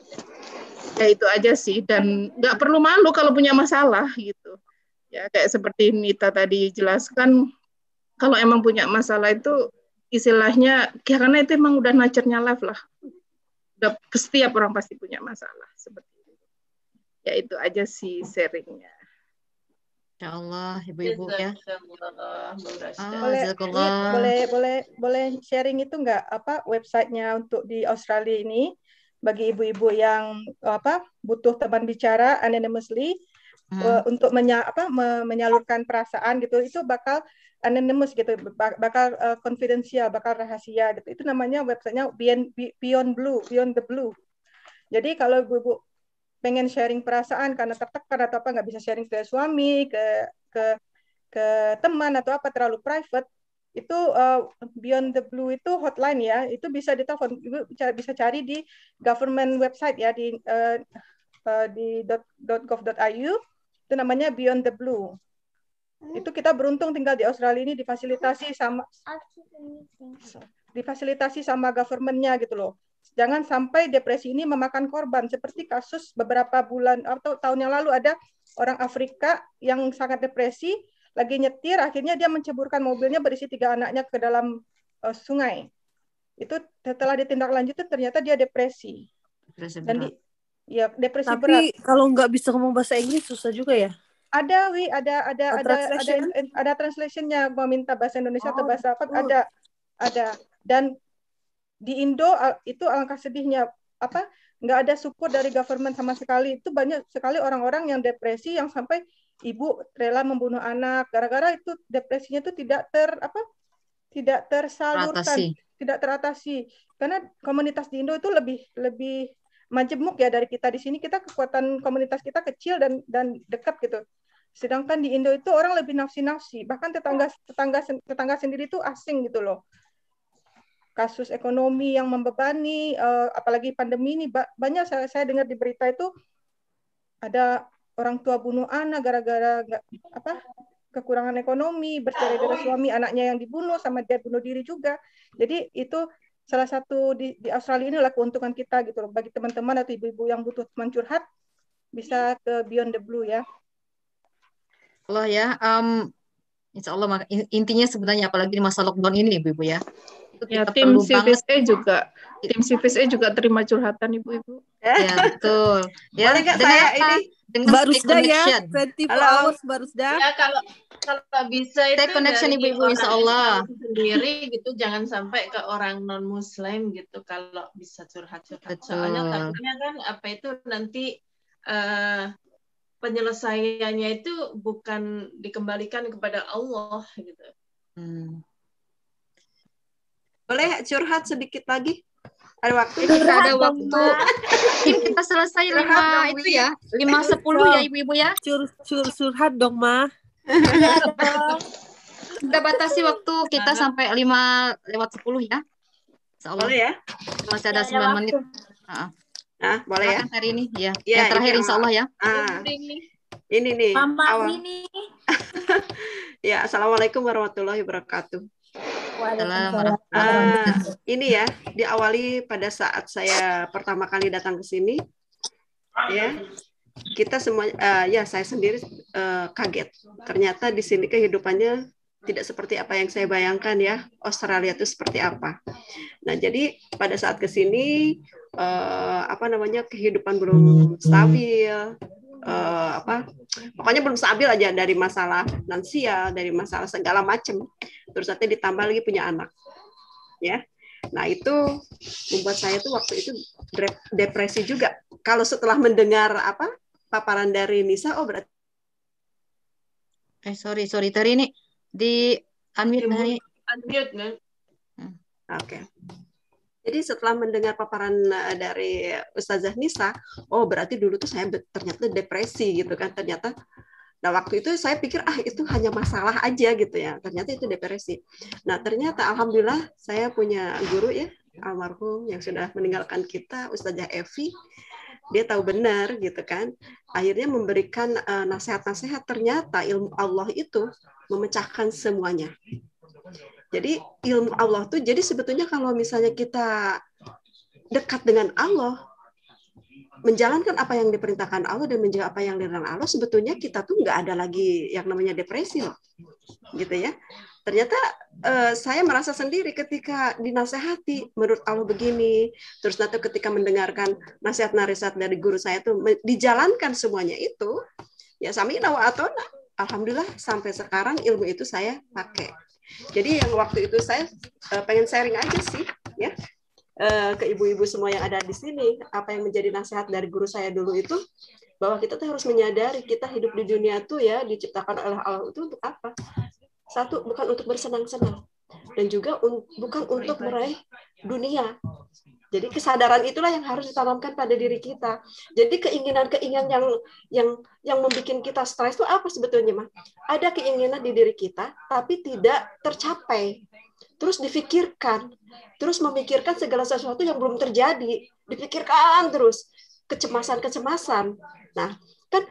Ya itu aja sih, dan nggak perlu malu kalau punya masalah gitu ya, kayak seperti Nita tadi jelaskan, kalau emang punya masalah itu istilahnya ya, karena itu emang udah nature-nya life lah, udah setiap orang pasti punya masalah seperti itu. Ya itu aja sih sharingnya. Insya Allah ibu-ibu ya. Ah, boleh, boleh boleh boleh sharing itu nggak apa websitenya untuk di Australia ini bagi ibu-ibu yang apa butuh teman bicara anonymously, hmm. uh, untuk menya, apa, me, menyalurkan perasaan gitu, itu bakal anonymous gitu, bakal uh, confidential, bakal rahasia gitu. Itu namanya websitenya Beyond, Beyond Blue, Beyond the Blue. Jadi kalau ibu-ibu pengen sharing perasaan karena tertekan atau apa, nggak bisa sharing ke suami, ke ke ke teman atau apa, terlalu private, itu uh, Beyond the Blue itu hotline ya, itu bisa ditelepon, ibu bisa cari di government website ya, di uh, uh, di dot gov dot i u, itu namanya Beyond the Blue. Itu kita beruntung tinggal di Australia ini difasilitasi sama difasilitasi sama government-nya gitu loh. Jangan sampai depresi ini memakan korban seperti kasus beberapa bulan atau tahun yang lalu ada orang Afrika yang sangat depresi, lagi nyetir, akhirnya dia menceburkan mobilnya berisi tiga anaknya ke dalam uh, sungai. Itu setelah ditindaklanjuti ternyata dia depresi. Depresi Dan di, berat. ya depresi Tapi berat. kalau nggak bisa ngomong bahasa Inggris susah juga ya? Ada, wi, ada, ada, A ada, ada, translation? ada, ada translationnya, meminta bahasa Indonesia atau Oh, bahasa apa? good. Ada, ada. Dan di Indo al- itu alangkah sedihnya apa? Nggak ada support dari government sama sekali. Itu banyak sekali orang-orang yang depresi yang sampai ibu rela membunuh anak gara-gara itu depresinya itu tidak ter apa? Tidak tersalurkan, Teratasi. tidak teratasi. Karena komunitas di Indo itu lebih lebih majemuk ya dari kita di sini. Kita kekuatan komunitas kita kecil dan dan dekat gitu. Sedangkan di Indo itu orang lebih nafsi-nafsi, bahkan tetangga tetangga tetangga sendiri itu asing gitu loh. Kasus ekonomi yang membebani, uh, apalagi pandemi ini ba- banyak saya, saya dengar di berita itu ada orang tua bunuh anak gara-gara apa kekurangan ekonomi, bercerai dari suami, anaknya yang dibunuh sama dia bunuh diri juga. Jadi itu salah satu di, di Australia ini adalah keuntungan kita gitu loh. Bagi teman-teman atau ibu-ibu yang butuh teman curhat bisa ke Beyond the Blue ya. Allah ya, um, insya Allah intinya sebenarnya apalagi di masa lockdown ini Ibu-Ibu ya. Itu Ya, kita tim perlu C V S banget. juga, tim C V S juga terima curhatan Ibu-Ibu. Ya betul. Ya, Boleh nggak dengan saya apa? ini? Dengan Baru stay sudah ya, connection. dua puluh four Halo. hours baru sudah. Ya kalau kalau bisa itu Stay connection dari Ibu-Ibu, orang insya Allah. Islam sendiri gitu, jangan sampai ke orang non Muslim gitu kalau bisa curhat-curhat. Soalnya Betul. takutnya kan apa itu nanti uh, penyelesaiannya itu bukan dikembalikan kepada Allah gitu. Hmm. Boleh curhat sedikit lagi? Ada waktu? Kita ada waktu. Mungkin kita selesai Curhat lima dong, itu Wi. ya, lima sepuluh ya Ibu-Ibu ya. Cur cur curhat dong, Ma. Kita batasi waktu kita sampai lima lewat sepuluh ya. Insya Allah. Boleh ya? Masih ada sembilan menit. Uh-uh. Nah, boleh ya? Silakan hari ini ya. Ya, Yang terakhir ini insya Allah ya. Ah, ini nih. Mama awal. ini. Ya, assalamualaikum warahmatullahi wabarakatuh. Waalaikumsalam. Ah, ini ya, diawali pada saat saya pertama kali datang ke sini, ya, kita semua, uh, ya saya sendiri uh, kaget. Ternyata di sini kehidupannya tidak seperti apa yang saya bayangkan ya. Australia itu seperti apa. Nah, jadi pada saat ke sini, uh, apa namanya, kehidupan belum stabil. Uh, apa pokoknya belum stabil aja dari masalah finansial, dari masalah segala macam, terus nanti ditambah lagi punya anak ya. Nah itu membuat saya tuh waktu itu depresi juga kalau setelah mendengar apa paparan dari Nisa. Oh berarti eh sorry sorry tadi ini di unmute hari unmute kan. Hmm. Oke. Okay. Jadi setelah mendengar paparan dari Ustazah Nisa, oh berarti dulu tuh saya ternyata depresi gitu kan. Ternyata, nah waktu itu saya pikir ah itu hanya masalah aja gitu ya. Ternyata itu depresi. Nah ternyata alhamdulillah saya punya guru ya, almarhum yang sudah meninggalkan kita, Ustazah Evi. Dia tahu benar gitu kan. Akhirnya memberikan uh, nasihat-nasihat. Ternyata ilmu Allah itu memecahkan semuanya. Jadi ilmu Allah tuh, jadi sebetulnya kalau misalnya kita dekat dengan Allah, menjalankan apa yang diperintahkan Allah dan menjaga apa yang dilarang Allah, sebetulnya kita tuh nggak ada lagi yang namanya depresi loh, gitu ya. Ternyata eh, saya merasa sendiri ketika dinasehati, menurut Allah begini, terus nanti ketika mendengarkan nasihat-nasihat dari guru saya tuh dijalankan semuanya itu, ya sami'na wa ata'na. Alhamdulillah sampai sekarang ilmu itu saya pakai. Jadi yang waktu itu saya uh, pengen sharing aja sih ya uh, ke ibu-ibu semua yang ada di sini, apa yang menjadi nasihat dari guru saya dulu itu, bahwa kita tuh harus menyadari kita hidup di dunia tuh ya diciptakan oleh Allah itu untuk apa? Satu, bukan untuk bersenang-senang, dan juga un- bukan untuk meraih dunia. Jadi kesadaran itulah yang harus ditanamkan pada diri kita. Jadi keinginan-keinginan yang yang yang membuat kita stres itu apa sebetulnya, Mah? Ada keinginan di diri kita tapi tidak tercapai. Terus difikirkan, terus memikirkan segala sesuatu yang belum terjadi, dipikirkan terus, kecemasan-kecemasan. Nah, kan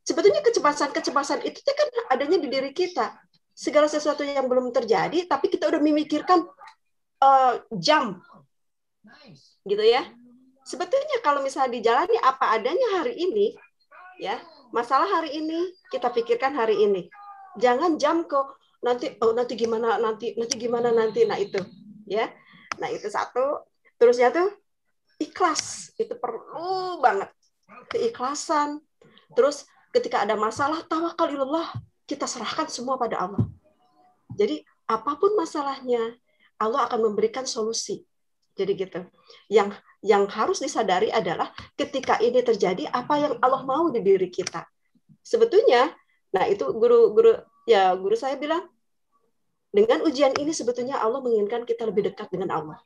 Sebetulnya kecemasan-kecemasan itu kan adanya di diri kita. Segala sesuatu yang belum terjadi, tapi kita udah memikirkan uh, jam, gitu ya. Sebetulnya kalau misalnya dijalani apa adanya hari ini, ya masalah hari ini kita pikirkan hari ini. Jangan jam ke nanti, oh nanti gimana nanti, nanti gimana nanti, nah itu, ya. Nah itu satu. Terusnya tuh ikhlas, itu perlu banget keikhlasan. Terus ketika ada masalah, tawakal ilallah, kita serahkan semua pada Allah. Jadi apapun masalahnya, Allah akan memberikan solusi. Jadi gitu. Yang yang harus disadari adalah ketika ini terjadi, apa yang Allah mau di diri kita. Sebetulnya, nah itu guru-guru ya guru saya bilang, dengan ujian ini sebetulnya Allah menginginkan kita lebih dekat dengan Allah.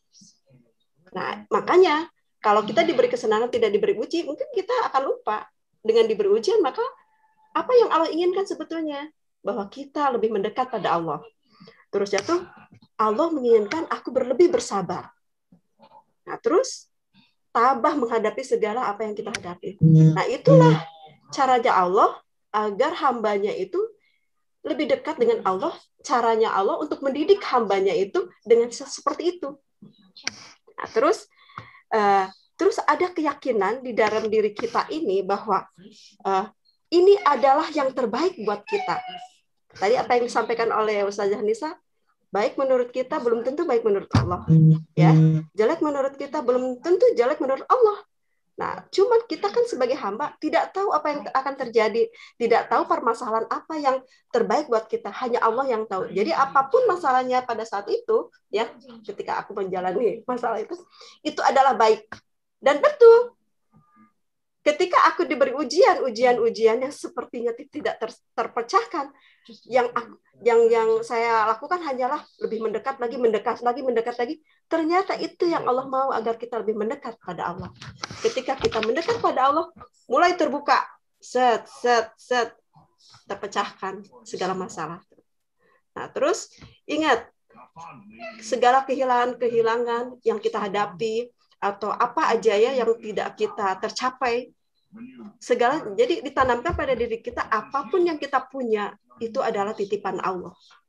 Nah, makanya kalau kita diberi kesenangan tidak diberi uji, mungkin kita akan lupa. Dengan diberi ujian, maka apa yang Allah inginkan sebetulnya? Bahwa kita lebih mendekat pada Allah. Terus jatuh, Allah menginginkan aku berlebih bersabar. Nah, terus tabah menghadapi segala apa yang kita hadapi. Nah, itulah caranya Allah agar hambanya itu lebih dekat dengan Allah. Caranya Allah untuk mendidik hambanya itu dengan seperti itu. Nah, terus uh, terus ada keyakinan di dalam diri kita ini bahwa uh, ini adalah yang terbaik buat kita. Tadi apa yang disampaikan oleh Ustazah Nisa, baik menurut kita belum tentu baik menurut Allah. Ya, jelek menurut kita belum tentu jelek menurut Allah. Nah, cuman kita kan sebagai hamba tidak tahu apa yang akan terjadi, tidak tahu permasalahan apa yang terbaik buat kita, hanya Allah yang tahu. Jadi apapun masalahnya pada saat itu, ya, ketika aku menjalani masalah itu, itu adalah baik dan betul. Ketika aku diberi ujian, ujian-ujian yang sepertinya tidak ter, terpecahkan, yang yang yang saya lakukan hanyalah lebih mendekat lagi, mendekat lagi, mendekat lagi. Ternyata itu yang Allah mau agar kita lebih mendekat pada Allah. Ketika kita mendekat pada Allah, mulai terbuka, set, set, set, terpecahkan segala masalah. Nah, terus ingat, segala kehilangan-kehilangan yang kita hadapi, atau apa aja ya yang tidak kita tercapai, segala, jadi ditanamkan pada diri kita, apapun yang kita punya itu adalah titipan Allah.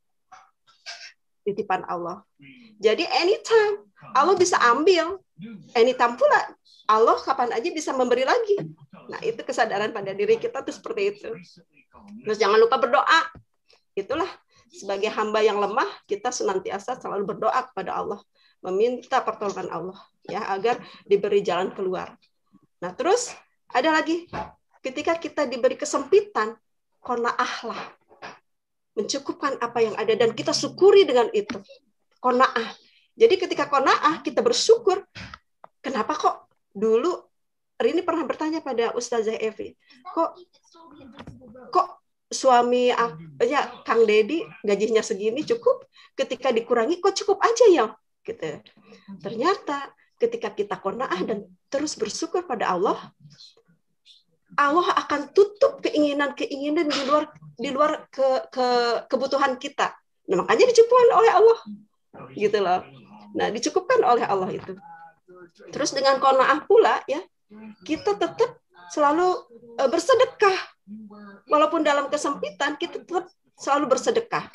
Titipan Allah. Jadi anytime Allah bisa ambil, anytime pula Allah kapan aja bisa memberi lagi. Nah, itu kesadaran pada diri kita tuh seperti itu. Terus jangan lupa berdoa. Itulah sebagai hamba yang lemah, kita senantiasa selalu berdoa kepada Allah, meminta pertolongan Allah ya agar diberi jalan keluar. Nah, terus ada lagi, ketika kita diberi kesempitan, qanaahlah, mencukupkan apa yang ada dan kita syukuri dengan itu. Qanaah. Jadi ketika qanaah kita bersyukur. Kenapa kok dulu Rini pernah bertanya pada Ustazah Evi, kok kok suami ya Kang Dedi gajinya segini cukup, ketika dikurangi kok cukup aja ya gitu. Ternyata ketika kita qanaah dan terus bersyukur pada Allah, Allah akan tutup keinginan-keinginan di luar di luar ke, ke kebutuhan kita. Nah, makanya dicukupkan oleh Allah. Gitu loh. Nah, dicukupkan oleh Allah itu. Terus dengan qanaah pula ya, kita tetap selalu uh, bersedekah. Walaupun dalam kesempitan kita tetap selalu bersedekah.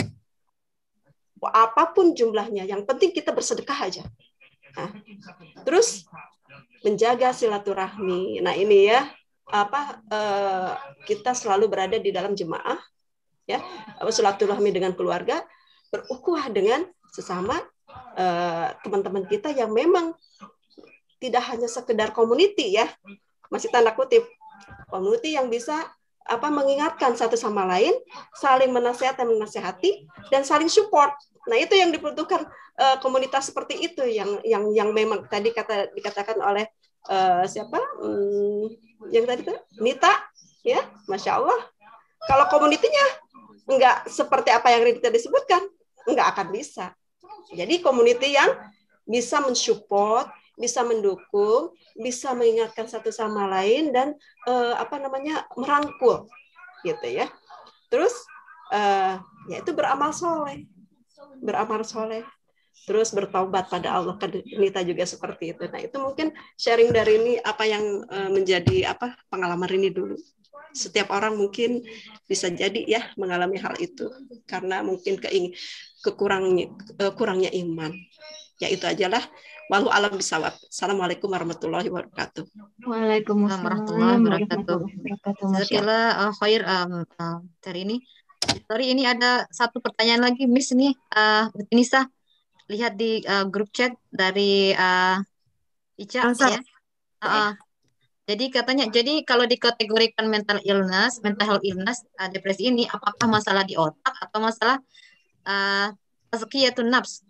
Apapun jumlahnya, yang penting kita bersedekah aja. Nah, terus menjaga silaturahmi. Nah, ini ya, apa uh, kita selalu berada di dalam jemaah ya, silaturahmi dengan keluarga, berukhuwah dengan sesama uh, teman-teman kita yang memang tidak hanya sekedar community ya, masih tanda kutip, community yang bisa apa mengingatkan satu sama lain, saling menasihati, menasihati dan saling support. Nah, itu yang dibutuhkan uh, komunitas seperti itu yang yang yang memang tadi kata dikatakan oleh uh, siapa? Hmm, yang tadi tuh Nita ya, Masya Allah. Kalau komunitinya enggak seperti apa yang Rita disebutkan, enggak akan bisa. Jadi community yang bisa mensupport, bisa mendukung, bisa mengingatkan satu sama lain dan uh, apa namanya merangkul, gitu ya. Terus uh, yaitu beramal soleh, beramal soleh, terus bertaubat pada Allah. Nita juga seperti itu. Nah, itu mungkin sharing dari ini apa yang uh, menjadi apa pengalaman ini dulu. setiap orang mungkin bisa jadi ya mengalami hal itu karena mungkin keing kekurangnya kurangnya iman. Ya itu ajalah. Walau alam bisawab. Assalamualaikum warahmatullahi wabarakatuh. Waalaikumsalam warahmatullahi wabarakatuh. Jazakallah uh, khair um, uh, hari ini. Sorry, ini ada satu pertanyaan lagi, Miss nih, uh, Nisa. Lihat di uh, grup chat dari uh, Ica Ansar. ya. Uh, uh, jadi katanya, jadi kalau dikategorikan mental illness, mental health illness, uh, depresi ini, apakah masalah di otak atau masalah uh, tazkiyatun nafs?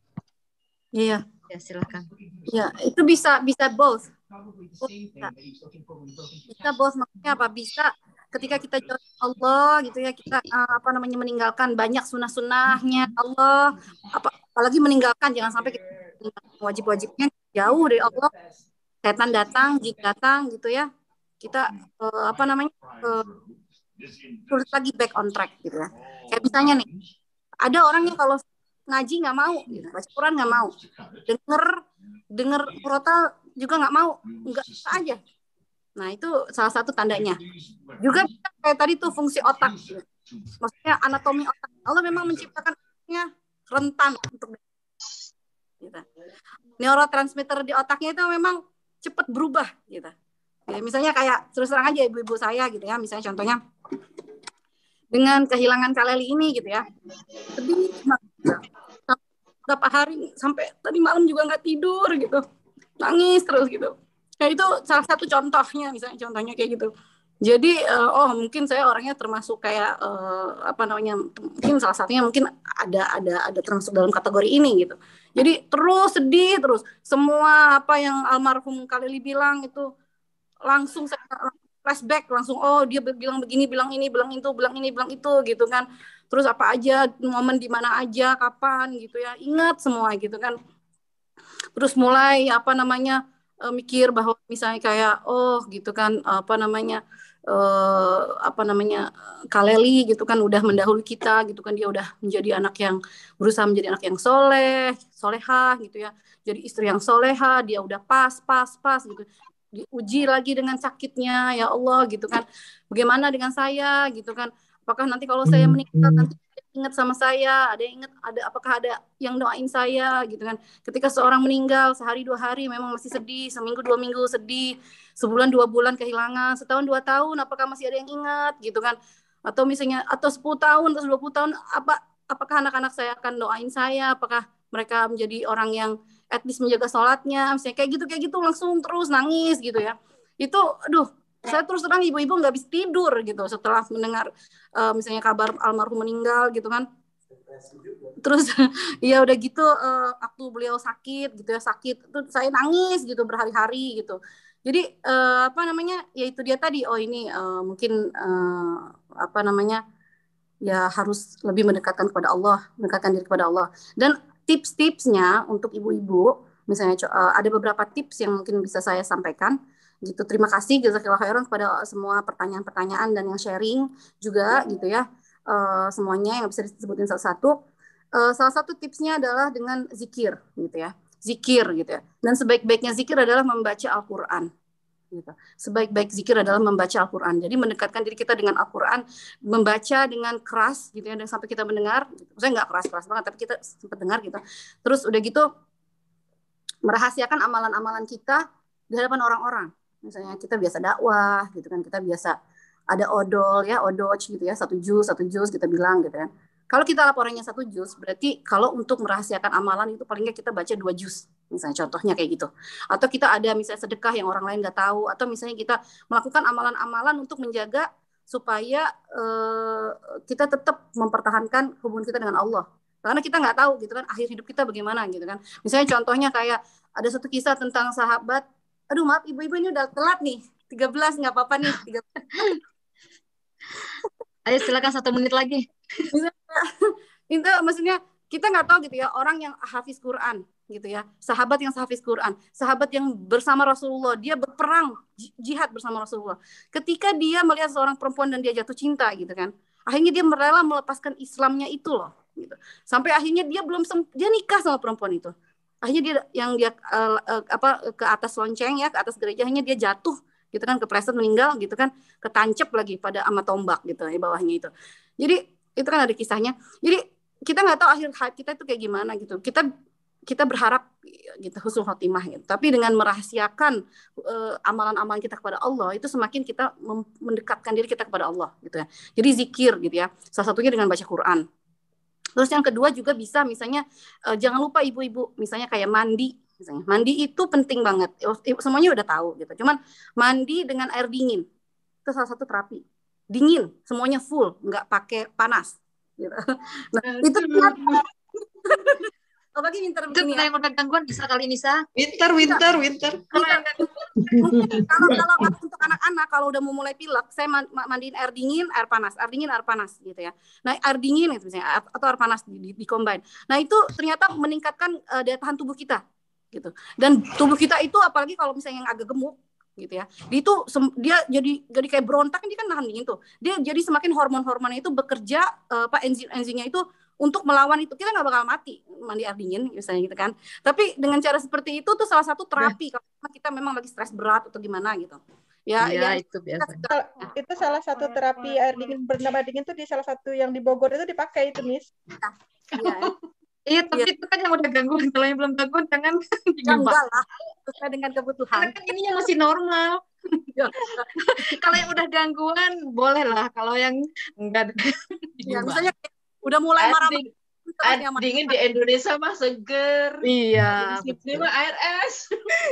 Iya. Ya, silakan. Ya, itu bisa bisa both. Bisa. Bisa both, maksudnya apa? Bisa ketika kita jauh dari Allah gitu ya, kita uh, apa namanya meninggalkan banyak sunnah-sunnahnya Allah, apa, apalagi meninggalkan, jangan sampai kita wajib-wajibnya jauh dari Allah, setan datang, jin datang gitu ya, kita uh, apa namanya uh, terus lagi back on track gitu ya. Kayak misalnya nih, ada orang yang kalau ngaji nggak mau, gitu, baca Quran nggak mau, denger denger murotal juga nggak mau, nggak aja. Nah itu salah satu tandanya. Juga kayak tadi tuh fungsi otak, gitu. Maksudnya anatomi otak. Allah memang menciptakan otaknya rentan untuk gitu. Neurotransmitter di otaknya itu memang cepat berubah gitu. Ya, misalnya kayak terus terang aja ibu-ibu saya gitu ya, misalnya contohnya dengan kehilangan Kaleli ini gitu ya, sedih berapa hari sampai tadi malam juga nggak tidur gitu, nangis terus gitu. Nah itu salah satu contohnya, misalnya contohnya kayak gitu. Jadi uh, oh mungkin saya orangnya termasuk kayak uh, apa namanya, mungkin salah satunya mungkin ada ada ada termasuk dalam kategori ini gitu. Jadi terus sedih terus, semua apa yang almarhum Kaleli bilang itu langsung saya flashback, langsung oh dia bilang begini, bilang ini, bilang itu, bilang ini, bilang itu gitu kan. Terus apa aja momen di mana aja, kapan gitu ya, ingat semua gitu kan. Terus mulai apa namanya uh, mikir bahwa misalnya kayak oh gitu kan apa namanya uh, apa namanya Kaleli gitu kan udah mendahului kita gitu kan, dia udah menjadi anak yang berusaha menjadi anak yang soleh, soleha gitu ya, jadi istri yang soleha, dia udah pas pas pas gitu, diuji lagi dengan sakitnya ya Allah gitu kan, bagaimana dengan saya gitu kan, apakah nanti kalau saya meninggal nanti ingat sama saya, ada yang ingat, ada apakah ada yang doain saya gitu kan. Ketika seorang meninggal sehari dua hari memang masih sedih, seminggu dua minggu sedih, sebulan dua bulan kehilangan, setahun dua tahun apakah masih ada yang ingat gitu kan, atau misalnya atau sepuluh tahun atau dua puluh tahun apa apakah anak-anak saya akan doain saya, apakah mereka menjadi orang yang at least menjaga sholatnya, misalnya kayak gitu kayak gitu langsung terus nangis gitu ya. Itu aduh, saya terus terang ibu-ibu nggak bisa tidur gitu setelah mendengar uh, misalnya kabar almarhum meninggal gitu kan. Terus ya udah gitu uh, waktu beliau sakit gitu ya, sakit itu saya nangis gitu berhari-hari gitu. Jadi uh, apa namanya ya itu dia tadi, oh ini uh, mungkin uh, apa namanya ya harus lebih mendekatkan kepada Allah, mendekatkan diri kepada Allah. Dan tips-tipsnya untuk ibu-ibu misalnya uh, ada beberapa tips yang mungkin bisa saya sampaikan gitu. Terima kasih jazakallahu khairan kepada semua pertanyaan-pertanyaan dan yang sharing juga gitu ya, uh, semuanya yang bisa disebutin satu-satu. Uh, salah satu tipsnya adalah dengan zikir gitu ya, zikir gitu ya. Dan sebaik-baiknya zikir adalah membaca Al-Quran gitu. Sebaik-baik zikir adalah membaca Al-Quran. Jadi mendekatkan diri kita dengan Al-Quran, membaca dengan keras gitu ya, dan sampai kita mendengar, maksudnya nggak keras-keras banget, tapi kita sempat dengar gitu. Terus udah gitu merahasiakan amalan-amalan kita di hadapan orang-orang. Misalnya kita biasa dakwah gitu kan, kita biasa ada odol ya, odoj gitu ya, satu juz, satu juz kita bilang gitu kan. Kalau kita laporannya satu juz, berarti kalau untuk merahasiakan amalan itu paling nggak kita baca dua juz, misalnya contohnya kayak gitu. Atau kita ada misalnya sedekah yang orang lain nggak tahu, atau misalnya kita melakukan amalan-amalan untuk menjaga supaya uh, kita tetap mempertahankan hubungan kita dengan Allah. Karena kita nggak tahu gitu kan akhir hidup kita bagaimana gitu kan. Misalnya contohnya kayak ada satu kisah tentang sahabat, aduh maaf ibu-ibu ini udah telat nih, tiga belas nggak apa-apa nih, tiga belas. Ayo silakan satu menit lagi. Itu maksudnya kita nggak tahu gitu ya, orang yang hafiz Quran gitu ya, sahabat yang hafiz Quran, sahabat yang bersama Rasulullah, dia berperang jihad bersama Rasulullah. Ketika dia melihat seorang perempuan dan dia jatuh cinta gitu kan, akhirnya dia rela melepaskan Islamnya itu loh. Gitu. Sampai akhirnya dia belum dia nikah sama perempuan itu. Akhirnya dia yang dia uh, uh, apa ke atas lonceng ya, ke atas gereja, akhirnya dia jatuh gitu kan, kepleset meninggal gitu kan, ketancep lagi pada ama tombak gitu di bawahnya itu. Jadi itu kan ada kisahnya. Jadi kita nggak tahu akhir hayat kita itu kayak gimana gitu. Kita kita berharap gitu husnul khotimah gitu. Tapi dengan merahasiakan uh, amalan-amalan kita kepada Allah, itu semakin kita mendekatkan diri kita kepada Allah gitu ya. Jadi zikir gitu ya. Salah satunya dengan baca Quran. Terus yang kedua juga bisa misalnya uh, jangan lupa ibu-ibu misalnya kayak mandi misalnya. Mandi itu penting banget. Semuanya udah tahu gitu. Cuman mandi dengan air dingin itu salah satu terapi. Dingin, semuanya full, nggak pakai panas gitu. Nah, itu apalagi winter begini ya. Yang udah gangguan bisa kali Nisa. Winter, winter, winter. Kalau kalau untuk anak-anak kalau udah mau mulai pilek, saya mandiin air dingin, air panas, air dingin, air panas gitu ya. Nah, air dingin itu misalnya atau air panas di, di, di combine. Nah, itu ternyata meningkatkan uh, daya tahan tubuh kita gitu. Dan tubuh kita itu apalagi kalau misalnya yang agak gemuk gitu ya. Dia itu dia jadi jadi kayak berontak, dia kan nahan dingin tuh. Dia jadi semakin hormon-hormonnya itu bekerja uh, apa enzim-enzimnya itu untuk melawan itu. Kita nggak bakal mati mandi air dingin misalnya gitu kan. Tapi dengan cara seperti itu tuh salah satu terapi ya. Kalau kita memang lagi stres berat atau gimana gitu. Ya, ya, ya itu biasa. Itu salah satu terapi air dingin, berendam air dingin tuh di salah satu yang di Bogor itu dipakai itu, Miss. Iya. Iya, tapi ya. Itu kan yang udah gangguan. Kalau yang belum gangguan jangan enggak lah. Sesuai dengan kebutuhan. Karena kan ininya masih normal. Kalau yang udah gangguan boleh lah. Kalau yang enggak ya, misalnya udah mulai marah. Air dingin di Indonesia mah seger. Iya. Ini mah air es.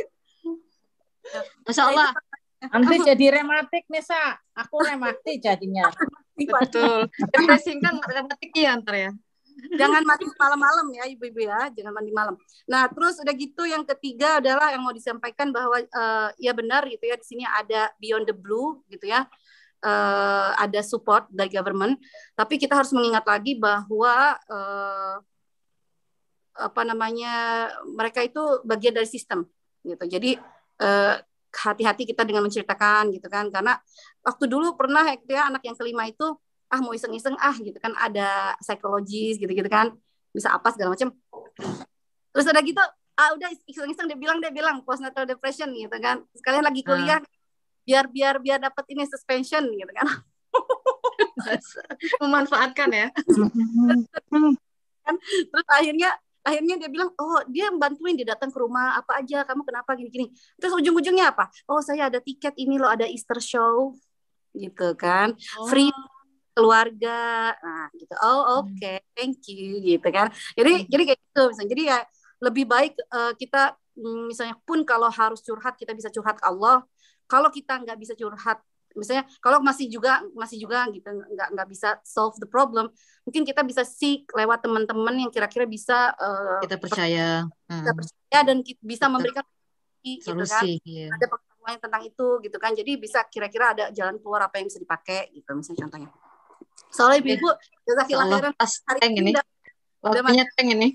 Masya Allah. Nanti jadi rematik, Nisa. Aku rematik jadinya. Betul. Depresi kan rematik ya ntar ya. Jangan mandi malam-malam ya ibu-ibu ya, jangan mandi malam. Nah terus udah gitu yang ketiga adalah yang mau disampaikan bahwa uh, ya benar gitu ya, di sini ada Beyond the Blue gitu ya, uh, ada support dari government. Tapi kita harus mengingat lagi bahwa uh, apa namanya mereka itu bagian dari sistem gitu. Jadi uh, hati-hati kita dengan menceritakan gitu kan, karena waktu dulu pernah gitu ya anak yang kelima itu ah mau iseng-iseng ah gitu kan, ada psikologis gitu-gitu kan, bisa apa segala macam. Terus ada gitu ah udah iseng-iseng dia bilang dia bilang postnatal depression gitu kan, sekalian lagi kuliah ah. biar biar biar dapat ini suspension gitu kan. Memanfaatkan ya. Kan terus akhirnya akhirnya dia bilang oh dia bantuin, dia datang ke rumah apa aja, kamu kenapa gini-gini. Terus ujung-ujungnya apa, oh saya ada tiket ini loh, ada Easter show gitu kan, oh. free keluarga, nah gitu. Oh oke, okay. Thank you gitu kan. Jadi hmm. jadi kayak gitu misalnya. Jadi ya lebih baik uh, kita misalnya pun kalau harus curhat kita bisa curhat ke Allah. Kalau kita nggak bisa curhat, misalnya kalau masih juga masih juga gitu nggak nggak bisa solve the problem, mungkin kita bisa seek lewat teman-teman yang kira-kira bisa uh, kita percaya, kita percaya dan kita bisa kita memberikan solusi, gitu kan. Iya. Ada pengetahuan tentang itu gitu kan. Jadi bisa kira-kira ada jalan keluar apa yang bisa dipakai gitu misalnya contohnya. Soalnya ibu-ibu jazakillah khairan hari ini waktunya teng ini.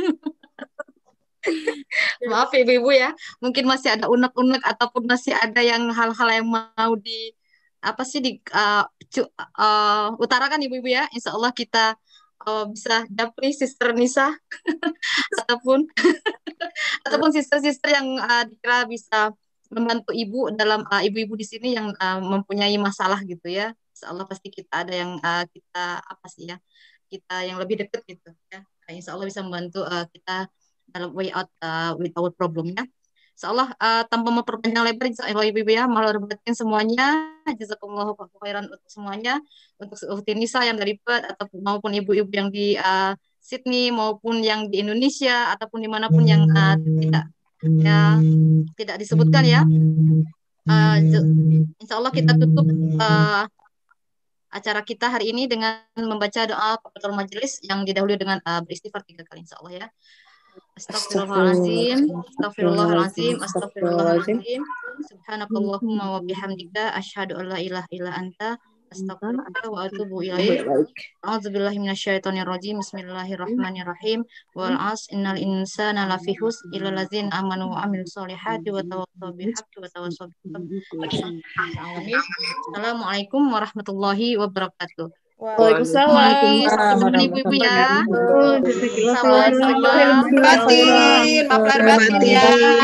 Maaf ibu-ibu ya, mungkin masih ada unek-unek ataupun masih ada yang hal-hal yang mau di apa sih di uh, cu, uh, utarakan ibu-ibu ya. Insya Allah kita uh, bisa japri Sister Nisa ataupun ataupun sister-sister yang uh, dikira bisa membantu ibu dalam uh, ibu-ibu di sini yang uh, mempunyai masalah gitu ya. Insya Allah pasti kita ada yang uh, kita apa sih ya, kita yang lebih dekat gitu ya. Insya Allah bisa membantu uh, kita dalam way out uh, with our problem ya. Insya Allah uh, tanpa memperpanjang lebar, insya Allah ibu-ibu ya, malah berbatin semuanya. Jazakumullahu khairan untuk semuanya, untuk Ukti Nisa yang dari Perth ataupun maupun ibu-ibu yang di uh, Sydney maupun yang di Indonesia ataupun dimanapun yang uh, tidak ya tidak disebutkan ya. Uh, insya Allah kita tutup uh, acara kita hari ini dengan membaca doa kafaratul majelis yang didahului dengan uh, beristighfar tiga kali insya Allah ya. Astagfirullahaladzim, astagfirullahaladzim, astagfirullahaladzim. Subhanakallahumma wa bihamdika asyhadu an la ilaha illa anta astaghfiruka wa atubu ilaik. A'udzubillahi minasyaitonir rajim. Bismillahirrahmanirrahim. Wal 'asr innal insana lafi khusr illa allazina amanu wa 'amilus solihati wa tawassaw bil haqqi wa tawassaw bis sabr. Assalamualaikum warahmatullahi wabarakatuh. Waalaikumsalam. Ibu-ibu ya. Salam sejahtera. Batin, maaf lahir batin ya.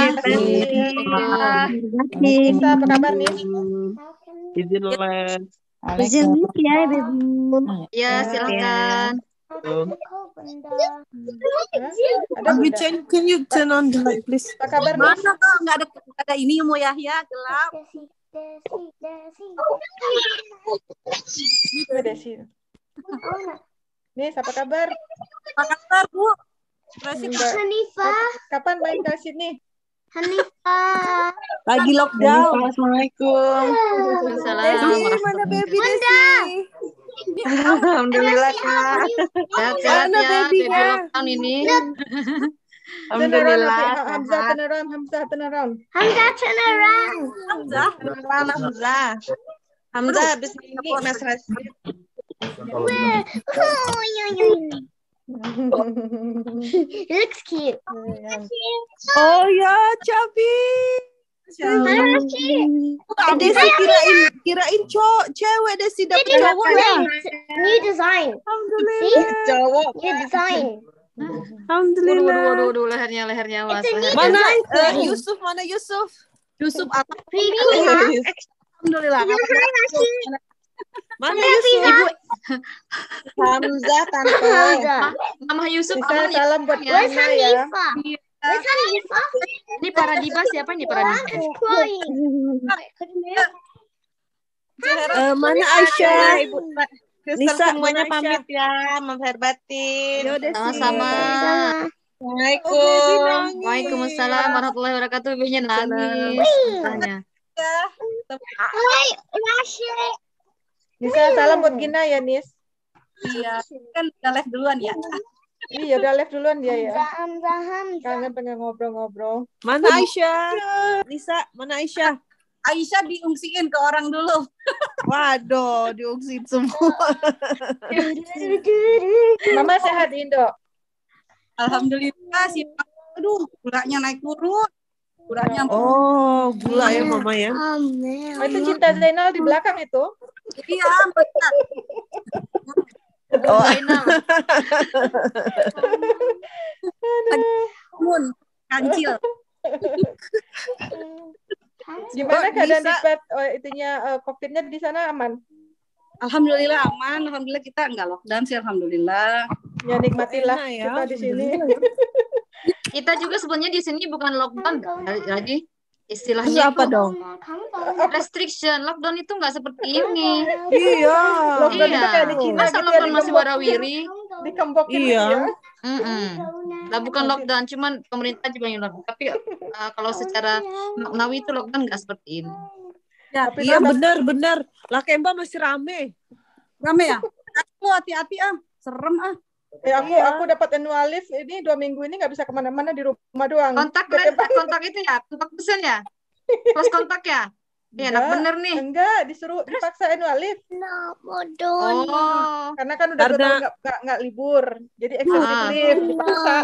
Nisa, apa kabar nih? Izin les. Izin ya, Ibu. Ya, silakan. Ada You bunda. turn, can you turn on the light, please? Apa kabar nih? Mana kok nggak ada nggak ada ini Mu Yahya gelap. Tuh, Desi. Nis, apa kabar? Apa kabar Bu? Enggak. Hanifah. Kapan main ke sini? Hanifah. Lagi lockdown. Assalamualaikum. Assalamualaikum. Mana baby Bunda. Desi? Alhamdulillah Kak. Sehat-sehat Mana ya, baby-nya? baby lockdown ini. Turn around, Alhamdulillah Hamzah, Hamzah, sehat. turn around, Hamzah, turn around. Hamzah, turn around. Hamzah. Kenalan Hamzah. Hamzah habis ini Mas Rasid. Where? Oh, yeah, yeah. He looks cute. Oh ya, Cabi. Mana cute? Desi kirain kirain cowok cewek Desi dapet cowok ya. New design. See? Cowok. New design. Waduh, Alhamdulillah. waduh, waduh, waduh, lehernya, lehernya, awas, It's a lehernya. Mana design eh, for me. Yusuf? Mana Yusuf? Yusuf apa? Preview. Alhamdulillah. Hi, Rashid. Mana Preview. Yusuf? Ibu, Hamzah tante. Hamzah. Mama Yusuf Bisa aman ya? salam buat Where's Gina ya. Hanifah? Where's Hanifah? Ini para diva siapa ini para diva? It's crying. Eh, mana Aisyah? Ibu Suster Nisa, semuanya mana Aisyah? pamit ya, Mahir batin. Yo Desi. Sama-sama. Assalamualaikum. Waalaikumsalam warahmatullahi wabarakatuh. Ibunya nangis. Tanya. Hi, Rashid. Bisa salam buat Gina ya, Nis. Iya, kan udah live duluan ya. Iya, udah live duluan dia ya. Hamzah, Hamzah, Hamzah. Kangen pengen ngobrol-ngobrol. Mana Aisyah? Nisa, mana Aisyah? Aisyah diungsiin ke orang dulu. Waduh, diungsiin semua. Mama sehat di Indo. Alhamdulillah sih. Aduh, gulanya naik turun. Gulanya Oh, gula ya mama ya. Amen. Oh, itu Cinta Zainal di belakang itu. iya, benar. Oh, Zainal. Mun, kancil. Gimana Kok keadaan bisa? di pet oh, itunya eh, COVID-nya di sana aman? Alhamdulillah aman. Alhamdulillah kita enggak lockdown sih. Alhamdulillah. Ya nikmatilah Enak ya, kita di sini. Kita juga sebenarnya di sini bukan lockdown lagi. Terus Istilahnya apa itu dong? restriction. Lockdown itu nggak seperti ini. Iya. Lockdown itu kayak di Cina Masa gitu ya, lockdown masih digembok- warawiri? Digembokin Iya. gitu ya. Mm-mm. Lah bukan lockdown, cuman pemerintah juga yang lockdown. Tapi uh, kalau secara maknawi itu lockdown nggak seperti ini. Ya, Tapi Iya tetap- benar benar. Lakemba masih rame. rame ya. Aku hati-hati ah. Serem ah. Eh, aku Iya. aku dapat annual leave ini dua minggu ini nggak bisa kemana-mana di rumah doang. Kontak Bete kan? banget. Kontak itu ya, kontak person ya. Close kontak ya. Iya, enak Enggak, bener nih. Enggak, disuruh dipaksa annual leave No, bodoh. Oh, karena kan udah dua Karena- tahun nggak nggak nggak libur. Jadi excessive Ah. leave dipaksa.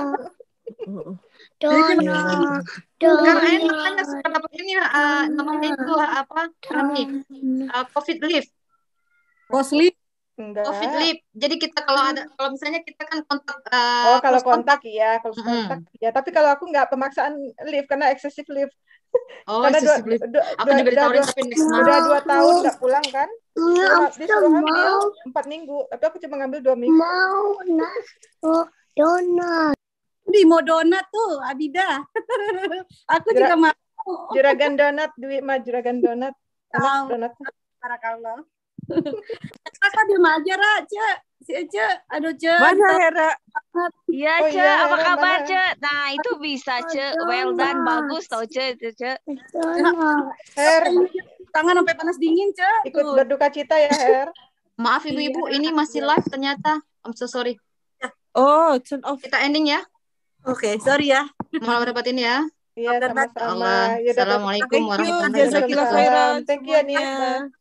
Dona, karena Dona. ini makanya suka dapat ini uh, namanya itu apa? Ini uh, COVID leave. Bosli. Enggak. COVID leave. Jadi kita kalau ada kalau misalnya kita kan kontak uh, Oh, kalau close kontak iya, kalau Mm-mm. kontak iya. Tapi kalau aku nggak pemaksaan leave karena excessive leave. Oh, karena dua, excessive leave. dua, Aku dua, juga udah, ditawarin dua, tapi next month. udah dua tahun nggak pulang kan? Disuruh, disuruh ambil mau, empat minggu, tapi aku cuma ngambil dua minggu. mau, nah, oh, Dona. Di mau donat tuh, Abida. Aku Jura- juga mau. Juragan donat, Dwi mah juragan donat. Enak Tahu. donat. Barakallah. Kakak dia aja, Ra, Cek. Si Ece, aduh, Cek. Mana Hera? Iya, Oh Ce. iya, Apa Hera, kabar, mana? Ce? Nah, itu bisa, Ce. Well done, bagus tau, Ce. itu, Ce. Dona. Her, Tangan sampai panas dingin, Cek. ikut Tuh. berduka cita ya, Her. Maaf ibu-ibu, ini masih live ternyata. I'm so sorry. Oh, turn off. Kita ending ya. Oke, sorry ya. Mau dapatin ya. Iya, Allah. sama-sama. Ya, dapat- Assalamualaikum Thank you, warahmatullahi jazakillah wabarakatuh. khairan Thank you, Nia. semuanya.